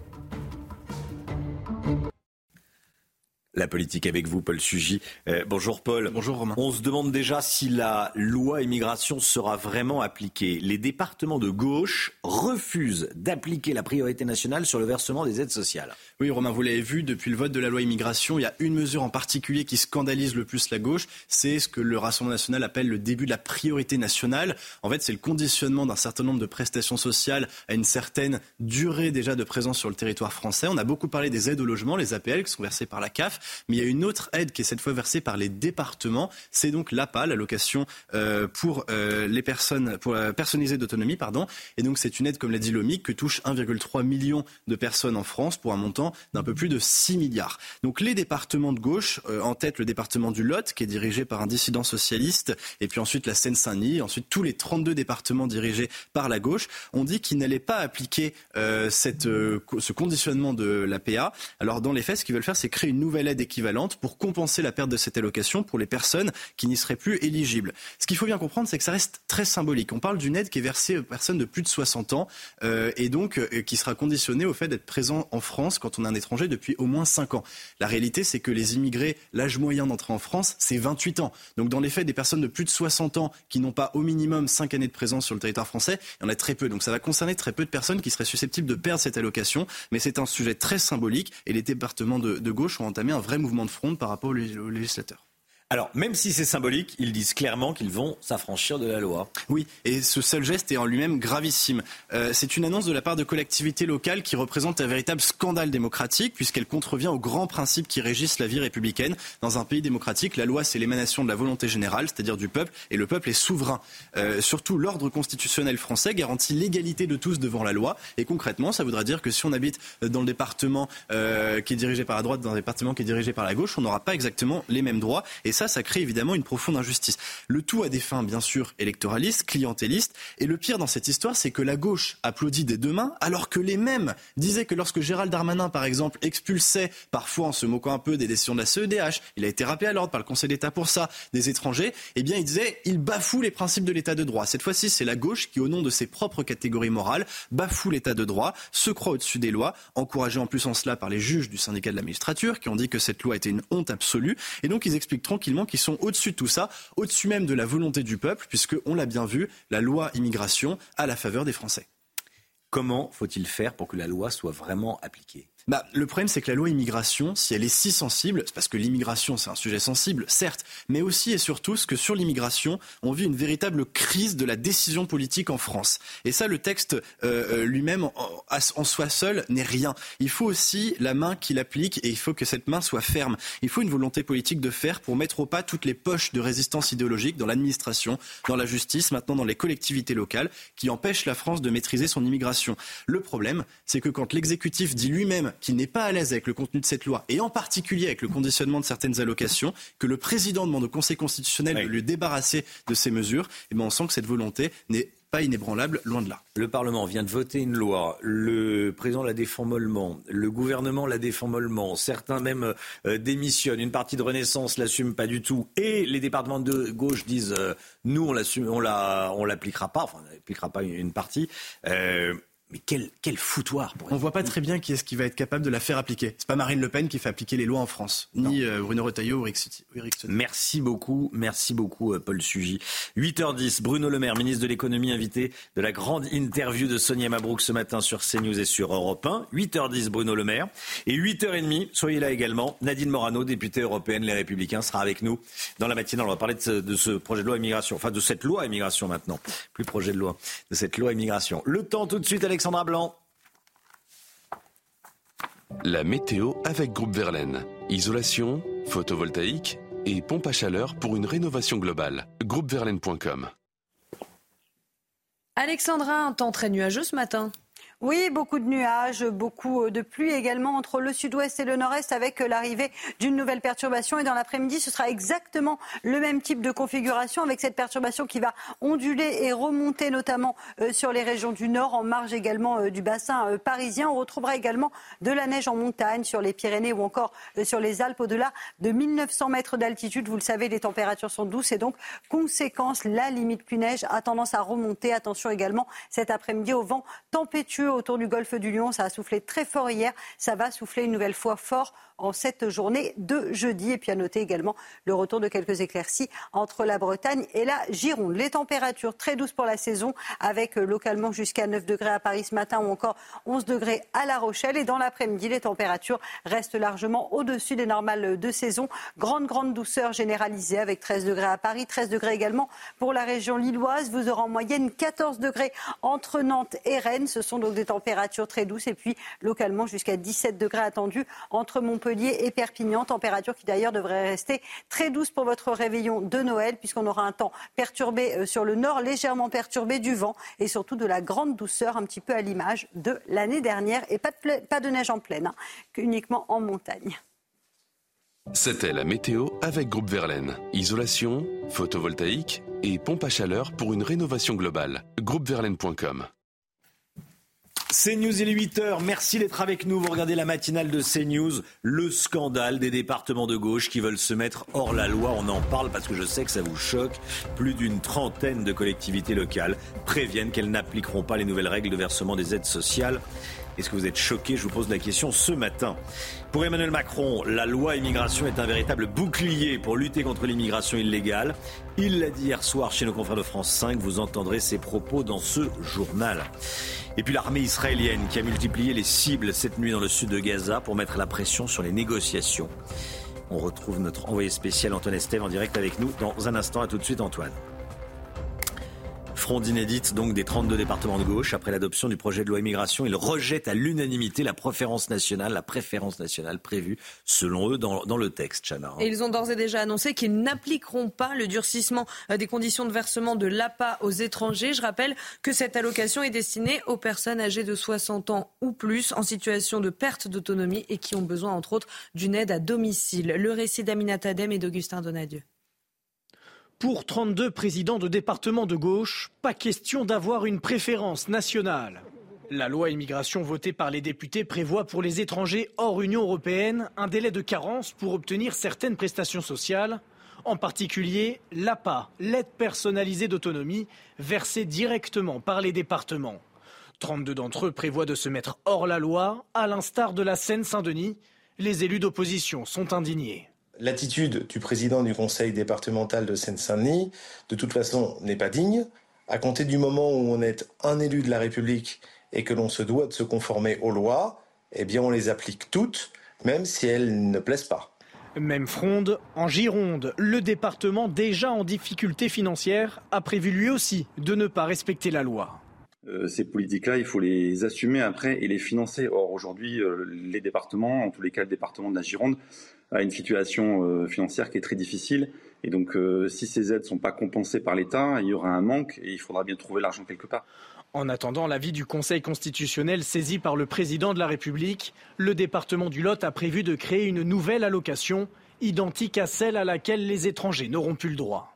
La politique avec vous, Paul Sugy. Bonjour Paul. Bonjour Romain. On se demande déjà si la loi immigration sera vraiment appliquée. Les départements de gauche refusent d'appliquer la priorité nationale sur le versement des aides sociales. Oui Romain, vous l'avez vu, depuis le vote de la loi immigration, il y a une mesure en particulier qui scandalise le plus la gauche. C'est ce que le Rassemblement national appelle le début de la priorité nationale. En fait, c'est le conditionnement d'un certain nombre de prestations sociales à une certaine durée déjà de présence sur le territoire français. On a beaucoup parlé des aides au logement, les APL, qui sont versées par la CAF. Mais il y a une autre aide qui est cette fois versée par les départements. C'est donc l'APA, l'allocation pour les personnes personnalisées d'autonomie, pardon. Et donc c'est une aide, comme l'a dit Lomique, que touche 1,3 million de personnes en France pour un montant d'un peu plus de 6 milliards. Donc les départements de gauche, en tête le département du Lot, qui est dirigé par un dissident socialiste, et puis ensuite la Seine-Saint-Denis, ensuite tous les 32 départements dirigés par la gauche, ont dit qu'ils n'allaient pas appliquer ce conditionnement de l'APA. Alors dans les faits, ce qu'ils veulent faire, c'est créer une nouvelle aide aide équivalente pour compenser la perte de cette allocation pour les personnes qui n'y seraient plus éligibles. Ce qu'il faut bien comprendre, c'est que ça reste très symbolique. On parle d'une aide qui est versée aux personnes de plus de 60 ans et donc qui sera conditionnée au fait d'être présent en France quand on est un étranger depuis au moins 5 ans. La réalité, c'est que les immigrés, l'âge moyen d'entrée en France, c'est 28 ans. Donc dans les faits, des personnes de plus de 60 ans qui n'ont pas au minimum 5 années de présence sur le territoire français, il y en a très peu. Donc ça va concerner très peu de personnes qui seraient susceptibles de perdre cette allocation. Mais c'est un sujet très symbolique et les départements de gauche ont entamé un vrai mouvement de fronde par rapport aux législateurs. Alors, même si c'est symbolique, ils disent clairement qu'ils vont s'affranchir de la loi. Oui, et ce seul geste est en lui-même gravissime. C'est une annonce de la part de collectivités locales qui représente un véritable scandale démocratique puisqu'elle contrevient aux grands principes qui régissent la vie républicaine. Dans un pays démocratique, la loi, c'est l'émanation de la volonté générale, c'est-à-dire du peuple, et le peuple est souverain. Surtout, l'ordre constitutionnel français garantit l'égalité de tous devant la loi. Et concrètement, ça voudra dire que si on habite dans le département qui est dirigé par la droite, dans un département qui est dirigé par la gauche, on n'aura pas exactement les mêmes droits. Et ça crée évidemment une profonde injustice. Le tout à des fins, bien sûr, électoralistes, clientélistes. Et le pire dans cette histoire, c'est que la gauche applaudit des deux mains, alors que les mêmes disaient que lorsque Gérald Darmanin, par exemple, expulsait, parfois en se moquant un peu des décisions de la CEDH, il a été rappelé à l'ordre par le Conseil d'État pour ça, des étrangers, eh bien, il disait, il bafoue les principes de l'État de droit. Cette fois-ci, c'est la gauche qui, au nom de ses propres catégories morales, bafoue l'État de droit, se croit au-dessus des lois, encouragé en plus en cela par les juges du syndicat de la magistrature, qui ont dit que cette loi était une honte absolue. Et donc, ils expliquent tranquillement qu'ils sont au-dessus de tout ça, au-dessus même de la volonté du peuple, puisque, on l'a bien vu, la loi immigration à la faveur des Français. Comment faut-il faire pour que la loi soit vraiment appliquée ? Le problème, c'est que la loi immigration, si elle est si sensible, c'est parce que l'immigration, c'est un sujet sensible, certes, mais aussi et surtout, ce que sur l'immigration, on vit une véritable crise de la décision politique en France. Et ça, le texte lui-même, en soi seul, n'est rien. Il faut aussi la main qui l'applique et il faut que cette main soit ferme. Il faut une volonté politique de faire pour mettre au pas toutes les poches de résistance idéologique dans l'administration, dans la justice, maintenant dans les collectivités locales, qui empêchent la France de maîtriser son immigration. Le problème, c'est que quand l'exécutif dit lui-même qu'il n'est pas à l'aise avec le contenu de cette loi, et en particulier avec le conditionnement de certaines allocations, que le président demande au Conseil constitutionnel de le débarrasser de ces mesures, et on sent que cette volonté n'est pas inébranlable, loin de là. Le Parlement vient de voter une loi, le président la défend mollement, le gouvernement la défend mollement, certains même démissionnent, une partie de Renaissance l'assume pas du tout, et les départements de gauche disent nous on l'appliquera pas, enfin on n'appliquera pas une partie. Mais quel foutoir. On voit pas très bien qui est-ce qui va être capable de la faire appliquer. C'est pas Marine Le Pen qui fait appliquer les lois en France, ni Bruno Retailleau ou Eric Ciotti. Merci beaucoup Paul Sugy. 8h10, Bruno Le Maire, ministre de l'économie, invité de la grande interview de Sonia Mabrouk ce matin sur CNews et sur Europe 1. 8h10, Bruno Le Maire. Et 8h30, soyez là également, Nadine Morano, députée européenne Les Républicains, sera avec nous dans la matinale. On va parler de ce projet de loi immigration, enfin de cette loi immigration maintenant, plus projet de loi, de cette loi immigration. Le temps tout de suite, Alexandra Blanc. La météo avec Groupe Verlaine. Isolation, photovoltaïque et pompe à chaleur pour une rénovation globale. Groupeverlaine.com. Alexandra, un temps très nuageux ce matin. Oui, beaucoup de nuages, beaucoup de pluie également entre le sud-ouest et le nord-est avec l'arrivée d'une nouvelle perturbation. Et dans l'après-midi, ce sera exactement le même type de configuration avec cette perturbation qui va onduler et remonter notamment sur les régions du nord, en marge également du bassin parisien. On retrouvera également de la neige en montagne sur les Pyrénées ou encore sur les Alpes au-delà de 1900 mètres d'altitude. Vous le savez, les températures sont douces et donc, conséquence, la limite pluie-neige a tendance à remonter. Attention également cet après-midi au vent tempétueux autour du golfe du Lion. Ça a soufflé très fort hier. Ça va souffler une nouvelle fois fort en cette journée de jeudi. Et puis à noter également le retour de quelques éclaircies entre la Bretagne et la Gironde. Les températures très douces pour la saison avec localement jusqu'à 9 degrés à Paris ce matin ou encore 11 degrés à La Rochelle. Et dans l'après-midi, les températures restent largement au-dessus des normales de saison. Grande douceur généralisée avec 13 degrés à Paris, 13 degrés également pour la région lilloise. Vous aurez en moyenne 14 degrés entre Nantes et Rennes. Ce sont donc des températures très douces et puis localement jusqu'à 17 degrés attendus entre Montpellier et Perpignan. Température qui d'ailleurs devrait rester très douce pour votre réveillon de Noël puisqu'on aura un temps perturbé sur le nord, légèrement perturbé, du vent et surtout de la grande douceur un petit peu à l'image de l'année dernière et pas de neige en plaine, uniquement en montagne. C'était la météo avec Groupe Verlaine. Isolation, photovoltaïque et pompe à chaleur pour une rénovation globale. Groupeverlaine.com. CNews, il est 8h. Merci d'être avec nous. Vous regardez la matinale de CNews. Le scandale des départements de gauche qui veulent se mettre hors la loi. On en parle parce que je sais que ça vous choque. Plus d'une trentaine de collectivités locales préviennent qu'elles n'appliqueront pas les nouvelles règles de versement des aides sociales. Est-ce que vous êtes choqués ? Je vous pose la question ce matin. Pour Emmanuel Macron, la loi immigration est un véritable bouclier pour lutter contre l'immigration illégale. Il l'a dit hier soir chez nos confrères de France 5. Vous entendrez ses propos dans ce journal. Et puis l'armée israélienne qui a multiplié les cibles cette nuit dans le sud de Gaza pour mettre la pression sur les négociations. On retrouve notre envoyé spécial Antoine Estève en direct avec nous dans un instant. À tout de suite Antoine. Fronde inédite donc des 32 départements de gauche. Après l'adoption du projet de loi immigration, ils rejettent à l'unanimité la préférence nationale prévue selon eux dans le texte, Chana. Et ils ont d'ores et déjà annoncé qu'ils n'appliqueront pas le durcissement des conditions de versement de l'APA aux étrangers. Je rappelle que cette allocation est destinée aux personnes âgées de 60 ans ou plus en situation de perte d'autonomie et qui ont besoin entre autres d'une aide à domicile. Le récit d'Aminata Adem et d'Augustin Donadieu. Pour 32 présidents de départements de gauche, pas question d'avoir une préférence nationale. La loi immigration votée par les députés prévoit pour les étrangers hors Union européenne un délai de carence pour obtenir certaines prestations sociales, en particulier l'APA, l'aide personnalisée d'autonomie, versée directement par les départements. 32 d'entre eux prévoient de se mettre hors la loi, à l'instar de la Seine-Saint-Denis. Les élus d'opposition sont indignés. L'attitude du président du conseil départemental de Seine-Saint-Denis, de toute façon, n'est pas digne. À compter du moment où on est un élu de la République et que l'on se doit de se conformer aux lois, eh bien on les applique toutes, même si elles ne plaisent pas. Même fronde en Gironde. Le département, déjà en difficulté financière, a prévu lui aussi de ne pas respecter la loi. Ces politiques-là, il faut les assumer après et les financer. Or, aujourd'hui, les départements, en tous les cas le département de la Gironde, a une situation financière qui est très difficile. Et donc, si ces aides ne sont pas compensées par l'État, il y aura un manque et il faudra bien trouver l'argent quelque part. En attendant l'avis du Conseil constitutionnel saisi par le président de la République, le département du Lot a prévu de créer une nouvelle allocation, identique à celle à laquelle les étrangers n'auront plus le droit.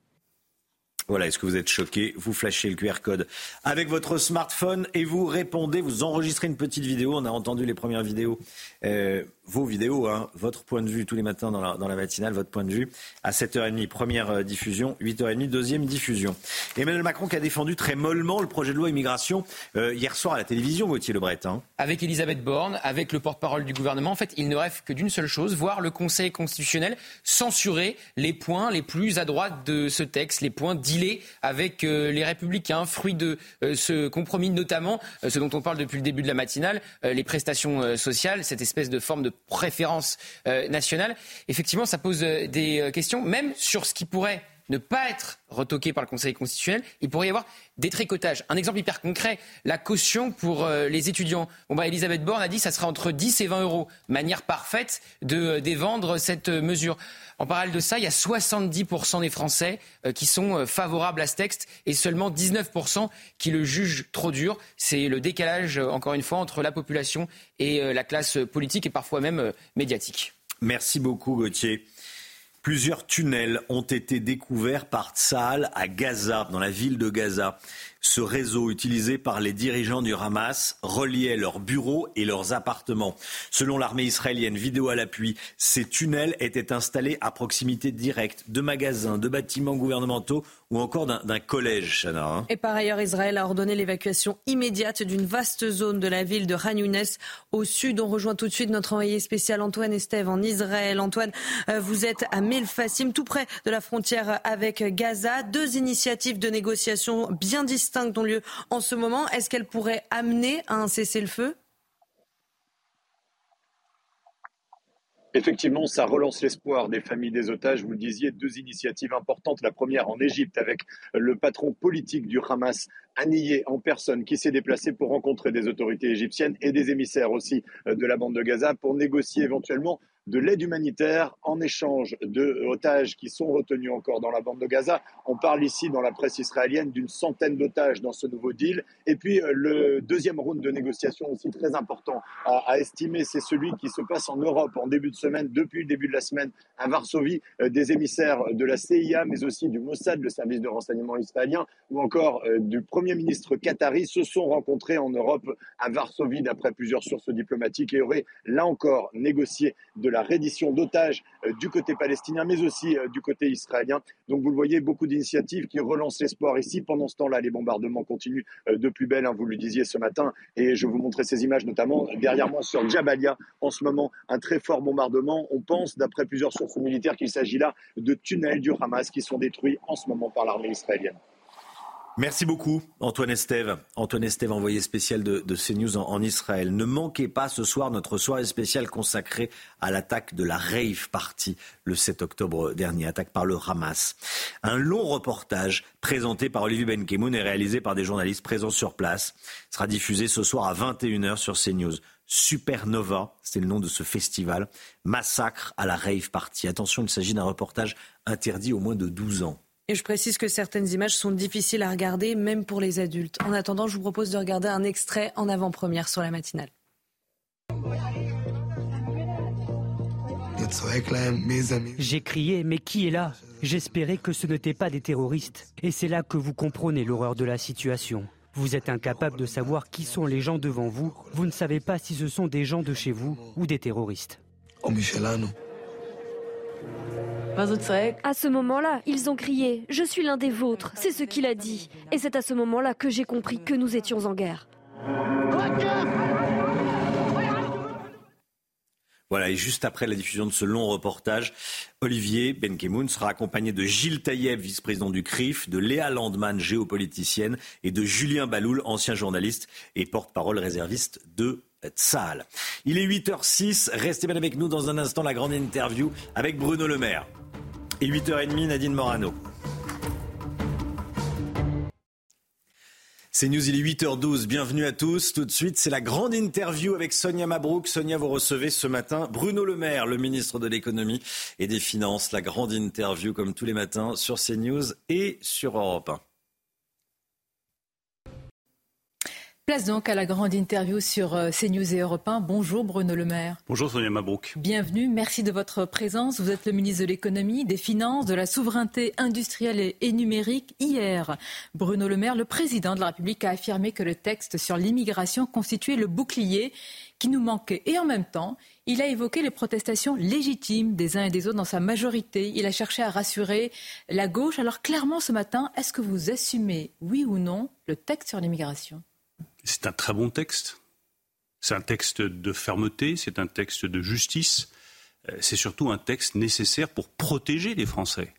Voilà, est-ce que vous êtes choqués ? Vous flashez le QR code avec votre smartphone et vous répondez, vous enregistrez une petite vidéo. On a entendu les premières vidéos, vos vidéos, votre point de vue tous les matins dans la matinale, votre point de vue à 7h30, première diffusion, 8h30, deuxième diffusion. Emmanuel Macron qui a défendu très mollement le projet de loi immigration hier soir à la télévision, Gauthier Lebret. Avec Elisabeth Borne, avec le porte-parole du gouvernement, en fait, il ne rêve que d'une seule chose, voir le Conseil constitutionnel censurer les points les plus à droite de ce texte, les points dealés avec les Républicains, fruit de ce compromis, notamment ce dont on parle depuis le début de la matinale, les prestations sociales, cette espèce de forme de préférence nationale. Effectivement, ça pose des questions, même sur ce qui pourrait ne pas être retoqué par le Conseil constitutionnel. Il pourrait y avoir des tricotages. Un exemple hyper concret, la caution pour les étudiants. Elisabeth Borne a dit que ça sera entre 10 et 20 euros. Manière parfaite de dévendre cette mesure. En parallèle de ça, il y a 70% des Français qui sont favorables à ce texte et seulement 19% qui le jugent trop dur. C'est le décalage, encore une fois, entre la population et la classe politique et parfois même médiatique. Merci beaucoup, Gauthier. Plusieurs tunnels ont été découverts par Tsahal à Gaza, dans la ville de Gaza. Ce réseau utilisé par les dirigeants du Hamas reliait leurs bureaux et leurs appartements. Selon l'armée israélienne, vidéo à l'appui, ces tunnels étaient installés à proximité directe de magasins, de bâtiments gouvernementaux ou encore d'un collège, Chana. Et par ailleurs, Israël a ordonné l'évacuation immédiate d'une vaste zone de la ville de Khan Younes au sud. On rejoint tout de suite notre envoyé spécial Antoine Estève en Israël. Antoine, vous êtes à Melfassim, tout près de la frontière avec Gaza. Deux initiatives de négociation bien distinctes ont lieu en ce moment. Est-ce qu'elles pourraient amener à un cessez-le-feu ? Effectivement, ça relance l'espoir des familles des otages. Vous le disiez, deux initiatives importantes. La première en Égypte avec le patron politique du Hamas, Haniyeh en personne, qui s'est déplacé pour rencontrer des autorités égyptiennes et des émissaires aussi de la bande de Gaza pour négocier éventuellement de l'aide humanitaire en échange de otages qui sont retenus encore dans la bande de Gaza. On parle ici dans la presse israélienne d'une centaine d'otages dans ce nouveau deal. Et puis le deuxième round de négociations aussi très important à estimer, c'est celui qui se passe en Europe en début de semaine, depuis le début de la semaine à Varsovie. Des émissaires de la CIA, mais aussi du Mossad, le service de renseignement israélien, ou encore du Premier ministre qatari se sont rencontrés en Europe à Varsovie, d'après plusieurs sources diplomatiques, et auraient là encore négocié de la reddition d'otages du côté palestinien, mais aussi du côté israélien. Donc vous le voyez, beaucoup d'initiatives qui relancent l'espoir ici. Pendant ce temps-là, les bombardements continuent de plus belle, vous le disiez ce matin, et je vous montrais ces images notamment derrière moi sur Jabalia. En ce moment, un très fort bombardement. On pense, d'après plusieurs sources militaires, qu'il s'agit là de tunnels du Hamas qui sont détruits en ce moment par l'armée israélienne. Merci beaucoup, Antoine Estève. Antoine Estève, envoyé spécial de CNews en Israël. Ne manquez pas ce soir notre soirée spéciale consacrée à l'attaque de la Rave Party le 7 octobre dernier, attaque par le Hamas. Un long reportage présenté par Olivier Benkemoun et réalisé par des journalistes présents sur place sera diffusé ce soir à 21h sur CNews. Supernova, c'est le nom de ce festival. Massacre à la Rave Party. Attention, il s'agit d'un reportage interdit aux moins de 12 ans. Et je précise que certaines images sont difficiles à regarder, même pour les adultes. En attendant, je vous propose de regarder un extrait en avant-première sur la matinale. J'ai crié, mais qui est là ? J'espérais que ce n'étaient pas des terroristes. Et c'est là que vous comprenez l'horreur de la situation. Vous êtes incapable de savoir qui sont les gens devant vous. Vous ne savez pas si ce sont des gens de chez vous ou des terroristes. À ce moment-là, ils ont crié « Je suis l'un des vôtres », c'est ce qu'il a dit. Et c'est à ce moment-là que j'ai compris que nous étions en guerre. Voilà, et juste après la diffusion de ce long reportage, Olivier Benkemoun sera accompagné de Gilles Taïeb, vice-président du CRIF, de Léa Landman, géopoliticienne, et de Julien Baloul, ancien journaliste et porte-parole réserviste de Tsahal. Il est 8h06, restez bien avec nous dans un instant, la grande interview avec Bruno Le Maire. Et 8h30, Nadine Morano. C'est News, il est 8h12, bienvenue à tous. Tout de suite, c'est la grande interview avec Sonia Mabrouk. Sonia, vous recevez ce matin Bruno Le Maire, le ministre de l'économie et des finances. La grande interview, comme tous les matins, sur CNews et sur Europe 1. Place donc à la grande interview sur CNews et Europe 1. Bonjour Bruno Le Maire. Bonjour Sonia Mabrouk. Bienvenue, merci de votre présence. Vous êtes le ministre de l'économie, des finances, de la souveraineté industrielle et numérique. Hier, Bruno Le Maire, le président de la République, a affirmé que le texte sur l'immigration constituait le bouclier qui nous manquait. Et en même temps, il a évoqué les protestations légitimes des uns et des autres dans sa majorité. Il a cherché à rassurer la gauche. Alors clairement ce matin, est-ce que vous assumez, oui ou non, le texte sur l'immigration ? C'est un très bon texte. C'est un texte de fermeté, c'est un texte de justice. C'est surtout un texte nécessaire pour protéger les Français.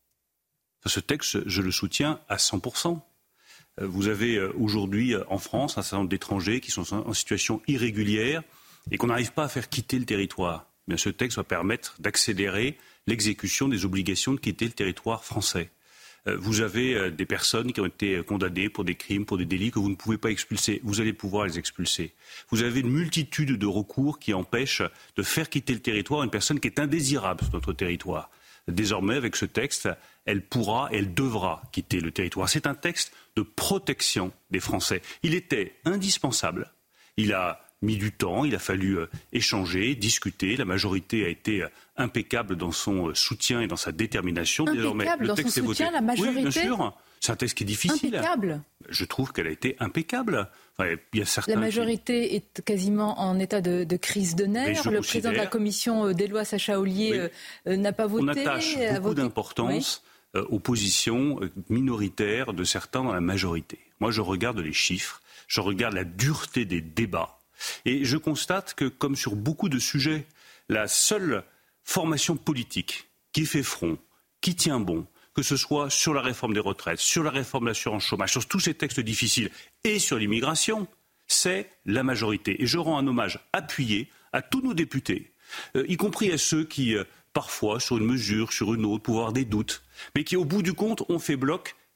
Ce texte, je le soutiens à 100%. Vous avez aujourd'hui en France un certain nombre d'étrangers qui sont en situation irrégulière et qu'on n'arrive pas à faire quitter le territoire. Bien, ce texte va permettre d'accélérer l'exécution des obligations de quitter le territoire français. Vous avez des personnes qui ont été condamnées pour des crimes, pour des délits que vous ne pouvez pas expulser. Vous allez pouvoir les expulser. Vous avez une multitude de recours qui empêchent de faire quitter le territoire une personne qui est indésirable sur notre territoire. Désormais, avec ce texte, elle pourra et elle devra quitter le territoire. C'est un texte de protection des Français. Il était indispensable. Il a mis du temps, il a fallu échanger, discuter. La majorité a été impeccable dans son soutien et dans sa détermination. Désormais, le texte est voté. La majorité... Oui, bien sûr. C'est un texte qui est difficile. Impeccable. Je trouve qu'elle a été impeccable. Enfin, il y a certains la majorité est quasiment en état de crise de nerfs. Le président de la commission des lois, Sacha Ollier, n'a pas voté. On attache beaucoup d'importance aux positions minoritaires de certains dans la majorité. Moi, je regarde les chiffres, je regarde la dureté des débats. Et je constate que, comme sur beaucoup de sujets, la seule formation politique qui fait front, qui tient bon, que ce soit sur la réforme des retraites, sur la réforme de l'assurance chômage, sur tous ces textes difficiles et sur l'immigration, c'est la majorité. Et je rends un hommage appuyé à tous nos députés, y compris à ceux qui, parfois, sur une mesure, sur une autre, pouvaient avoir des doutes, mais qui, au bout du compte, ont fait bloc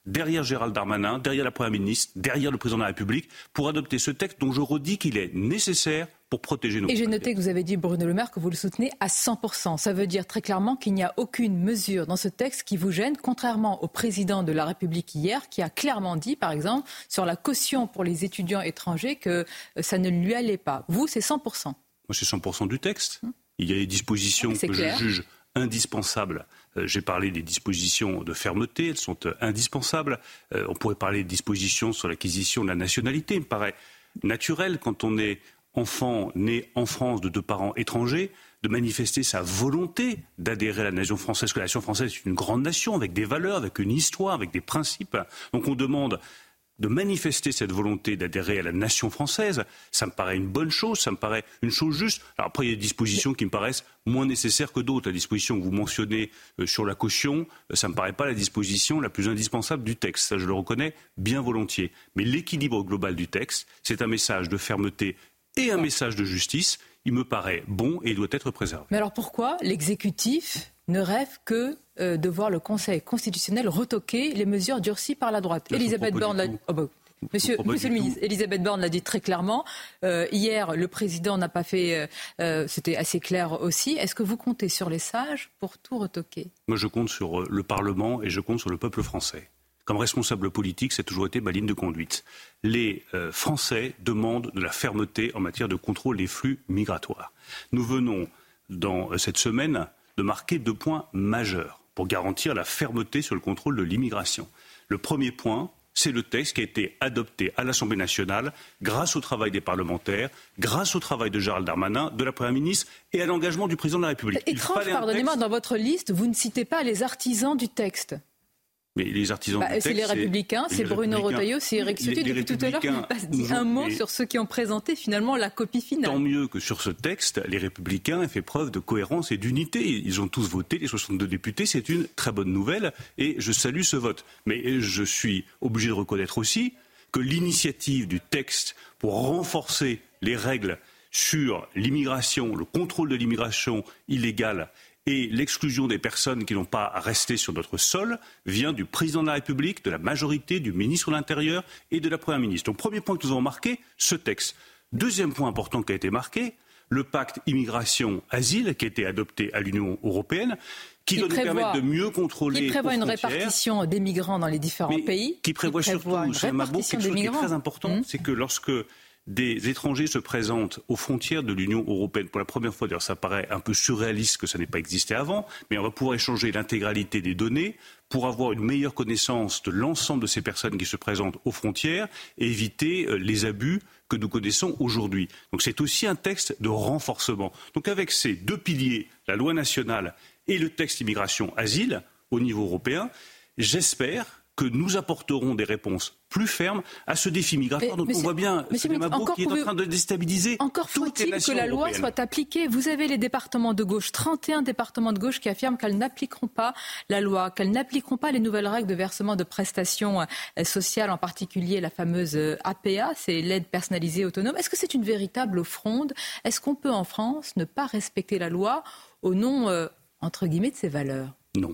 derrière Gérald Darmanin, derrière la Première ministre, derrière le Président de la République, pour adopter ce texte dont je redis qu'il est nécessaire pour protéger nos Et j'ai noté que vous avez dit, Bruno Le Maire, que vous le soutenez à 100%. Ça veut dire très clairement qu'il n'y a aucune mesure dans ce texte qui vous gêne, contrairement au Président de la République hier, qui a clairement dit, par exemple, sur la caution pour les étudiants étrangers, que ça ne lui allait pas. Vous, c'est 100%. Moi, c'est 100% du texte. Il y a des dispositions que je juge indispensables. J'ai parlé des dispositions de fermeté, elles sont indispensables. On pourrait parler des dispositions sur l'acquisition de la nationalité. Il me paraît naturel, quand on est enfant né en France de 2 parents étrangers, de manifester sa volonté d'adhérer à la nation française. Parce que la nation française est une grande nation avec des valeurs, avec une histoire, avec des principes. Donc on demande de manifester cette volonté d'adhérer à la nation française. Ça me paraît une bonne chose, ça me paraît une chose juste. Alors après, il y a des dispositions qui me paraissent moins nécessaires que d'autres. La disposition que vous mentionnez sur la caution, ça ne me paraît pas la disposition la plus indispensable du texte. Ça, je le reconnais bien volontiers. Mais l'équilibre global du texte, c'est un message de fermeté et un message de justice. Il me paraît bon et il doit être préservé. Mais alors pourquoi l'exécutif ne rêve que de voir le Conseil constitutionnel retoquer les mesures durcies par la droite? Elisabeth Borne l'a... Monsieur le ministre, Elisabeth Borne l'a dit très clairement. Hier, le président n'a pas fait... c'était assez clair aussi. Est-ce que vous comptez sur les sages pour tout retoquer? Moi, je compte sur le Parlement et je compte sur le peuple français. Comme responsable politique, c'est toujours été ma ligne de conduite. Les Français demandent de la fermeté en matière de contrôle des flux migratoires. Nous venons, dans cette semaine, de marquer 2 points majeurs pour garantir la fermeté sur le contrôle de l'immigration. Le premier point, c'est le texte qui a été adopté à l'Assemblée nationale grâce au travail des parlementaires, grâce au travail de Gérald Darmanin, de la Première ministre et à l'engagement du Président de la République. Étrange, pardonnez-moi, dans votre liste, vous ne citez pas les artisans du texte. Mais les artisans du texte, c'est les Républicains, c'est Bruno Retailleau, c'est Éric Ciotti. Depuis tout à l'heure, vous n'avez pas dit un mot sur ceux qui ont présenté finalement la copie finale. Tant mieux que sur ce texte, les Républicains aient fait preuve de cohérence et d'unité. Ils ont tous voté, les 62 députés, c'est une très bonne nouvelle et je salue ce vote. Mais je suis obligé de reconnaître aussi que l'initiative du texte pour renforcer les règles sur l'immigration, le contrôle de l'immigration illégale, et l'exclusion des personnes qui n'ont pas resté sur notre sol vient du Président de la République, de la majorité, du ministre de l'Intérieur et de la Première ministre. Donc, premier point que nous avons marqué, ce texte. Deuxième point important qui a été marqué, le pacte immigration-asile qui a été adopté à l'Union européenne, qui doit nous permettre de mieux contrôler. Qui prévoit une répartition des migrants dans les différents pays. Qui prévoit surtout, c'est quelque chose qui est très important, c'est que lorsque des étrangers se présentent aux frontières de l'Union européenne pour la première fois. D'ailleurs, ça paraît un peu surréaliste que ça n'ait pas existé avant, mais on va pouvoir échanger l'intégralité des données pour avoir une meilleure connaissance de l'ensemble de ces personnes qui se présentent aux frontières et éviter les abus que nous connaissons aujourd'hui. Donc c'est aussi un texte de renforcement. Donc avec ces 2 piliers, la loi nationale et le texte immigration-asile au niveau européen, j'espère que nous apporterons des réponses plus fermes à ce défi migratoire dont on voit bien qui est en train de déstabiliser toutes les nations européennes. Que la loi soit appliquée. Vous avez les départements de gauche, 31 départements de gauche qui affirment qu'elles n'appliqueront pas la loi, qu'elles n'appliqueront pas les nouvelles règles de versement de prestations sociales, en particulier la fameuse APA, c'est l'aide personnalisée autonome. Est-ce que c'est une véritable fronde? Est-ce qu'on peut en France ne pas respecter la loi au nom, entre guillemets, de ses valeurs? Non.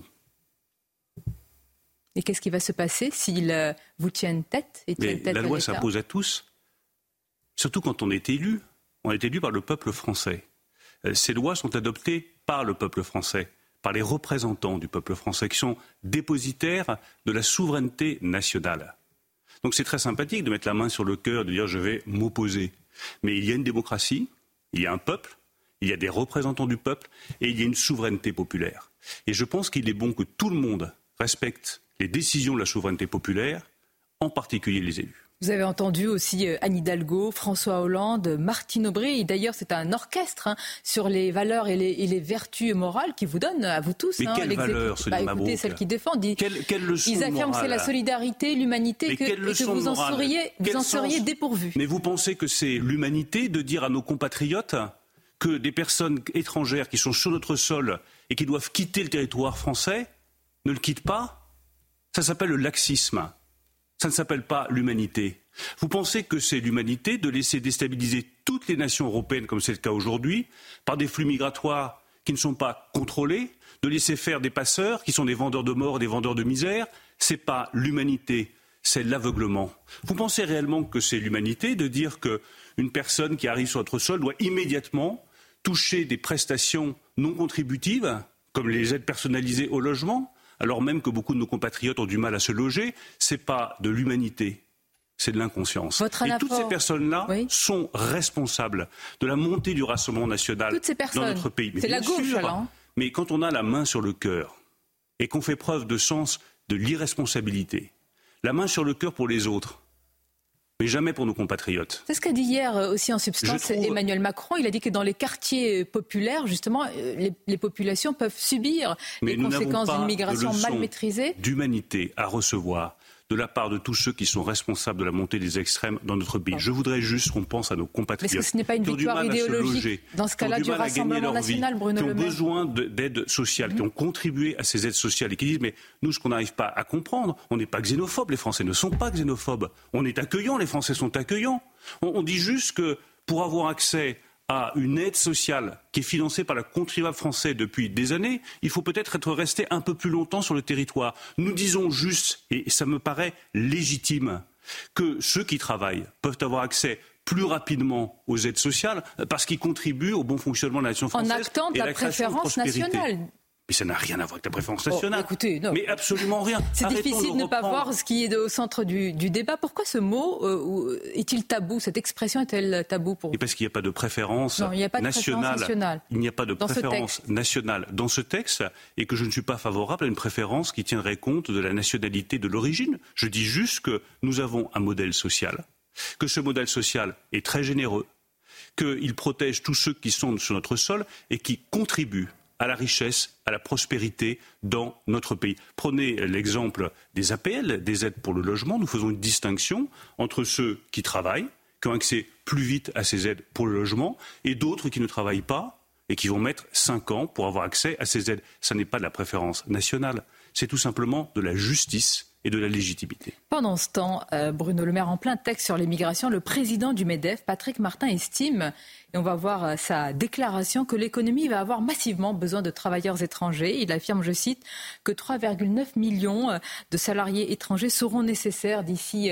Et qu'est-ce qui va se passer s'ils vous tiennent tête et tiennent tête à l'État ? La loi s'impose à tous, surtout quand on est élu. On est élu par le peuple français. Ces lois sont adoptées par le peuple français, par les représentants du peuple français, qui sont dépositaires de la souveraineté nationale. Donc c'est très sympathique de mettre la main sur le cœur, de dire je vais m'opposer. Mais il y a une démocratie, il y a un peuple, il y a des représentants du peuple et il y a une souveraineté populaire. Et je pense qu'il est bon que tout le monde respecte les décisions de la souveraineté populaire, en particulier les élus. Vous avez entendu aussi Anne Hidalgo, François Hollande, Martine Aubry. Et d'ailleurs, c'est un orchestre sur les valeurs et les vertus morales qui vous donne à vous tous. Mais quelles valeurs, écoutez, celles qui défendent. Quelle leçon ils affirment que c'est la solidarité, l'humanité, et que vous en seriez dépourvus. Mais vous pensez que c'est l'humanité de dire à nos compatriotes que des personnes étrangères qui sont sur notre sol et qui doivent quitter le territoire français ne le quittent pas? Ça s'appelle le laxisme. Ça ne s'appelle pas l'humanité. Vous pensez que c'est l'humanité de laisser déstabiliser toutes les nations européennes, comme c'est le cas aujourd'hui, par des flux migratoires qui ne sont pas contrôlés, de laisser faire des passeurs qui sont des vendeurs de mort, des vendeurs de misère? c'est pas l'humanité, c'est l'aveuglement. Vous pensez réellement que c'est l'humanité de dire qu'une personne qui arrive sur notre sol doit immédiatement toucher des prestations non contributives, comme les aides personnalisées au logement, alors même que beaucoup de nos compatriotes ont du mal à se loger? C'est pas de l'humanité, c'est de l'inconscience. Et toutes ces personnes-là sont responsables de la montée du Rassemblement national dans notre pays. C'est la gauche, alors. Mais quand on a la main sur le cœur et qu'on fait preuve de sens de l'irresponsabilité, la main sur le cœur pour les autres, mais jamais pour nos compatriotes. C'est ce qu'a dit hier aussi en substance Emmanuel Macron. Il a dit que dans les quartiers populaires, justement, les populations peuvent subir les conséquences d'une migration mal maîtrisée. D'humanité à recevoir de la part de tous ceux qui sont responsables de la montée des extrêmes dans notre pays. Je voudrais juste qu'on pense à nos compatriotes. Est-ce que ce n'est pas une victoire idéologique dans ce cas-là du Rassemblement national, Bruno Le Maire, qui ont besoin d'aide sociale, qui ont contribué à ces aides sociales et qui disent mais nous, ce qu'on n'arrive pas à comprendre, on n'est pas xénophobes, les Français ne sont pas xénophobes. On est accueillants, les Français sont accueillants. On dit juste que pour avoir accès à une aide sociale qui est financée par le contribuable français depuis des années, il faut peut-être être resté un peu plus longtemps sur le territoire. Nous disons juste, et ça me paraît légitime, que ceux qui travaillent peuvent avoir accès plus rapidement aux aides sociales parce qu'ils contribuent au bon fonctionnement de la nation française. En actant de la préférence nationale. Mais ça n'a rien à voir avec la préférence nationale. Écoutez, non. Mais absolument rien. C'est difficile de ne pas voir ce qui est au centre du débat. Pourquoi ce mot est-il tabou? Cette expression est-elle tabou pour vous? Et parce qu'il n'y a pas de préférence nationale. Il n'y a pas de préférence nationale dans ce texte et que je ne suis pas favorable à une préférence qui tiendrait compte de la nationalité de l'origine. Je dis juste que nous avons un modèle social, que ce modèle social est très généreux, qu'il protège tous ceux qui sont sur notre sol et qui contribuent à la richesse, à la prospérité dans notre pays. Prenez l'exemple des APL, des aides pour le logement. Nous faisons une distinction entre ceux qui travaillent, qui ont accès plus vite à ces aides pour le logement, et d'autres qui ne travaillent pas et qui vont mettre 5 ans pour avoir accès à ces aides. Ça n'est pas de la préférence nationale, c'est tout simplement de la justice et de la légitimité. Pendant ce temps, Bruno Le Maire, en plein texte sur l'immigration, le président du MEDEF, Patrick Martin, estime, et on va voir sa déclaration, que l'économie va avoir massivement besoin de travailleurs étrangers. Il affirme, je cite, que 3,9 millions de salariés étrangers seront nécessaires d'ici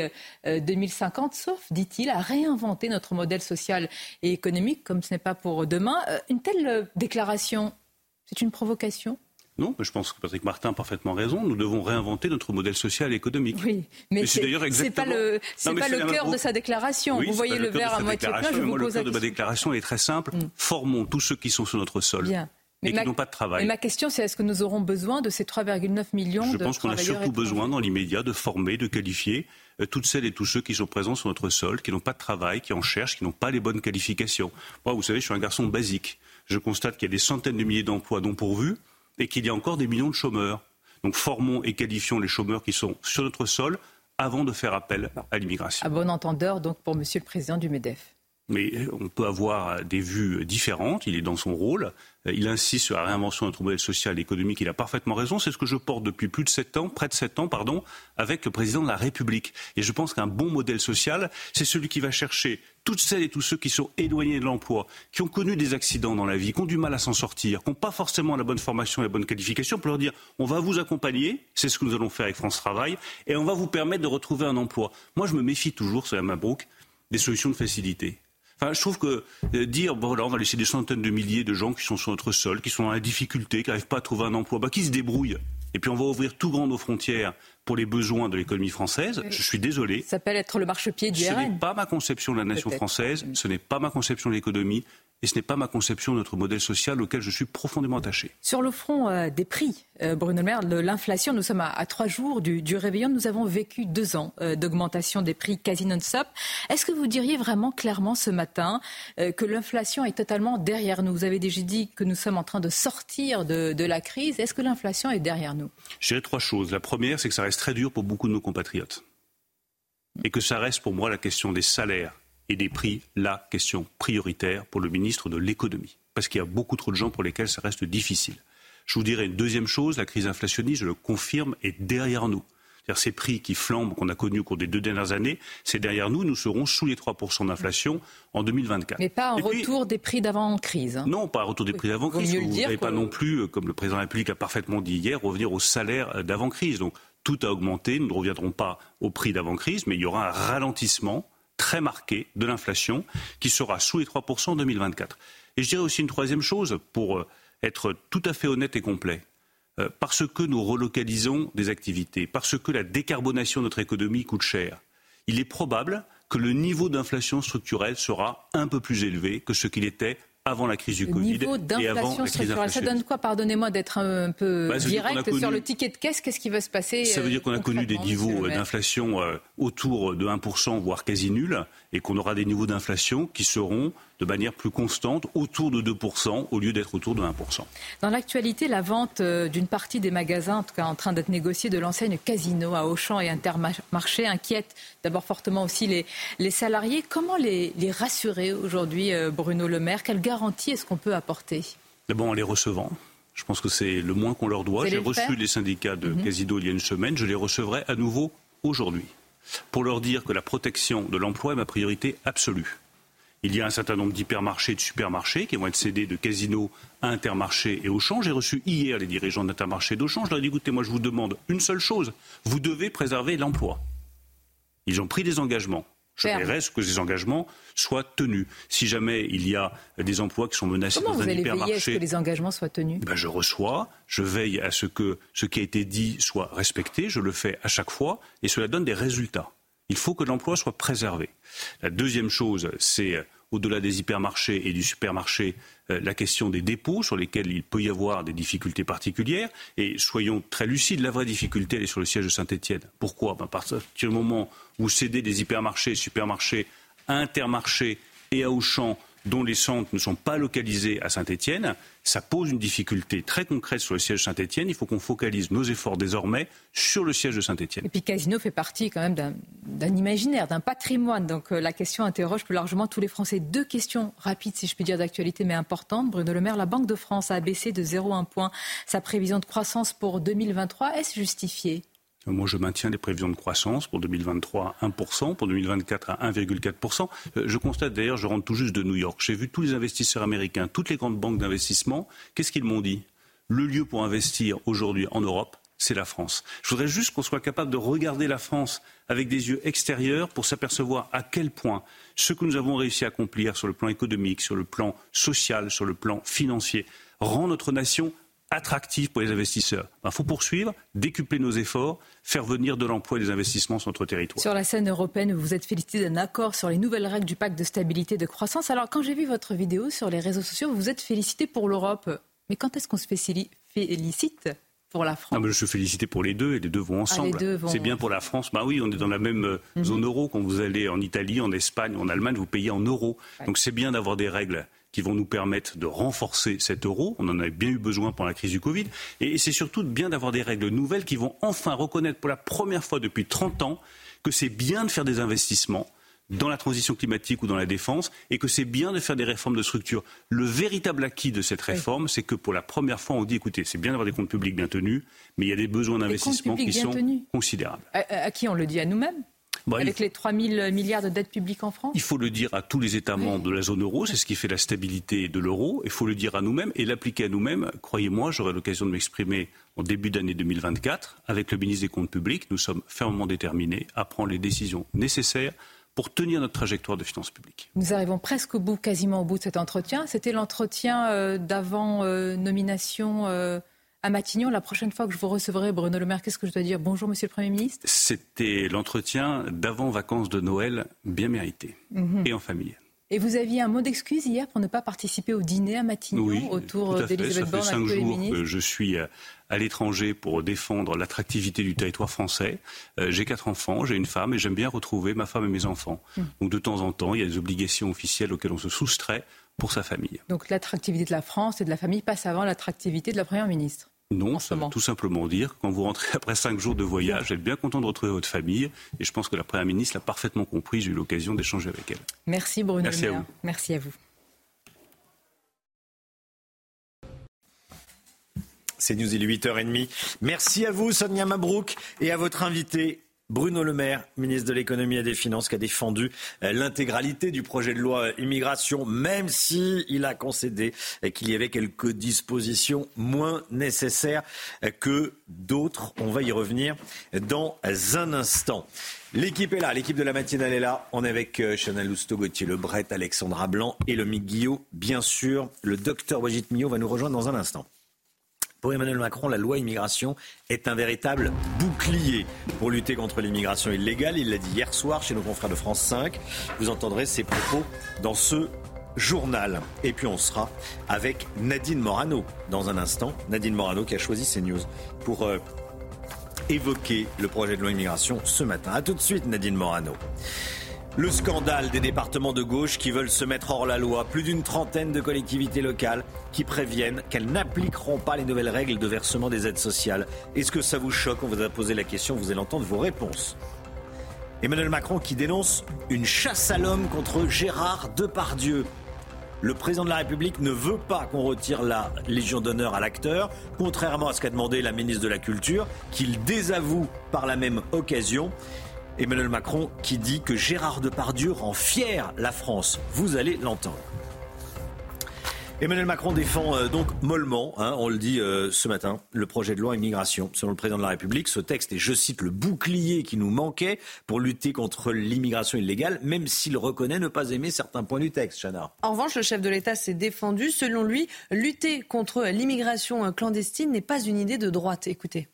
2050, sauf, dit-il, à réinventer notre modèle social et économique, comme ce n'est pas pour demain. Une telle déclaration, c'est une provocation ? Non, mais je pense que Patrick Martin a parfaitement raison. Nous devons réinventer notre modèle social et économique. Oui, mais c'est d'ailleurs exactement... pas le cœur de sa déclaration. Oui, vous voyez le verre à moitié plein, je vous pose la question. Le cœur de ma déclaration est très simple. Formons tous ceux qui sont sur notre sol. Bien. Et qui n'ont pas de travail. Mais ma question, c'est est-ce que nous aurons besoin de ces 3,9 millions de travailleurs étrangers ? Je pense qu'on a surtout besoin, dans l'immédiat, de former, de qualifier toutes celles et tous ceux qui sont présents sur notre sol, qui n'ont pas de travail, qui en cherchent, qui n'ont pas les bonnes qualifications. Moi, vous savez, je suis un garçon basique. Je constate qu'il y a des centaines de milliers d'emplois non pourvus et qu'il y a encore des millions de chômeurs. Donc formons et qualifions les chômeurs qui sont sur notre sol avant de faire appel à l'immigration. À bon entendeur, donc, pour Monsieur le Président du MEDEF. Mais on peut avoir des vues différentes, il est dans son rôle, il insiste sur la réinvention de notre modèle social et économique, il a parfaitement raison, c'est ce que je porte depuis près de 7 ans, avec le président de la République. Et je pense qu'un bon modèle social, c'est celui qui va chercher toutes celles et tous ceux qui sont éloignés de l'emploi, qui ont connu des accidents dans la vie, qui ont du mal à s'en sortir, qui n'ont pas forcément la bonne formation et la bonne qualification, pour leur dire on va vous accompagner, c'est ce que nous allons faire avec France Travail, et on va vous permettre de retrouver un emploi. Moi je me méfie toujours, Sonia Mabrouk, des solutions de facilité. Enfin, je trouve que dire, bon, voilà, on va laisser des centaines de milliers de gens qui sont sur notre sol, qui sont dans la difficulté, qui n'arrivent pas à trouver un emploi, qui se débrouillent. Et puis on va ouvrir tout grand nos frontières pour les besoins de l'économie française. Oui. Je suis désolé. Ça s'appelle être le marchepied du RN. Ce n'est pas ma conception de la nation française, ce n'est pas ma conception de l'économie. Et ce n'est pas ma conception de notre modèle social auquel je suis profondément attaché. Sur le front des prix, Bruno Le Maire, de l'inflation, nous sommes à 3 jours du réveillon. Nous avons vécu 2 ans d'augmentation des prix quasi non-stop. Est-ce que vous diriez vraiment clairement ce matin que l'inflation est totalement derrière nous ? Vous avez déjà dit que nous sommes en train de sortir de la crise. Est-ce que l'inflation est derrière nous ? Je dirais 3 choses. La première, c'est que ça reste très dur pour beaucoup de nos compatriotes. Et que ça reste pour moi la question des salaires et des prix, la question prioritaire pour le ministre de l'économie. Parce qu'il y a beaucoup trop de gens pour lesquels ça reste difficile. Je vous dirais une deuxième chose, la crise inflationniste, je le confirme, est derrière nous. C'est-à-dire ces prix qui flambent, qu'on a connus au cours des 2 dernières années, c'est derrière nous, nous serons sous les 3% d'inflation en 2024. Mais pas un retour des prix d'avant-crise. Hein. Non, pas un retour des prix d'avant-crise. Vous n'allez pas non plus, comme le président de la République a parfaitement dit hier, revenir au salaire d'avant-crise. Donc tout a augmenté, nous ne reviendrons pas au prix d'avant-crise, mais il y aura un ralentissement très marqué de l'inflation qui sera sous les 3% en 2024. Et je dirais aussi une troisième chose, pour être tout à fait honnête et complet. Parce que nous relocalisons des activités, parce que la décarbonation de notre économie coûte cher, il est probable que le niveau d'inflation structurelle sera un peu plus élevé que ce qu'il était avant la crise du Covid et avant la crise inflationniste. Ça donne quoi, pardonnez-moi d'être un peu direct sur le ticket de caisse, qu'est-ce qui va se passer? Ça veut dire qu'on a connu des niveaux d'inflation autour de 1%, voire quasi nuls, et qu'on aura des niveaux d'inflation qui seront de manière plus constante autour de 2% au lieu d'être autour de 1%. Dans l'actualité, la vente d'une partie des magasins, en tout cas en train d'être négociée, de l'enseigne Casino à Auchan et Intermarché inquiète d'abord fortement aussi les salariés. Comment les rassurer aujourd'hui, Bruno Le Maire? Quelle garantie est-ce qu'on peut apporter? D'abord en les recevant. Je pense que c'est le moins qu'on leur doit. J'ai reçu les syndicats de Casino il y a une semaine. Je les recevrai à nouveau aujourd'hui pour leur dire que la protection de l'emploi est ma priorité absolue. Il y a un certain nombre d'hypermarchés et de supermarchés qui vont être cédés de Casino à Intermarché et Auchan. J'ai reçu hier les dirigeants d'Intermarché et d'Auchan. Je leur ai dit, écoutez, moi je vous demande une seule chose. Vous devez préserver l'emploi. Ils ont pris des engagements. Je verrai ce que ces engagements soient tenus. Si jamais il y a des emplois qui sont menacés dans un hypermarché... Comment vous allez veiller à ce que les engagements soient tenus? Je reçois, je veille à ce que ce qui a été dit soit respecté. Je le fais à chaque fois et cela donne des résultats. Il faut que l'emploi soit préservé. La deuxième chose, c'est, au-delà des hypermarchés et du supermarché, la question des dépôts sur lesquels il peut y avoir des difficultés particulières. Et soyons très lucides, la vraie difficulté, elle est sur le siège de Saint-Étienne. Pourquoi? À partir du moment où céder des hypermarchés et supermarchés à Intermarché et à Auchan, dont les centres ne sont pas localisés à Saint-Étienne, ça pose une difficulté très concrète sur le siège de Saint-Étienne. Il faut qu'on focalise nos efforts désormais sur le siège de Saint-Étienne. Et puis Casino fait partie quand même d'un imaginaire, d'un patrimoine. Donc la question interroge plus largement tous les Français. 2 questions rapides, si je puis dire, d'actualité, mais importantes. Bruno Le Maire, la Banque de France a abaissé de 0,1 point sa prévision de croissance pour 2023. Est-ce justifié? Moi, je maintiens les prévisions de croissance pour 2023 à 1%, pour 2024 à 1,4%. Je constate d'ailleurs, je rentre tout juste de New York, j'ai vu tous les investisseurs américains, toutes les grandes banques d'investissement. Qu'est-ce qu'ils m'ont dit? Le lieu pour investir aujourd'hui en Europe, c'est la France. Je voudrais juste qu'on soit capable de regarder la France avec des yeux extérieurs pour s'apercevoir à quel point ce que nous avons réussi à accomplir sur le plan économique, sur le plan social, sur le plan financier, rend notre nation attractif pour les investisseurs. Il faut poursuivre, décupler nos efforts, faire venir de l'emploi et des investissements sur notre territoire. Sur la scène européenne, vous vous êtes félicité d'un accord sur les nouvelles règles du pacte de stabilité et de croissance. Alors, quand j'ai vu votre vidéo sur les réseaux sociaux, vous vous êtes félicité pour l'Europe. Mais quand est-ce qu'on se félicite pour la France? Non, mais je suis félicité pour les deux et les deux vont ensemble. C'est bien pour la France. Oui, on est dans la même zone euro. Quand vous allez en Italie, en Espagne, en Allemagne, vous payez en euros. Ouais. Donc c'est bien d'avoir des règles qui vont nous permettre de renforcer cet euro. On en avait bien eu besoin pendant la crise du Covid. Et c'est surtout bien d'avoir des règles nouvelles qui vont enfin reconnaître pour la première fois depuis 30 ans que c'est bien de faire des investissements dans la transition climatique ou dans la défense, et que c'est bien de faire des réformes de structure. Le véritable acquis de cette réforme, c'est que pour la première fois, on dit, écoutez, c'est bien d'avoir des comptes publics bien tenus, mais il y a des besoins d'investissement qui sont considérables. À qui on le dit? À nous-mêmes? Avec les 3 000 milliards de dettes publiques en France? Il faut le dire à tous les États membres de la zone euro, c'est ce qui fait la stabilité de l'euro. Il faut le dire à nous-mêmes et l'appliquer à nous-mêmes. Croyez-moi, j'aurai l'occasion de m'exprimer en début d'année 2024. Avec le ministre des Comptes publics, nous sommes fermement déterminés à prendre les décisions nécessaires pour tenir notre trajectoire de finances publiques. Nous arrivons presque au bout, quasiment au bout de cet entretien. C'était l'entretien d'avant nomination à Matignon. La prochaine fois que je vous recevrai, Bruno Le Maire, qu'est-ce que je dois dire? Bonjour, Monsieur le Premier ministre. C'était l'entretien d'avant vacances de Noël, bien mérité, et en famille. Et vous aviez un mot d'excuse hier pour ne pas participer au dîner à Matignon autour d'Elisabeth Borne avec tous les ministres? Ça fait 5 jours que je suis à l'étranger pour défendre l'attractivité du territoire français. J'ai 4 enfants, j'ai une femme et j'aime bien retrouver ma femme et mes enfants. Donc de temps en temps, il y a des obligations officielles auxquelles on se soustrait pour sa famille. Donc l'attractivité de la France et de la famille passe avant l'attractivité de la Première ministre? Non, ça veut tout simplement dire, quand vous rentrez après 5 jours de voyage, vous êtes bien content de retrouver votre famille. Et je pense que la Première ministre l'a parfaitement compris. J'ai eu l'occasion d'échanger avec elle. Merci Bruno Le Maire. Merci à vous. Merci à vous. C'est News, il est 8h30. Merci à vous, Sonia Mabrouk, et à votre invité, Bruno Le Maire, ministre de l'économie et des finances, qui a défendu l'intégralité du projet de loi immigration, même s'il a concédé qu'il y avait quelques dispositions moins nécessaires que d'autres. On va y revenir dans un instant. L'équipe est là, l'équipe de la matinale est là. On est avec Chanel Lousteau, Gauthier Lebret, Alexandra Blanc et Lomique Guillot. Bien sûr, le docteur Brigitte Millot va nous rejoindre dans un instant. Pour Emmanuel Macron, la loi immigration est un véritable bouclier pour lutter contre l'immigration illégale. Il l'a dit hier soir chez nos confrères de France 5. Vous entendrez ses propos dans ce journal. Et puis on sera avec Nadine Morano dans un instant. Nadine Morano qui a choisi CNews pour évoquer le projet de loi immigration ce matin. A tout de suite, Nadine Morano. Le scandale des départements de gauche qui veulent se mettre hors la loi. Plus d'une trentaine de collectivités locales qui préviennent qu'elles n'appliqueront pas les nouvelles règles de versement des aides sociales. Est-ce que ça vous choque ? On vous a posé la question, vous allez entendre vos réponses. Emmanuel Macron qui dénonce une chasse à l'homme contre Gérard Depardieu. Le président de la République ne veut pas qu'on retire la Légion d'honneur à l'acteur, contrairement à ce qu'a demandé la ministre de la Culture, qu'il désavoue par la même occasion. Emmanuel Macron qui dit que Gérard Depardieu rend fière la France. Vous allez l'entendre. Emmanuel Macron défend donc mollement, on le dit ce matin, le projet de loi immigration. Selon le président de la République, ce texte est, je cite, le bouclier qui nous manquait pour lutter contre l'immigration illégale, même s'il reconnaît ne pas aimer certains points du texte, Chana. En revanche, le chef de l'État s'est défendu. Selon lui, lutter contre l'immigration clandestine n'est pas une idée de droite. Écoutez.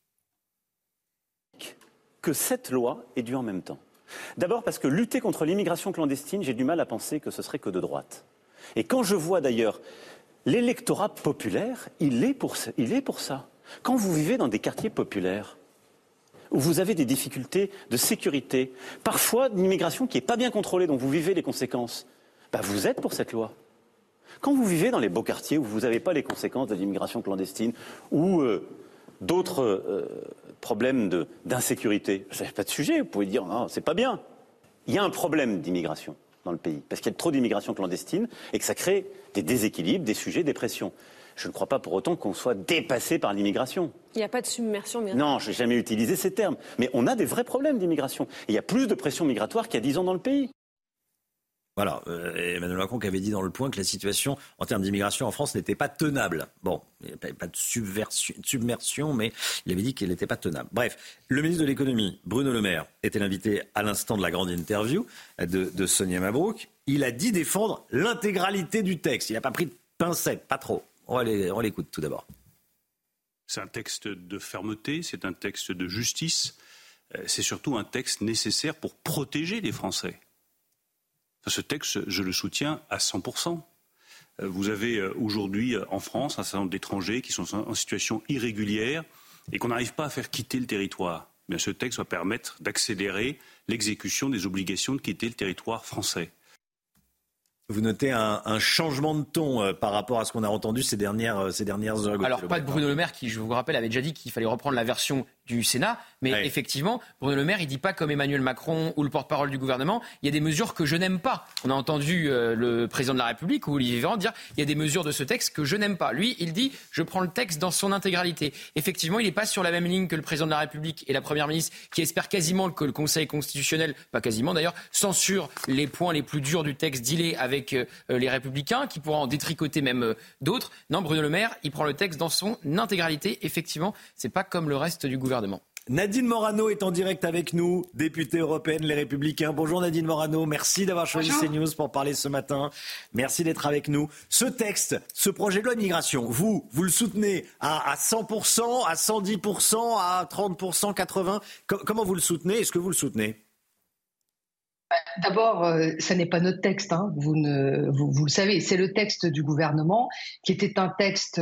Que cette loi est due en même temps. D'abord parce que lutter contre l'immigration clandestine, j'ai du mal à penser que ce serait que de droite. Et quand je vois d'ailleurs l'électorat populaire, il est pour ça. Quand vous vivez dans des quartiers populaires, où vous avez des difficultés de sécurité, parfois d'une immigration qui n'est pas bien contrôlée, dont vous vivez les conséquences, vous êtes pour cette loi. Quand vous vivez dans les beaux quartiers où vous n'avez pas les conséquences de l'immigration clandestine, ou d'autres problèmes d'insécurité, vous n'avez pas de sujet, vous pouvez dire non, c'est pas bien. Il y a un problème d'immigration dans le pays, parce qu'il y a trop d'immigration clandestine et que ça crée des déséquilibres, des sujets, des pressions. Je ne crois pas pour autant qu'on soit dépassé par l'immigration. Il n'y a pas de submersion migratoire. Non, je n'ai jamais utilisé ces termes. Mais on a des vrais problèmes d'immigration. Et il y a plus de pression migratoire qu'il y a 10 ans dans le pays. Voilà, Emmanuel Macron qui avait dit dans Le Point que la situation en termes d'immigration en France n'était pas tenable. Bon, il n'y avait pas de submersion, mais il avait dit qu'elle n'était pas tenable. Bref, le ministre de l'économie, Bruno Le Maire, était l'invité à l'instant de la grande interview de Sonia Mabrouk. Il a dit défendre l'intégralité du texte. Il n'a pas pris de pincettes, pas trop. On l'écoute tout d'abord. C'est un texte de fermeté, c'est un texte de justice. C'est surtout un texte nécessaire pour protéger les Français. Ce texte, je le soutiens à 100%. Vous avez aujourd'hui en France un certain nombre d'étrangers qui sont en situation irrégulière et qu'on n'arrive pas à faire quitter le territoire. Mais ce texte va permettre d'accélérer l'exécution des obligations de quitter le territoire français. Vous notez un changement de ton par rapport à ce qu'on a entendu ces dernières heures. Alors, pas de Bruno Le Maire qui, je vous rappelle, avait déjà dit qu'il fallait reprendre la version du Sénat. Mais effectivement, Bruno Le Maire, il ne dit pas comme Emmanuel Macron ou le porte-parole du gouvernement, il y a des mesures que je n'aime pas. On a entendu le président de la République ou Olivier Véran dire il y a des mesures de ce texte que je n'aime pas. Lui, il dit je prends le texte dans son intégralité. Effectivement, il n'est pas sur la même ligne que le président de la République et la Première ministre qui espèrent quasiment que le Conseil constitutionnel, pas quasiment d'ailleurs, censure les points les plus durs du texte dealé avec les Républicains qui pourront en détricoter même d'autres. Non, Bruno Le Maire, il prend le texte dans son intégralité. Effectivement, c'est pas comme le reste du gouvernement. Nadine Morano est en direct avec nous, députée européenne Les Républicains. Bonjour Nadine Morano, merci d'avoir choisi CNews pour parler ce matin. Merci d'être avec nous. Ce texte, ce projet de loi immigration, vous le soutenez à 100%, à 110%, à 30%, 80%. Comment vous le soutenez ? Est-ce que vous le soutenez ? D'abord, ça n'est pas notre texte, vous le savez, c'est le texte du gouvernement qui était un texte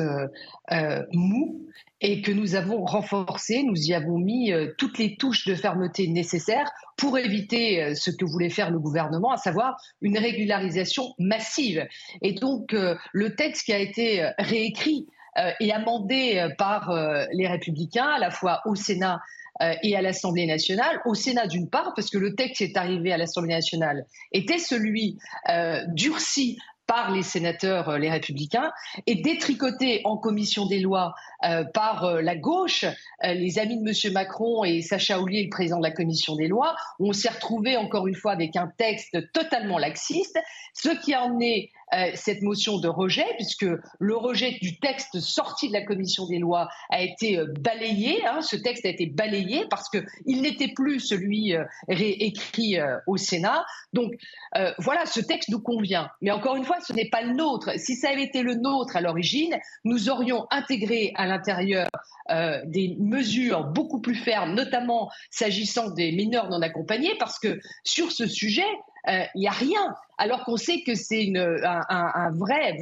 mou et que nous avons renforcé, nous y avons mis toutes les touches de fermeté nécessaires pour éviter ce que voulait faire le gouvernement, à savoir une régularisation massive. Et donc, le texte qui a été réécrit et amendé par les Républicains, à la fois au Sénat et à l'Assemblée nationale. Au Sénat d'une part, parce que le texte qui est arrivé à l'Assemblée nationale était celui durci par les sénateurs les Républicains et détricoté en commission des lois par la gauche, les amis de M. Macron et Sacha Houlié, le président de la commission des lois. On s'est retrouvé encore une fois avec un texte totalement laxiste, ce qui a emmené cette motion de rejet, puisque le rejet du texte sorti de la commission des lois a été balayé. Ce texte a été balayé parce qu'il n'était plus celui écrit au Sénat. Donc voilà, ce texte nous convient. Mais encore une fois, ce n'est pas le nôtre. Si ça avait été le nôtre à l'origine, nous aurions intégré à l'intérieur des mesures beaucoup plus fermes, notamment s'agissant des mineurs non accompagnés, parce que sur ce sujet, il n'y a rien, alors qu'on sait que c'est un vrai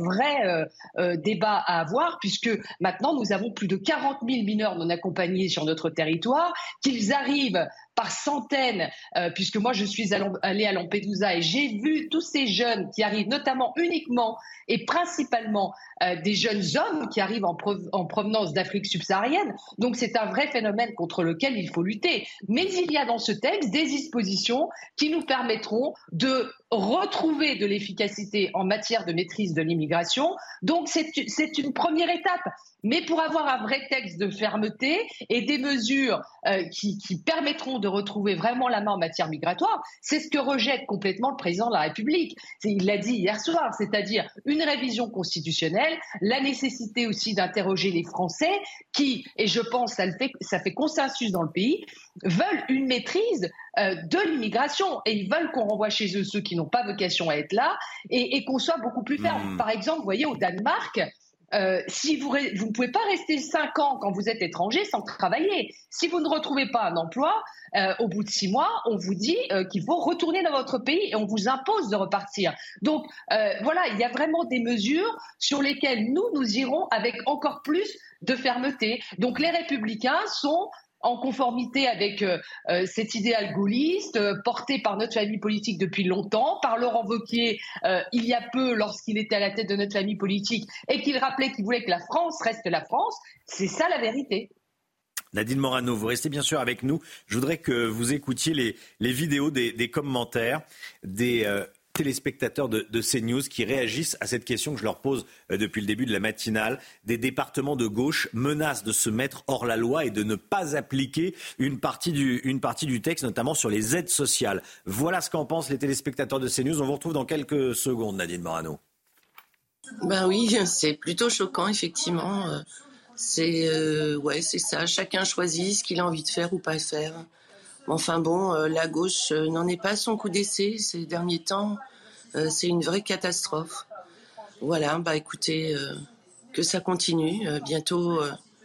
débat à avoir, puisque maintenant nous avons plus de 40 000 mineurs non accompagnés sur notre territoire, qu'ils arrivent par centaines, puisque moi je suis allée à Lampedusa et j'ai vu tous ces jeunes qui arrivent, notamment uniquement et principalement des jeunes hommes qui arrivent en provenance d'Afrique subsaharienne. Donc c'est un vrai phénomène contre lequel il faut lutter. Mais il y a dans ce texte des dispositions qui nous permettront de retrouver de l'efficacité en matière de maîtrise de l'immigration. Donc c'est une première étape. Mais pour avoir un vrai texte de fermeté et des mesures qui permettront de retrouver vraiment la main en matière migratoire, c'est ce que rejette complètement le président de la République. Il l'a dit hier soir, c'est-à-dire une révision constitutionnelle, la nécessité aussi d'interroger les Français qui, et je pense ça fait consensus dans le pays, veulent une maîtrise de l'immigration et ils veulent qu'on renvoie chez eux ceux qui n'ont pas vocation à être là et qu'on soit beaucoup plus ferme. Par exemple, vous voyez, au Danemark, si vous ne pouvez pas rester 5 ans quand vous êtes étranger sans travailler. Si vous ne retrouvez pas un emploi, au bout de 6 mois, on vous dit qu'il faut retourner dans votre pays et on vous impose de repartir. Donc voilà, il y a vraiment des mesures sur lesquelles nous irons avec encore plus de fermeté. Donc les Républicains sont en conformité avec cet idéal gaulliste porté par notre famille politique depuis longtemps, par Laurent Wauquiez il y a peu lorsqu'il était à la tête de notre famille politique et qu'il rappelait qu'il voulait que la France reste la France. C'est ça la vérité. Nadine Morano, vous restez bien sûr avec nous. Je voudrais que vous écoutiez les vidéos des commentaires des téléspectateurs de CNews qui réagissent à cette question que je leur pose depuis le début de la matinale. Des départements de gauche menacent de se mettre hors la loi et de ne pas appliquer une partie du texte, notamment sur les aides sociales. Voilà ce qu'en pensent les téléspectateurs de CNews. On vous retrouve dans quelques secondes, Nadine Morano. Ben oui, c'est plutôt choquant, effectivement. C'est ça. Chacun choisit ce qu'il a envie de faire ou pas faire. Enfin bon, la gauche n'en est pas à son coup d'essai ces derniers temps. C'est une vraie catastrophe. Voilà, écoutez, que ça continue. Bientôt,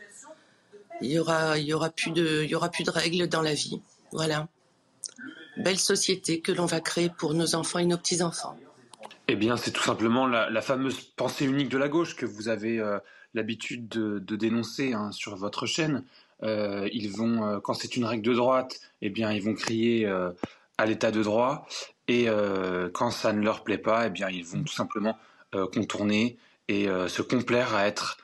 il y aura plus de règles dans la vie. Voilà. Belle société que l'on va créer pour nos enfants et nos petits-enfants. Eh bien, c'est tout simplement la fameuse pensée unique de la gauche que vous avez l'habitude de dénoncer sur votre chaîne. Ils vont, quand c'est une règle de droite, eh bien, ils vont crier à l'état de droit. Et quand ça ne leur plaît pas, eh bien, ils vont tout simplement contourner et se complaire à être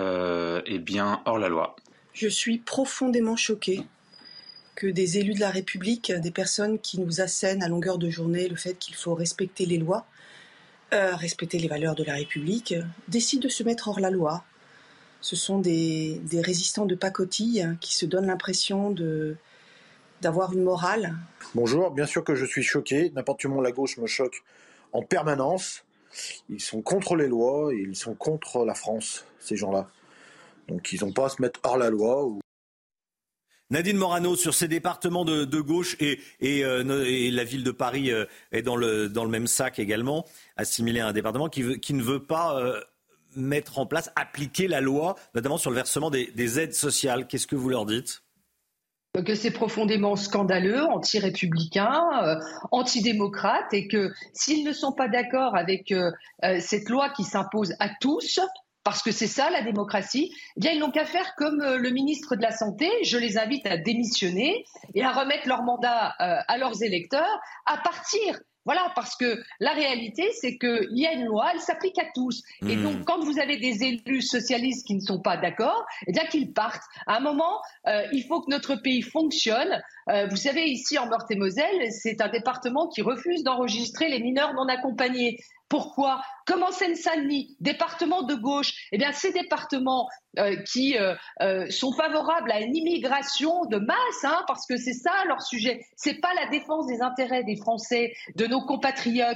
hors la loi. Je suis profondément choquée que des élus de la République, des personnes qui nous assènent à longueur de journée le fait qu'il faut respecter les lois, respecter les valeurs de la République, décident de se mettre hors la loi. Ce sont des résistants de pacotille qui se donnent l'impression d'avoir une morale. Bonjour, bien sûr que je suis choqué. N'importe comment la gauche me choque en permanence. Ils sont contre les lois et ils sont contre la France, ces gens-là. Donc ils n'ont pas à se mettre hors la loi. Nadine Morano, sur ces départements de gauche et la ville de Paris est dans le même sac également, assimilé à un département qui ne veut pas mettre en place, appliquer la loi, notamment sur le versement des aides sociales. Qu'est-ce que vous leur dites ? Que c'est profondément scandaleux, anti-républicain, antidémocrate, et que s'ils ne sont pas d'accord avec cette loi qui s'impose à tous, parce que c'est ça la démocratie, eh bien ils n'ont qu'à faire comme le ministre de la Santé. Je les invite à démissionner et à remettre leur mandat à leurs électeurs, à partir. Voilà, parce que la réalité, c'est qu'il y a une loi, elle s'applique à tous. Et donc, quand vous avez des élus socialistes qui ne sont pas d'accord, eh bien qu'ils partent. À un moment, il faut que notre pays fonctionne. Vous savez, ici, en Meurthe-et-Moselle, c'est un département qui refuse d'enregistrer les mineurs non accompagnés. Pourquoi ? Comme en Seine-Saint-Denis, département de gauche, eh bien ces départements qui sont favorables à une immigration de masse, parce que c'est ça leur sujet. C'est pas la défense des intérêts des Français, de nos compatriotes,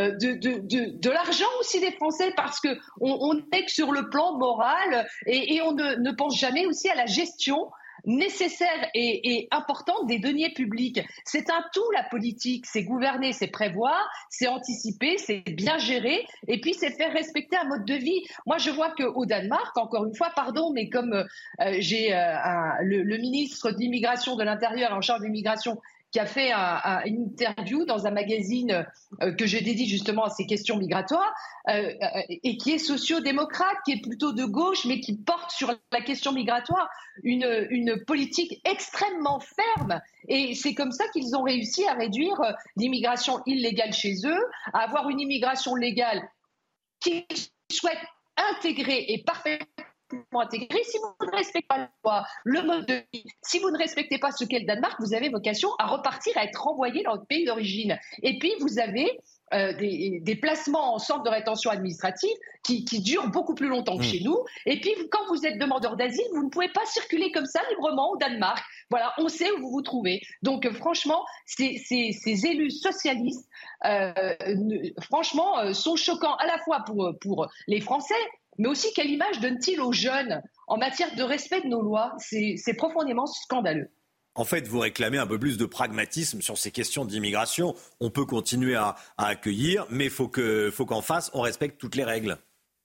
de l'argent aussi des Français, parce que on est que sur le plan moral et on ne pense jamais aussi à la gestion nécessaire et importante des deniers publics. C'est un tout, la politique. C'est gouverner, c'est prévoir, c'est anticiper, c'est bien gérer et puis c'est faire respecter un mode de vie. Moi, je vois qu'au Danemark, encore une fois, pardon, mais comme j'ai le ministre de l'immigration, de l'Intérieur en charge de l'immigration qui a fait une interview dans un magazine que je dédie justement à ces questions migratoires et qui est sociodémocrate, qui est plutôt de gauche, mais qui porte sur la question migratoire une politique extrêmement ferme. Et c'est comme ça qu'ils ont réussi à réduire l'immigration illégale chez eux, à avoir une immigration légale qui souhaite intégrer et parfaitement intégré. Si vous ne respectez pas la loi, le mode de vie, si vous ne respectez pas ce qu'est le Danemark, vous avez vocation à repartir, à être renvoyé dans votre pays d'origine. Et puis, vous avez des placements en centre de rétention administrative qui durent beaucoup plus longtemps que chez nous. Et puis, quand vous êtes demandeur d'asile, vous ne pouvez pas circuler comme ça librement au Danemark. Voilà, on sait où vous vous trouvez. Donc, franchement, ces élus socialistes, franchement, sont choquants à la fois pour les Français, mais aussi quelle image donne-t-il aux jeunes en matière de respect de nos lois ? C'est profondément scandaleux. En fait, vous réclamez un peu plus de pragmatisme sur ces questions d'immigration. On peut continuer à accueillir, mais il faut qu'en face, on respecte toutes les règles.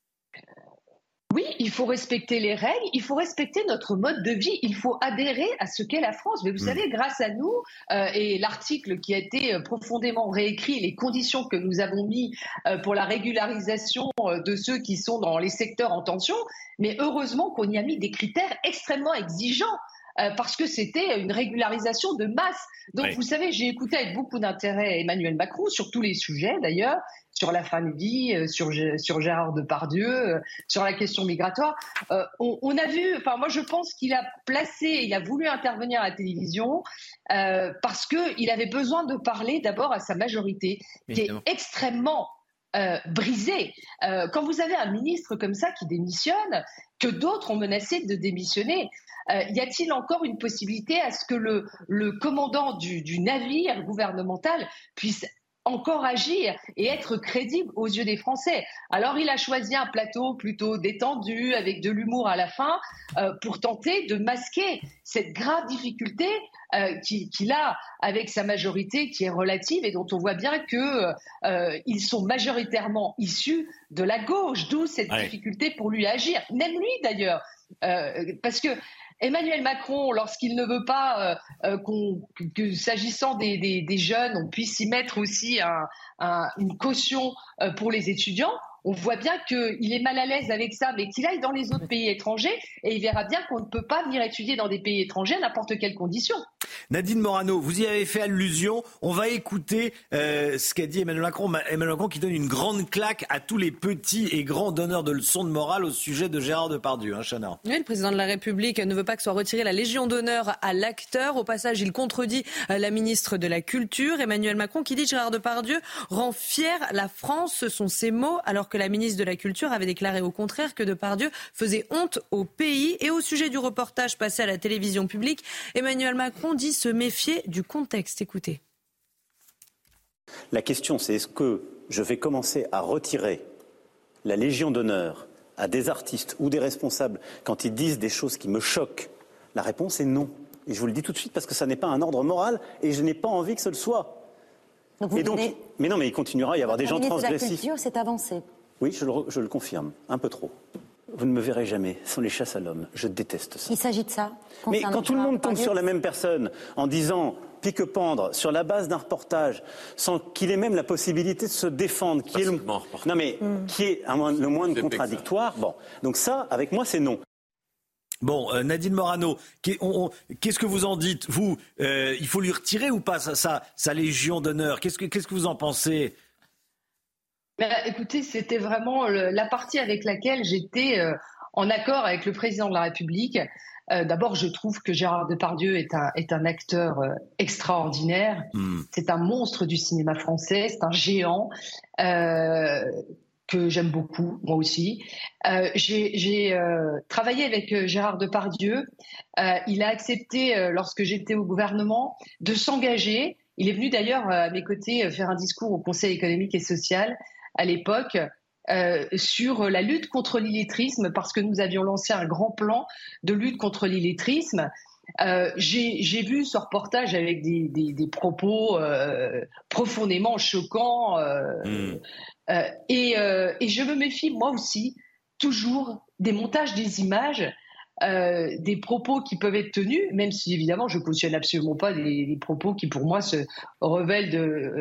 Oui, il faut respecter les règles, il faut respecter notre mode de vie, il faut adhérer à ce qu'est la France. Mais vous savez, grâce à nous et l'article qui a été profondément réécrit, les conditions que nous avons mis pour la régularisation de ceux qui sont dans les secteurs en tension, mais heureusement qu'on y a mis des critères extrêmement exigeants. Parce que c'était une régularisation de masse. Donc, vous savez, j'ai écouté avec beaucoup d'intérêt Emmanuel Macron sur tous les sujets, d'ailleurs, sur la fin de vie, sur Gérard Depardieu, sur la question migratoire. On a vu, moi, je pense qu'il a voulu intervenir à la télévision parce qu'il avait besoin de parler d'abord à sa majorité, qui est extrêmement brisée. Quand vous avez un ministre comme ça qui démissionne, que d'autres ont menacé de démissionner, y a-t-il encore une possibilité à ce que le commandant du navire gouvernemental puisse encore agir et être crédible aux yeux des Français? Alors il a choisi un plateau plutôt détendu, avec de l'humour à la fin, pour tenter de masquer cette grave difficulté qu'il a avec sa majorité qui est relative et dont on voit bien qu'ils sont majoritairement issus de la gauche, d'où cette difficulté pour lui agir. Même lui d'ailleurs, parce que Emmanuel Macron, lorsqu'il ne veut pas que s'agissant des jeunes, on puisse y mettre aussi une caution pour les étudiants, on voit bien qu'il est mal à l'aise avec ça, mais qu'il aille dans les autres pays étrangers et il verra bien qu'on ne peut pas venir étudier dans des pays étrangers à n'importe quelles conditions. Nadine Morano, vous y avez fait allusion. On va écouter ce qu'a dit Emmanuel Macron. Emmanuel Macron qui donne une grande claque à tous les petits et grands donneurs de leçons de morale au sujet de Gérard Depardieu. Chana. Oui, le président de la République ne veut pas que soit retirée la Légion d'honneur à l'acteur. Au passage, il contredit la ministre de la Culture, Emmanuel Macron, qui dit Gérard Depardieu rend fière la France. Ce sont ses mots, alors que la ministre de la Culture avait déclaré au contraire que Depardieu faisait honte au pays. Et au sujet du reportage passé à la télévision publique, Emmanuel Macron dit se méfier du contexte. Écoutez. La question, c'est est-ce que je vais commencer à retirer la Légion d'honneur à des artistes ou des responsables quand ils disent des choses qui me choquent? La réponse est non. Et je vous le dis tout de suite parce que ça n'est pas un ordre moral et je n'ai pas envie que ce le soit. Mais il continuera à y avoir des gens transgressifs. La ministre de la Culture s'est avancée. Oui, je le confirme, un peu trop. Vous ne me verrez jamais sans les chasses à l'homme. Je déteste ça. Il s'agit de ça. Mais quand tout le monde tombe sur la même personne en disant pique-pendre sur la base d'un reportage sans qu'il ait même la possibilité de se défendre, qui est le moins contradictoire, bon, donc ça, avec moi, c'est non. Bon, Nadine Morano, qu'est-ce que vous en dites, vous il faut lui retirer ou pas sa Légion d'honneur? Qu'est-ce que vous en pensez? Écoutez, c'était vraiment la partie avec laquelle j'étais en accord avec le président de la République. D'abord, je trouve que Gérard Depardieu est un acteur extraordinaire. C'est un monstre du cinéma français, c'est un géant que j'aime beaucoup, moi aussi. J'ai travaillé avec Gérard Depardieu. Il a accepté, lorsque j'étais au gouvernement, de s'engager. Il est venu d'ailleurs à mes côtés faire un discours au Conseil économique et social à l'époque sur la lutte contre l'illettrisme, parce que nous avions lancé un grand plan de lutte contre l'illettrisme. J'ai vu ce reportage avec des propos profondément choquants et je me méfie moi aussi toujours des montages des images, des propos qui peuvent être tenus, même si évidemment je ne cautionne absolument pas des propos qui pour moi relèvent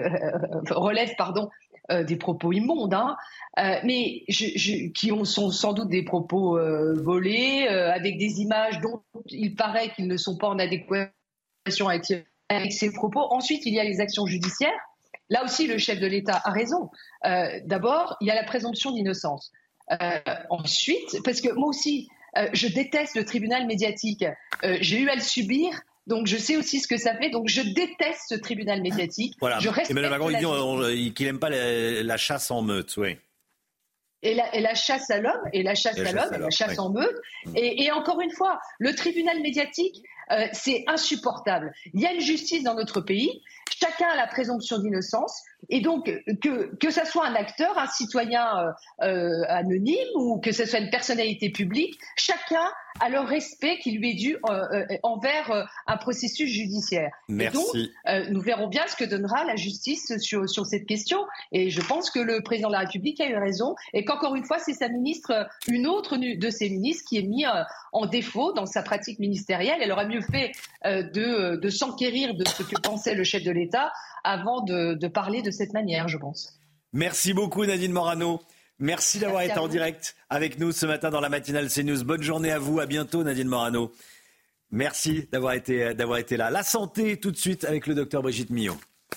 des propos immondes, mais qui sont sans doute des propos volés, avec des images dont il paraît qu'ils ne sont pas en adéquation avec ces propos. Ensuite, il y a les actions judiciaires. Là aussi, le chef de l'État a raison. D'abord, il y a la présomption d'innocence. Ensuite, parce que moi aussi, je déteste le tribunal médiatique. J'ai eu à le subir. Donc je sais aussi ce que ça fait. Donc je déteste ce tribunal médiatique. Voilà. Je respecte Emmanuel Macron dit qu'il n'aime pas la chasse en meute, oui. Et la chasse à l'homme, et la chasse en meute. Et encore une fois, le tribunal médiatique, c'est insupportable. Il y a une justice dans notre pays. Chacun a la présomption d'innocence. Et donc, que ça soit un acteur, un citoyen anonyme, ou que ce soit une personnalité publique, chacun a le respect qui lui est dû envers un processus judiciaire. Merci. Et donc, nous verrons bien ce que donnera la justice sur cette question. Et je pense que le président de la République a eu raison, et qu'encore une fois, c'est sa ministre, une autre de ses ministres, qui est mise en défaut dans sa pratique ministérielle. Elle aura mieux fait de s'enquérir de ce que pensait le chef de l'État avant de parler de cette manière, je pense. Merci beaucoup Nadine Morano. Merci d'avoir été en direct avec nous ce matin dans la matinale CNews. Bonne journée à vous, à bientôt Nadine Morano. Merci d'avoir été là. La santé tout de suite avec le docteur Brigitte Millot.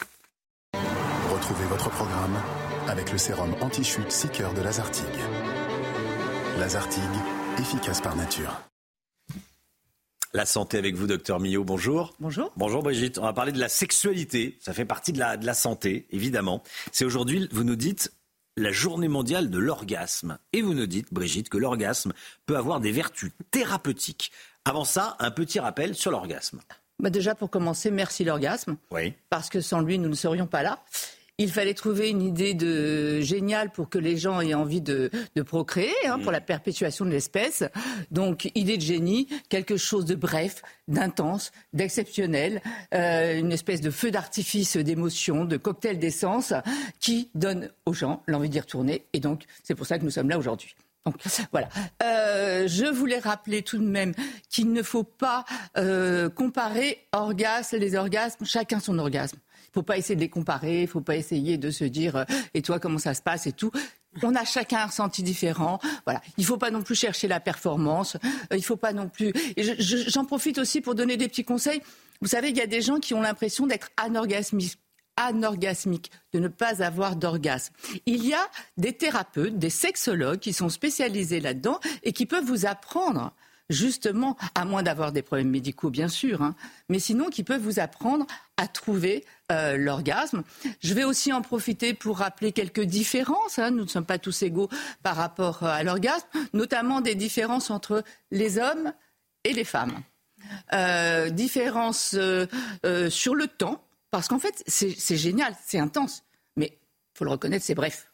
Retrouvez votre programme avec le sérum anti-chute Seeker de Lazartigue. Lazartigue, efficace par nature. La santé avec vous, docteur Millot. Bonjour. Bonjour. Bonjour Brigitte. On va parler de la sexualité. Ça fait partie de la santé, évidemment. C'est aujourd'hui, vous nous dites, la journée mondiale de l'orgasme. Et vous nous dites, Brigitte, que l'orgasme peut avoir des vertus thérapeutiques. Avant ça, un petit rappel sur l'orgasme. Déjà, pour commencer, merci l'orgasme. Oui. Parce que sans lui, nous ne serions pas là. Il fallait trouver une idée géniale pour que les gens aient envie de procréer, pour la perpétuation de l'espèce. Donc, idée de génie, quelque chose de bref, d'intense, d'exceptionnel, une espèce de feu d'artifice d'émotion, de cocktail d'essence qui donne aux gens l'envie d'y retourner. Et donc, c'est pour ça que nous sommes là aujourd'hui. Donc, voilà. Je voulais rappeler tout de même qu'il ne faut pas comparer les orgasmes, chacun son orgasme. Il ne faut pas essayer de les comparer, il ne faut pas essayer de se dire « et toi, comment ça se passe ?» et tout. On a chacun un ressenti différent. Voilà. Il ne faut pas non plus chercher la performance. Il ne faut pas non plus... Et j'en profite aussi pour donner des petits conseils. Vous savez, il y a des gens qui ont l'impression d'être anorgasmiques, de ne pas avoir d'orgasme. Il y a des thérapeutes, des sexologues qui sont spécialisés là-dedans et qui peuvent vous apprendre justement, à moins d'avoir des problèmes médicaux bien sûr, mais sinon qui peuvent vous apprendre à trouver l'orgasme. Je vais aussi en profiter pour rappeler quelques différences. Nous ne sommes pas tous égaux par rapport à l'orgasme, notamment des différences entre les hommes et les femmes. Différences sur le temps, parce qu'en fait, c'est génial, c'est intense, mais il faut le reconnaître, c'est bref.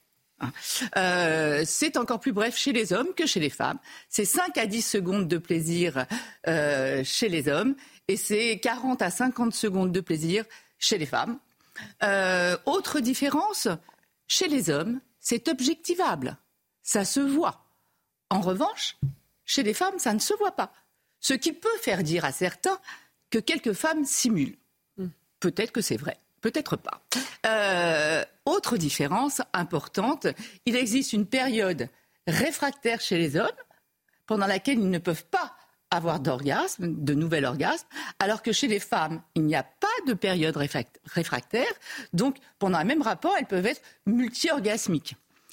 C'est encore plus bref chez les hommes que chez les femmes. C'est 5 à 10 secondes de plaisir chez les hommes et c'est 40 à 50 secondes de plaisir chez les femmes. Autre différence, chez les hommes, c'est objectivable. Ça se voit. En revanche, chez les femmes, ça ne se voit pas. Ce qui peut faire dire à certains que quelques femmes simulent. Peut-être que c'est vrai. Peut-être pas. Autre différence importante, il existe une période réfractaire chez les hommes pendant laquelle ils ne peuvent pas avoir d'orgasme, de nouvel orgasme, alors que chez les femmes, il n'y a pas de période réfractaire. Donc, pendant un même rapport, elles peuvent être multi-orgasmiques.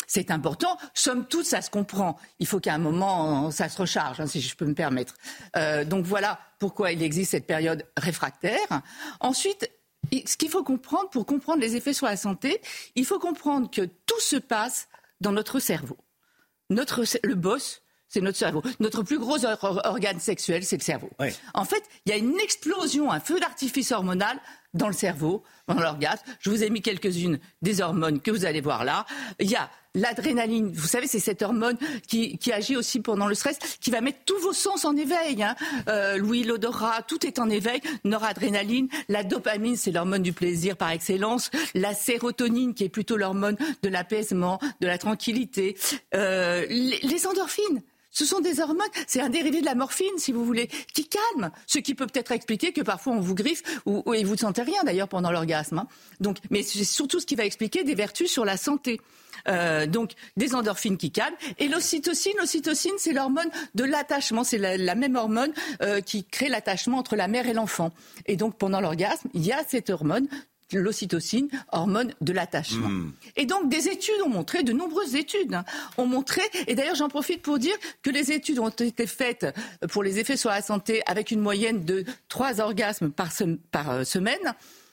c'est important. Somme toute, ça se comprend. Il faut qu'à un moment, ça se recharge, si je peux me permettre. Donc voilà pourquoi il existe cette période réfractaire. Ensuite, ce qu'il faut comprendre, pour comprendre les effets sur la santé, il faut comprendre que tout se passe dans notre cerveau. Le boss, c'est notre cerveau. Notre plus gros organe sexuel, c'est le cerveau. Oui. En fait, il y a une explosion, un feu d'artifice hormonal dans le cerveau, pendant l'orgasme. Je vous ai mis quelques-unes des hormones que vous allez voir là. Il y a l'adrénaline, vous savez, c'est cette hormone qui agit aussi pendant le stress, qui va mettre tous vos sens en éveil. L'ouïe, l'odorat, tout est en éveil. Noradrénaline, la dopamine, c'est l'hormone du plaisir par excellence. La sérotonine, qui est plutôt l'hormone de l'apaisement, de la tranquillité. Les endorphines. Ce sont des hormones, c'est un dérivé de la morphine, si vous voulez, qui calme. Ce qui peut peut-être expliquer que parfois on vous griffe et vous ne sentez rien d'ailleurs pendant l'orgasme. Donc, mais c'est surtout ce qui va expliquer des vertus sur la santé. Donc des endorphines qui calment. Et l'ocytocine, c'est l'hormone de l'attachement. C'est la même hormone qui crée l'attachement entre la mère et l'enfant. Et donc pendant l'orgasme, il y a cette hormone, l'ocytocine, hormone de l'attachement. Et donc des études ont montré, de nombreuses études ont montré, et d'ailleurs j'en profite pour dire que les études ont été faites pour les effets sur la santé avec une moyenne de 3 orgasmes par semaine.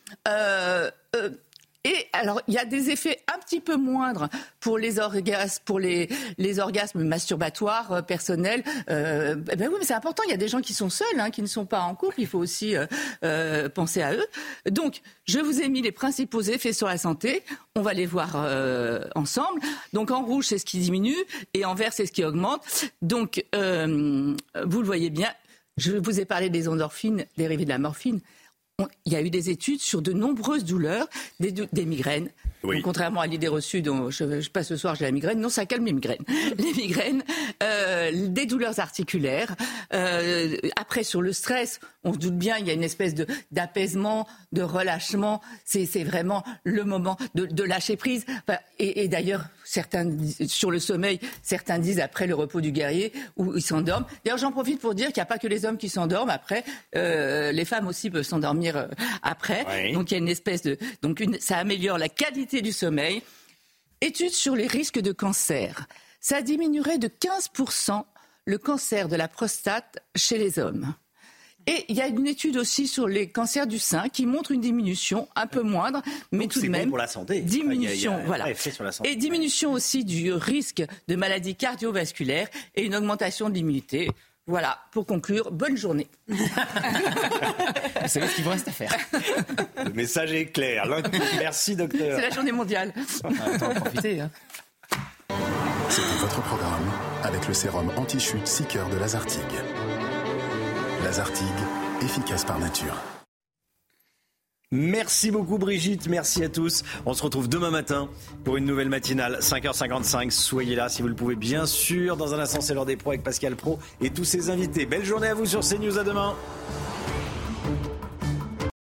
Et alors, il y a des effets un petit peu moindres pour les orgasmes masturbatoires personnels. Oui, mais c'est important. Il y a des gens qui sont seuls, qui ne sont pas en couple. Il faut aussi penser à eux. Donc, je vous ai mis les principaux effets sur la santé. On va les voir ensemble. Donc, en rouge, c'est ce qui diminue, et en vert, c'est ce qui augmente. Donc, vous le voyez bien. Je vous ai parlé des endorphines dérivées de la morphine. Il y a eu des études sur de nombreuses douleurs, des migraines. Oui. Donc, contrairement à l'idée reçue dont je passe ce soir, j'ai la migraine. Non, ça calme les migraines. Les migraines, des douleurs articulaires. Après, sur le stress, on se doute bien, il y a une espèce d'apaisement, de relâchement. C'est vraiment le moment de lâcher prise. Enfin, et d'ailleurs, sur le sommeil, certains disent après le repos du guerrier, où ils s'endorment. D'ailleurs, j'en profite pour dire qu'il n'y a pas que les hommes qui s'endorment après. Les femmes aussi peuvent s'endormir après. Oui. Donc, il y a une espèce ça améliore la qualité du sommeil. Étude sur les risques de cancer. Ça diminuerait de 15% le cancer de la prostate chez les hommes. Et il y a une étude aussi sur les cancers du sein qui montre une diminution un peu moindre, mais tout de même. C'est bon pour la santé. Diminution, voilà. Effet sur la santé. Et diminution aussi du risque de maladies cardiovasculaires et une augmentation de l'immunité. Voilà, pour conclure, bonne journée. Vous savez ce qu'il vous reste à faire. Le message est clair. Merci, docteur. C'est la journée mondiale. Autant en profiter. C'était votre programme avec le sérum anti-chute Seeker de Lazartigue. Lazartigue, efficace par nature. Merci beaucoup Brigitte, merci à tous. On se retrouve demain matin pour une nouvelle matinale, 5h55. Soyez là si vous le pouvez, bien sûr. Dans un instant, c'est l'heure des pros avec Pascal Praud et tous ses invités. Belle journée à vous sur CNews, à demain.